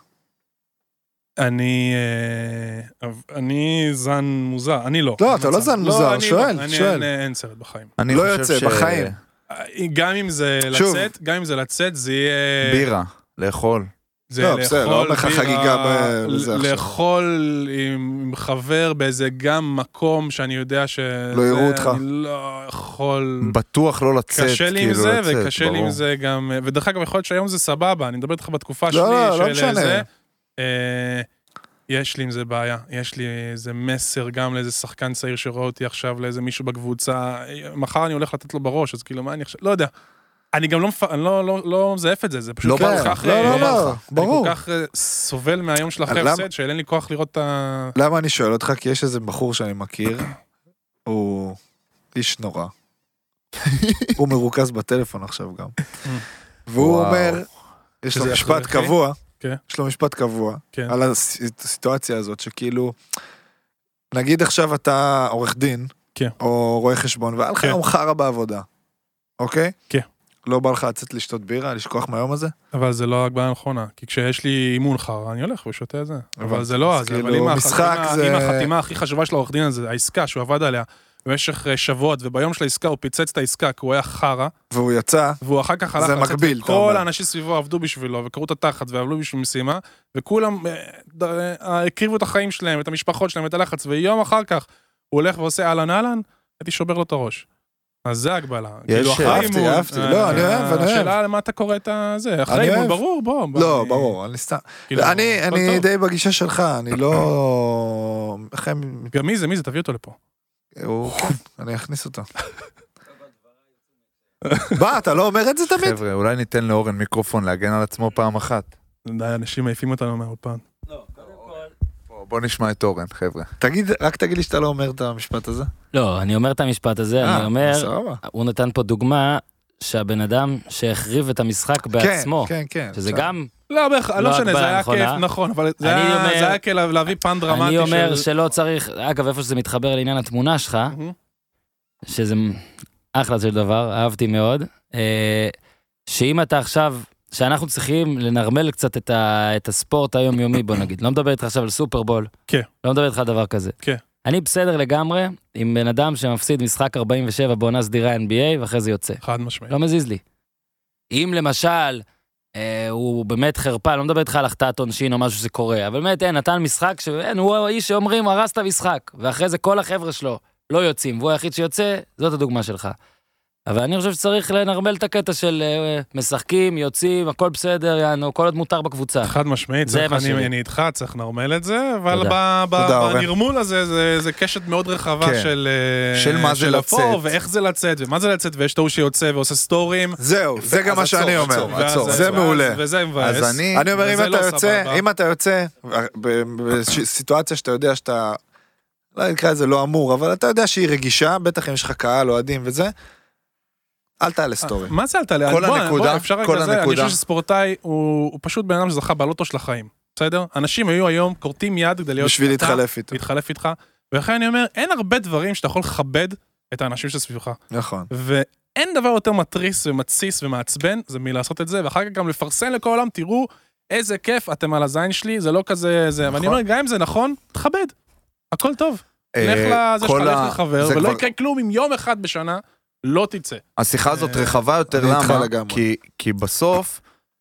אני זן מוזר, אני לא. לא, אתה לא זן מוזר, שואל. אין סרט בחיים. לא יוצא, בחיים. גם אם זה לצאת, זה יהיה... בירה, לאכול. לא, בסדר, לא אומר לך חגיגה בזה עכשיו. לאכול עם חבר באיזה גם מקום שאני יודע ש... לא יראו אותך. אני לא יכול... בטוח לא לצאת. קשה לי עם זה, וקשה לי עם זה גם... ודרך אגב, יכול להיות שהיום זה סבבה, אני מדבר איתך בתקופה שלי של זה. יש לי עם זה בעיה, יש לי איזה מסר גם לאיזה שחקן צעיר שרואה אותי עכשיו, לאיזה מישהו בקבוצה, מחר אני הולך לתת לו בראש, אז כאילו מה אני עכשיו, לא יודע. אני גם לא מזהף את זה, זה פשוט לא ברור. אני כל כך סובל מהיום של אחרי הפסד, שאין לי כוח לראות את ה... למה אני שואל אותך? כי יש איזה בחור שאני מכיר, הוא איש נורא. הוא מרוכז בטלפון עכשיו גם. והוא אומר, יש לו משפט קבוע, יש לו משפט קבוע, על הסיטואציה הזאת, שכאילו, נגיד עכשיו אתה עורך דין, או רואה חשבון, והיה לך יום חרא בעבודה, אוקיי? כן. לא בא לך לצאת לשתות בירה, לשכוח מהיום הזה? אבל זה לא הגבלה הנכונה, כי כשיש לי אימון חרא, אני הולך ושותה את זה. אבל זה לא, אבל אם החתימה הכי חשובה של העורך דין הזה, העסקה שהוא עבד עליה, במשך שבועות, וביום של העסקה הוא פיצץ את העסקה, כי הוא היה חרא. והוא יצא. והוא אחר כך הלך לצאת, וכל האנשים סביבו עבדו בשבילו, וקראו את התחת, ועבדו בשביל משימה, וכולם הקריבו את החיים שלהם, את המשפחות שלהם, את הלחץ, ויום אחר כך הוא הולך ועושה אהלן, הייתי שובר לו את הראש. אז זה הגבלה. אהבתי. לא, אני אוהב. השאלה למה אתה קורא את זה. אחרי אימון, ברור, בוא. לא, ברור, אני סתם. אני די בגישה שלך, אני לא... גם מי זה? תביא אותו לפה. אני אכניס אותו. בא, אתה לא אומר את זה תמיד? חבר'ה, אולי ניתן לאורן מיקרופון להגן על עצמו פעם אחת. אנשים מעיפים אותנו מהאולפן. בוא נשמע את אורן, חבר'ה. רק תגיד לי שאתה לא אומר את המשפט הזה. לא, אני אומר את המשפט הזה, אני אומר, הוא נתן פה דוגמה שהבן אדם שהחריב את המשחק בעצמו, שזה גם... לא משנה, זה היה כיף, נכון, אבל זה היה כיף להביא פן דרמטי. אני אומר שלא צריך, אגב, איפה שזה מתחבר לעניין התמונה שלך, שזה אחלה של דבר, אהבתי מאוד, שאם אתה עכשיו, שאנחנו צריכים לנרמל קצת את הספורט היומיומי, בוא נגיד, לא מדבר איתך עכשיו על סופרבול, לא מדבר איתך על דבר כזה. אני בסדר לגמרי עם בן אדם שמפסיד משחק 47 בעונה סדירה NBA, ואחרי זה יוצא. חד משמעית. לא מזיז לי. אם למשל, הוא באמת חרפה, לא מדבר איתך על החטאת עונשין או משהו שקורה, אבל באמת, נתן משחק, הוא האיש שאומרים, הרס את המשחק, ואחרי זה כל החבר'ה שלו לא יוצאים, והוא היחיד שיוצא, זאת הדוגמה שלך. אבל אני חושב שצריך לנרמל את הקטע של משחקים, יוצאים, הכל בסדר, יענו, כל עוד מותר בקבוצה. חד משמעית, אני איתך, צריך לנרמל את זה, אבל בנרמול הזה, זה קשת מאוד רחבה של מה זה לצאת. ואיך זה לצאת, ומה זה לצאת, ויש תאו שיוצא ועושה סטורים. זהו, זה גם מה שאני אומר. זה מעולה. וזה מבאס. אני אומר, אם אתה יוצא, בסיטואציה שאתה יודע שאתה, לא נקרא את זה לא אמור, אבל אתה יודע שהיא רגישה, בטח אם יש לך קהל או עדים וזה, אל תעלה סטורי. מה זה אל תעלה? כל הנקודה. אני חושב שספורטאי הוא פשוט בן אדם שזכה בעלותו של החיים. בסדר? אנשים היו היום קורטים יד כדי להיות... בשביל להתחלף איתך. ולכן אני אומר, אין הרבה דברים שאתה יכול לכבד את האנשים שסביבך. נכון. ואין דבר יותר מטריס ומציס ומעצבן, זה מלעשות את זה, ואחר כך גם לפרסם לכל העולם, תראו איזה כיף אתם על הזין שלי, זה לא כזה... ואני אומר, גם אם זה נכון, תכבד. הכל טוב. לך לזה שלך, לך לחבר, ולא יקרה כלום אם יום אחד בשנה לא תצא. השיחה הזאת רחבה יותר, למה? כי בסוף,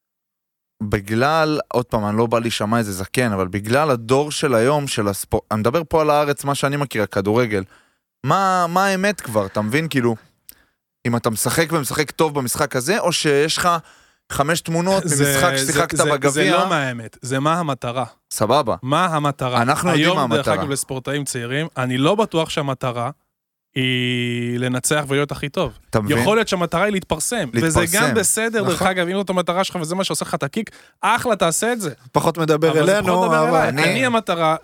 בגלל, עוד פעם, אני לא בא להישמע איזה זקן, אבל בגלל הדור של היום, של הספורט, אני מדבר פה על הארץ, מה שאני מכיר, הכדורגל, מה האמת כבר, אתה מבין? כאילו, אם אתה משחק ומשחק טוב במשחק הזה, או שיש לך 5 תמונות ממשחק ששיחקת בגביע. זה לא מה האמת, זה מה המטרה. סבבה. מה המטרה? אנחנו יודעים מה המטרה. היום, דרך אגב, לספורטאים צעירים, אני לא בטוח שהמטרה היא לנצח ולהיות הכי טוב. אתה מבין? יכול להיות שהמטרה היא להתפרסם, וזה גם בסדר, דרך אגב, אם זאת המטרה שלך וזה מה שעושה לך את הקיק, אחלה, תעשה את זה. פחות מדבר אלינו, אבל... אני המטרה,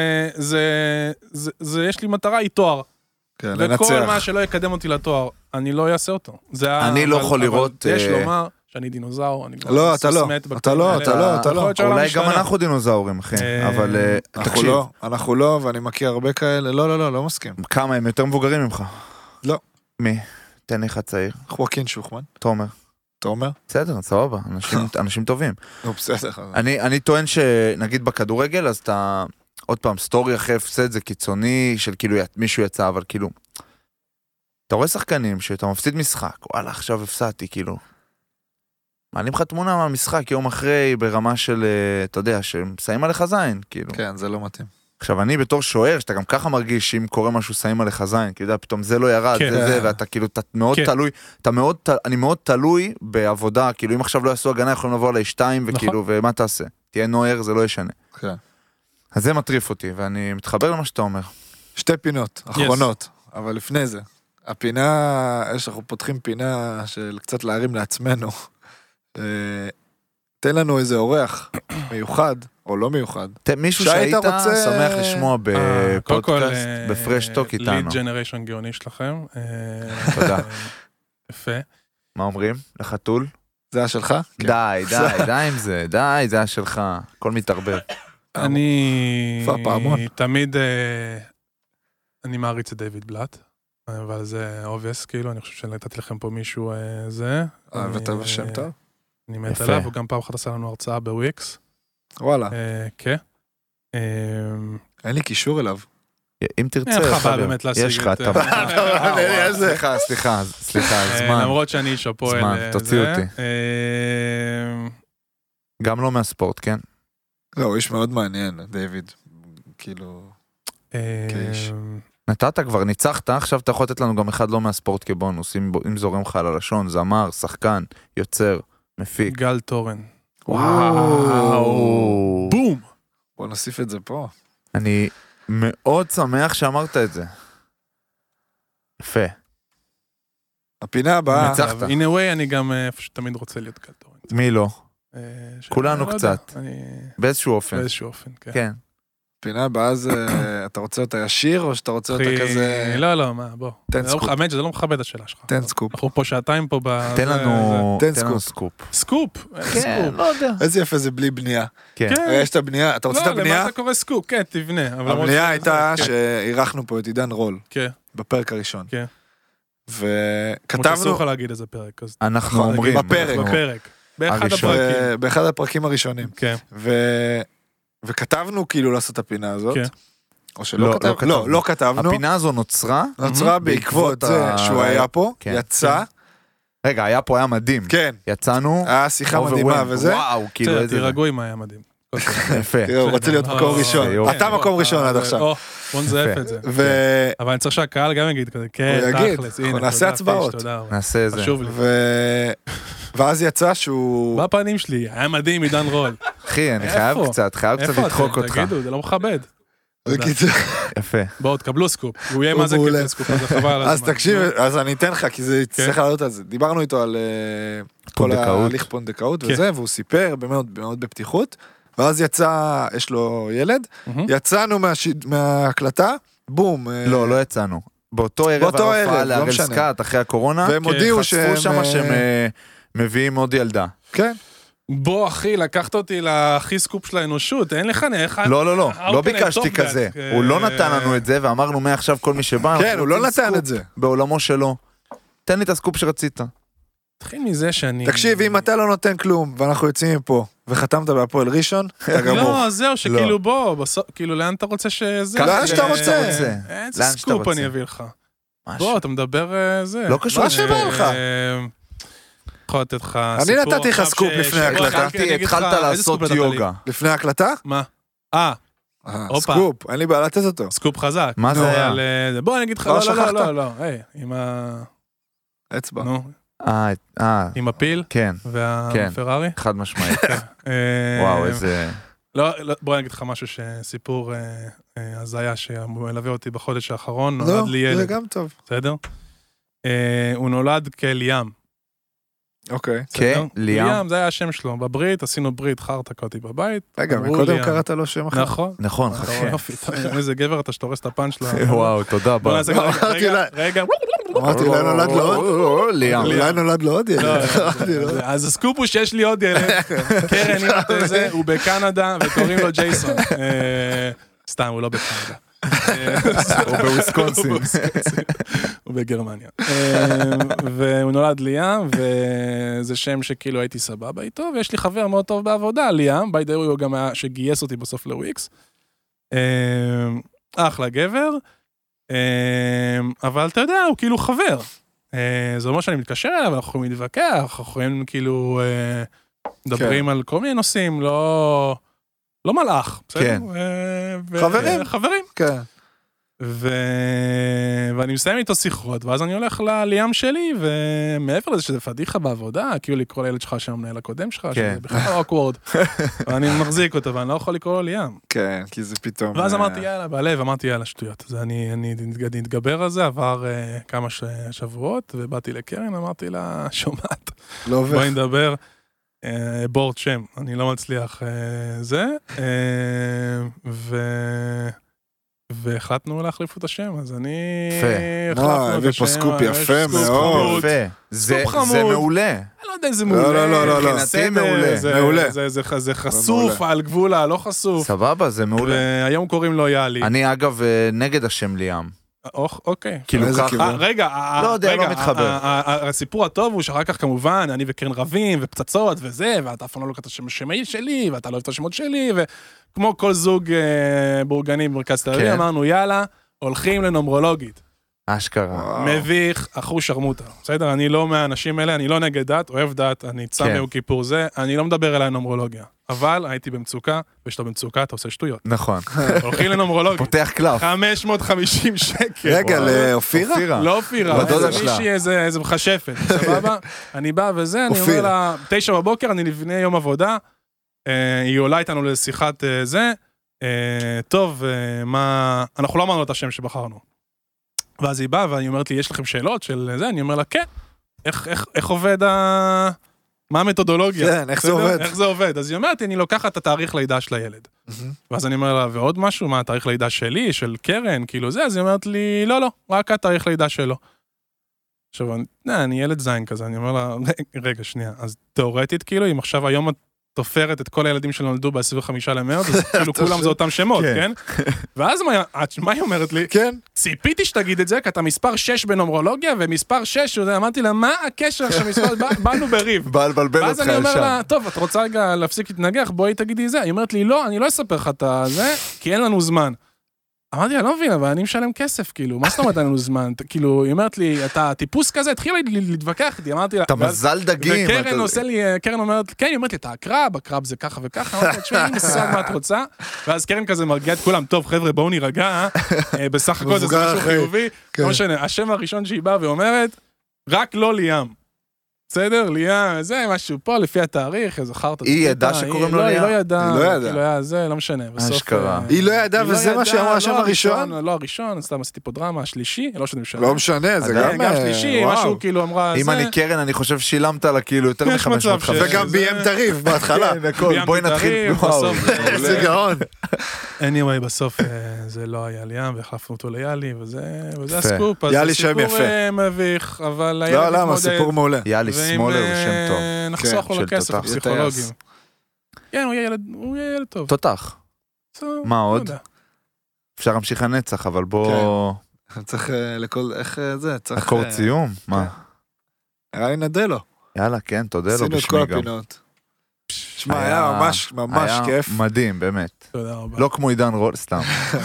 יש לי מטרה, היא תוער. וכל מה שלא יקדם אותי לתואר, אני לא אעשה אותו. אני לא יכול לראות... יש לומר שאני דינוזאור, אני לא, אתה לא. אולי גם אנחנו דינוזאורים, אחי, אבל תקשיב. אנחנו לא, ואני מכיר הרבה כאלה, לא מסכים. כמה הם יותר מבוגרים ממך? לא. מי? תן לי אחד צעיר. חואקין שוחמן. תומר? בסדר, סבבה, אנשים טובים. בסדר. אני טוען שנגיד בכדורגל, אז אתה... עוד פעם, סטורי אחרי הפסד זה קיצוני, של כאילו מישהו יצא, אבל כאילו... אתה רואה שחקנים שאתה מפסיד משחק, וואלה, עכשיו הפסדתי, כאילו... מעלים לך תמונה מהמשחק יום אחרי, ברמה של, אתה יודע, ששמים עליך זין, כאילו. כן, זה לא מתאים. עכשיו, אני בתור שוער, שאתה גם ככה מרגיש שאם קורה משהו, שמים עליך זין, כי אתה יודע, פתאום זה לא ירד, זה, ואתה כאילו, אתה מאוד תלוי, אני מאוד תלוי בעבודה, כאילו, אם עכשיו לא יעשו הגנה, יכולים לבוא עליי 2, וכאילו, ומה תעשה? תהיה נוער, זה לא ישנה. כן. אז זה מטריף אותי, ואני מתחבר למה שאתה אומר. 2 פינות, אחרונות, אבל לפני זה, הפינה, אנחנו פותחים פינה של קצת להרים לעצמנו. תן לנו איזה אורח מיוחד, או לא מיוחד. מישהו שהיית שמח לשמוע בפודקאסט, בפרשטוק איתנו. ליד ג'נריישן גאוני שלכם. תודה. יפה. מה אומרים? לחתול? זה היה שלך? די עם זה, זה היה שלך. הכל מתערבב. אני תמיד, אני מעריץ את דיוויד בלאט, אבל זה obvious, כאילו, אני חושב שנתתי לכם פה מישהו זה. ואתה בשם טוב? אני מת עליו, הוא גם פעם אחת עשה לנו הרצאה בוויקס. וואלה. כן. אין לי קישור אליו. אם תרצה, יש לך, סליחה, זמן. למרות שאני איש הפועל. זמן, תוציא אותי. גם לא מהספורט, כן? לא, הוא איש מאוד מעניין, דיוויד. כאילו... כאיש. נתת כבר, ניצחת, עכשיו אתה יכול לתת לנו גם אחד לא מהספורט כבונוס, אם זורם לך על הלשון, זמר, שחקן, יוצר, מפיק. גל תורן. וואו. בום! בוא נוסיף את זה פה. אני מאוד שמח שאמרת את זה. יפה. הפינה הבאה. ניצחת. In a way אני גם תמיד רוצה להיות גל תורן. מי לא? כולנו קצת. באיזשהו אופן. באיזשהו אופן, כן. כן. פינה הבאה זה, אתה רוצה אותה ישיר, או שאתה רוצה אותה כזה... לא, מה, בוא. תן סקופ. האמת שזה לא מכבד השאלה שלך. תן סקופ. אנחנו פה שעתיים פה תן לנו סקופ. סקופ? כן, לא יודע. איזה יפה זה בלי בנייה. כן. יש את הבנייה, אתה רוצה את הבנייה? לא, למה אתה קורא סקופ? כן, תבנה. הבנייה הייתה שאירחנו פה את עידן רול. כן. בפרק הראשון. כן. וכתבנו... כמו שאסור לך להגיד איזה פרק. אנחנו אומרים. בפרק. באחד הפרקים הראשונים. כן. וכתבנו כאילו לעשות את הפינה הזאת. כן. או שלא כתבנו. לא כתבנו. הפינה הזו נוצרה בעקבות זה שהוא היה פה, יצא. רגע, היה פה, היה מדהים. כן. יצאנו. היה שיחה מדהימה וזה. וואו, כאילו איזה... תירגעו עם היה מדהים. יפה. הוא רוצה להיות מקום ראשון. אתה מקום ראשון עד עכשיו. בוא נזייף את זה. אבל אני צריך שהקהל גם יגיד כזה, כן, תכלס, הנה, נעשה הצבעות. נעשה את זה. חשוב לי. ואז יצא שהוא... בפנים שלי, היה מדהים עידן רול. אחי, אני חייב קצת לדחוק אותך. תגידו, זה לא מכבד. יפה. בואו, תקבלו סקופ. הוא יהיה מה זה כיף סקופ, אז חבל על הזמן. אז תקשיב, אז אני אתן לך, כי זה צריך לעלות על זה. דיברנו איתו על כל ההליך פונדקאות וזה, והוא סיפר מאוד בפתיחות, ואז יצא, יש לו ילד, יצאנו מההקלטה, בום. לא יצאנו. באותו ערב ההופעה להראל סקאט, אחרי הקורונה, והם הודיעו שהם מביאים עוד ילדה. כן. בוא אחי, לקחת אותי להכי סקופ של האנושות, אין לך נראה. לא ביקשתי כזה, הוא לא נתן לנו את זה, ואמרנו מעכשיו כל מי שבא, כן, הוא לא נתן את זה. בעולמו שלו, תן לי את הסקופ שרצית. תתחיל מזה שאני... תקשיב, אם אתה לא נותן כלום, ואנחנו יוצאים מפה, וחתמת בהפועל ראשון, אתה גמור. לא, זהו, שכאילו בוא, כאילו לאן אתה רוצה שזה... לאן שאתה רוצה. איזה סקופ אני אביא לך. בוא, אתה מדבר זה. לא קשור. מה שבא לך? יכול לתת לך אני נתתי לך סקופ לפני ההקלטה. התחלת לעשות יוגה. לפני ההקלטה? מה? סקופ, אין לי בעיה לתת אותו. סקופ חזק. מה זה? בוא אני אגיד לך, לא, עם האצבע. עם הפיל? כן. והפרארי? חד משמעית. וואו, איזה... לא, בוא אני אגיד לך משהו שסיפור אז היה שמלווה אותי בחודש האחרון, נולד לי ילד. זה גם טוב. בסדר? הוא נולד כליאם. אוקיי. ליאם, זה היה השם שלו. בברית, עשינו ברית, חרטק אותי בבית. רגע, מקודם קראת לו שם אחר. נכון. חכה. איזה גבר אתה שתורס את הפאנץ' שלו. וואו, תודה. רגע. אמרתי, אולי נולד לו עוד? אולי נולד לו עוד ילד. אז הסקופ הוא שיש לי עוד ילד. קרן, אם אתה זה, הוא בקנדה, וקוראים לו ג'ייסון. סתם, הוא לא בקנדה. הוא בוויסקונסין. הוא בגרמניה. והוא נולד ליאם, וזה שם שכאילו הייתי סבבה איתו, ויש לי חבר מאוד טוב בעבודה, ליאם, by the way הוא גם היה שגייס אותי בסוף לוויקס. אחלה גבר, אבל אתה יודע, הוא כאילו חבר. זה אומר שאני מתקשר אליו, אנחנו יכולים להתווכח, אנחנו יכולים כאילו מדברים על כל מיני נושאים, לא מלאך, בסדר? חברים. כן. ואני מסיים איתו שיחות, ואז אני הולך ליאם שלי, ומעבר לזה שזה פדיחה בעבודה, כאילו לקרוא לילד שלך שם המנהל הקודם שלך, שזה בכלל אוקוורד, ואני מחזיק אותו, ואני לא יכול לקרוא לו ליאם. כן, כי זה פתאום... ואז אמרתי, יאללה, בלב, אמרתי, יאללה, שטויות. אז אני נתגבר על זה, עבר כמה שבועות, ובאתי לקרן, אמרתי לה, שומעת, בואי נדבר. בורד שם, אני לא מצליח זה, והחלטנו להחליף את השם, אז אני החלפנו את השם. סקופ יפה מאוד. זה מעולה. אני לא יודע אם זה מעולה. לא. מעולה. זה חשוף על גבול הלא חשוף. סבבה, זה מעולה. והיום קוראים לו יאלי. אני אגב נגד השם ליאם. אוקיי. כאילו ככה. רגע, לא יודע, לא מתחבר. הסיפור הטוב הוא שאחר כך כמובן, אני וקרן רבים ופצצות וזה, ואתה אף פעם לא לוקח את השם שלי, ואתה לא אוהב את השמות שלי, וכמו כל זוג בורגני במרכז תל אביב, אמרנו יאללה, הולכים לנומרולוגית. אשכרה. מביך, אחו שרמוטה. בסדר, אני לא מהאנשים האלה, אני לא נגד דת, אוהב דת, אני צם יום כיפור זה, אני לא מדבר אליי נומרולוגיה. אבל הייתי במצוקה, ושאתה במצוקה אתה עושה שטויות. נכון. הולכים לנומרולוגיה. פותח קלף. 550 שקל. רגע, לאופירה? לא אופירה. בדודה שלה. מישהי איזה מחשפת, סבבה? אני בא וזה, אני אומר לה, 9 בבוקר, אני לפני יום עבודה, היא עולה איתנו לשיחת זה, טוב, מה... אנחנו לא אמרנו את השם שבחרנו. ואז היא באה, ואני אומרת לי, יש לכם שאלות של זה? אני אומר לה, כן. איך עובד מה המתודולוגיה? כן, איך זה עובד? איך זה עובד? אז היא אומרת, אני לוקחת את התאריך לידה של הילד. ואז אני אומר לה, ועוד משהו? מה, התאריך לידה שלי, של קרן, כאילו זה? אז היא אומרת לי, לא, רק התאריך לידה שלו. עכשיו, אני ילד זין כזה, אני אומר לה, רגע, שנייה, אז תיאורטית, כאילו, אם עכשיו היום את תופרת את כל הילדים שנולדו ב-25 למרץ, אז כאילו כולם זה אותם שמות, כן? ואז מה היא אומרת לי? כן. ציפיתי שתגיד את זה, כי אתה מספר 6 בנומרולוגיה, ומספר 6, אמרתי לה, מה הקשר עכשיו מספר, באנו בריב. בא לבלבל אותך ואז אני אומר לה, טוב, את רוצה רגע להפסיק להתנגח, בואי תגידי זה. היא אומרת לי, לא, אני לא אספר לך את זה, כי אין לנו זמן. אמרתי, אני לא מבין, אבל אני משלם כסף, כאילו, מה זאת אומרת אין לנו זמן? כאילו, היא אומרת לי, אתה טיפוס כזה, התחילה להתווכח איתי, אמרתי לה... אתה מזל דגים. וקרן עושה לי, קרן אומרת, כן, היא אומרת לי, אתה הקרב, הקרב זה ככה וככה, אמרתי לה, תשמע, אין מושג מה את רוצה, ואז קרן כזה מרגיע את כולם, טוב, חבר'ה, בואו נירגע, בסך הכל זה משהו חיובי, לא משנה, השם הראשון שהיא באה ואומרת, רק לא ליאם. בסדר, ליאם, זה משהו פה, לפי התאריך, איזה חרטה. היא ידעה שקוראים לו ליאם? היא לא ידעה, זה לא משנה. אשכרה. היא לא ידעה, וזה מה שאמרה השם הראשון? לא הראשון, סתם עשיתי פה דרמה, השלישי, לא שאני משנה. לא משנה, זה גם שלישי, משהו כאילו אמרה... אם אני קרן, אני חושב שילמת לה כאילו יותר מ-550. וגם ביים תריב בהתחלה. בואי נתחיל. זה גאון. anyway, בסוף זה לא היה ליאם, והחלפנו אותו ליאלי, וזה הסקופ. יאלי שם יפה. סיפור מביך, אבל לא, למה, סיפור מעולה. יאלי סמולר זה שם טוב. נחסוך לו כסף פסיכולוגים. כן, הוא יהיה ילד טוב. תותח. מה עוד? אפשר להמשיך הנצח, אבל בוא... צריך לכל... איך זה? אקורד סיום? מה? היה לי נדה לו. יאללה, כן, תודה לו בשמי גם. עשינו את כל הפינות. שמע, היה ממש כיף. היה מדהים, באמת. תודה רבה. לא כמו עידן רול, סתם.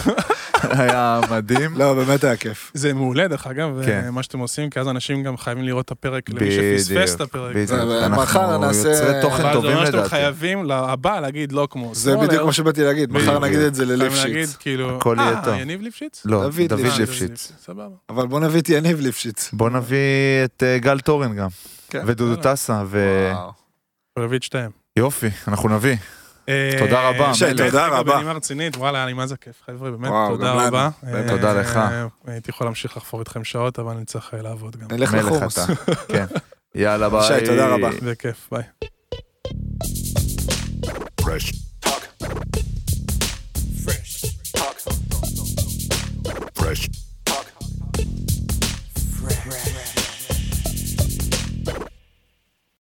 היה מדהים. לא, באמת היה כיף. זה מעולה, דרך אגב, מה שאתם עושים, כי אז אנשים גם חייבים לראות את הפרק, למי שפספס את הפרק. מחר נעשה... יוצרי תוכן טובים לדעתי. שאתם חייבים לבא להגיד לא כמו... זה בדיוק מה שבאתי להגיד, מחר נגיד את זה לליפשיץ. הכל יהיה טוב. יניב ליפשיץ? לא, דוד ליפשיץ. סבבה. אבל בוא נביא את יניב ליפשיץ. בוא נביא את גל טורן גם. ודודו טסה. נביא את שתיהם. יופי, אנחנו נביא. תודה רבה, תודה רבה. בנימה רצינית, וואלה, היה לי מה זה כיף, חבר'ה, באמת, וואו, תודה גם לנו. רבה. תודה לך. הייתי יכול להמשיך לחפור איתכם שעות, אבל אני צריך לעבוד גם. נלך מלך לחומוס. אתה. כן. יאללה, ביי. שי, תודה רבה. זה כיף, ביי. Fresh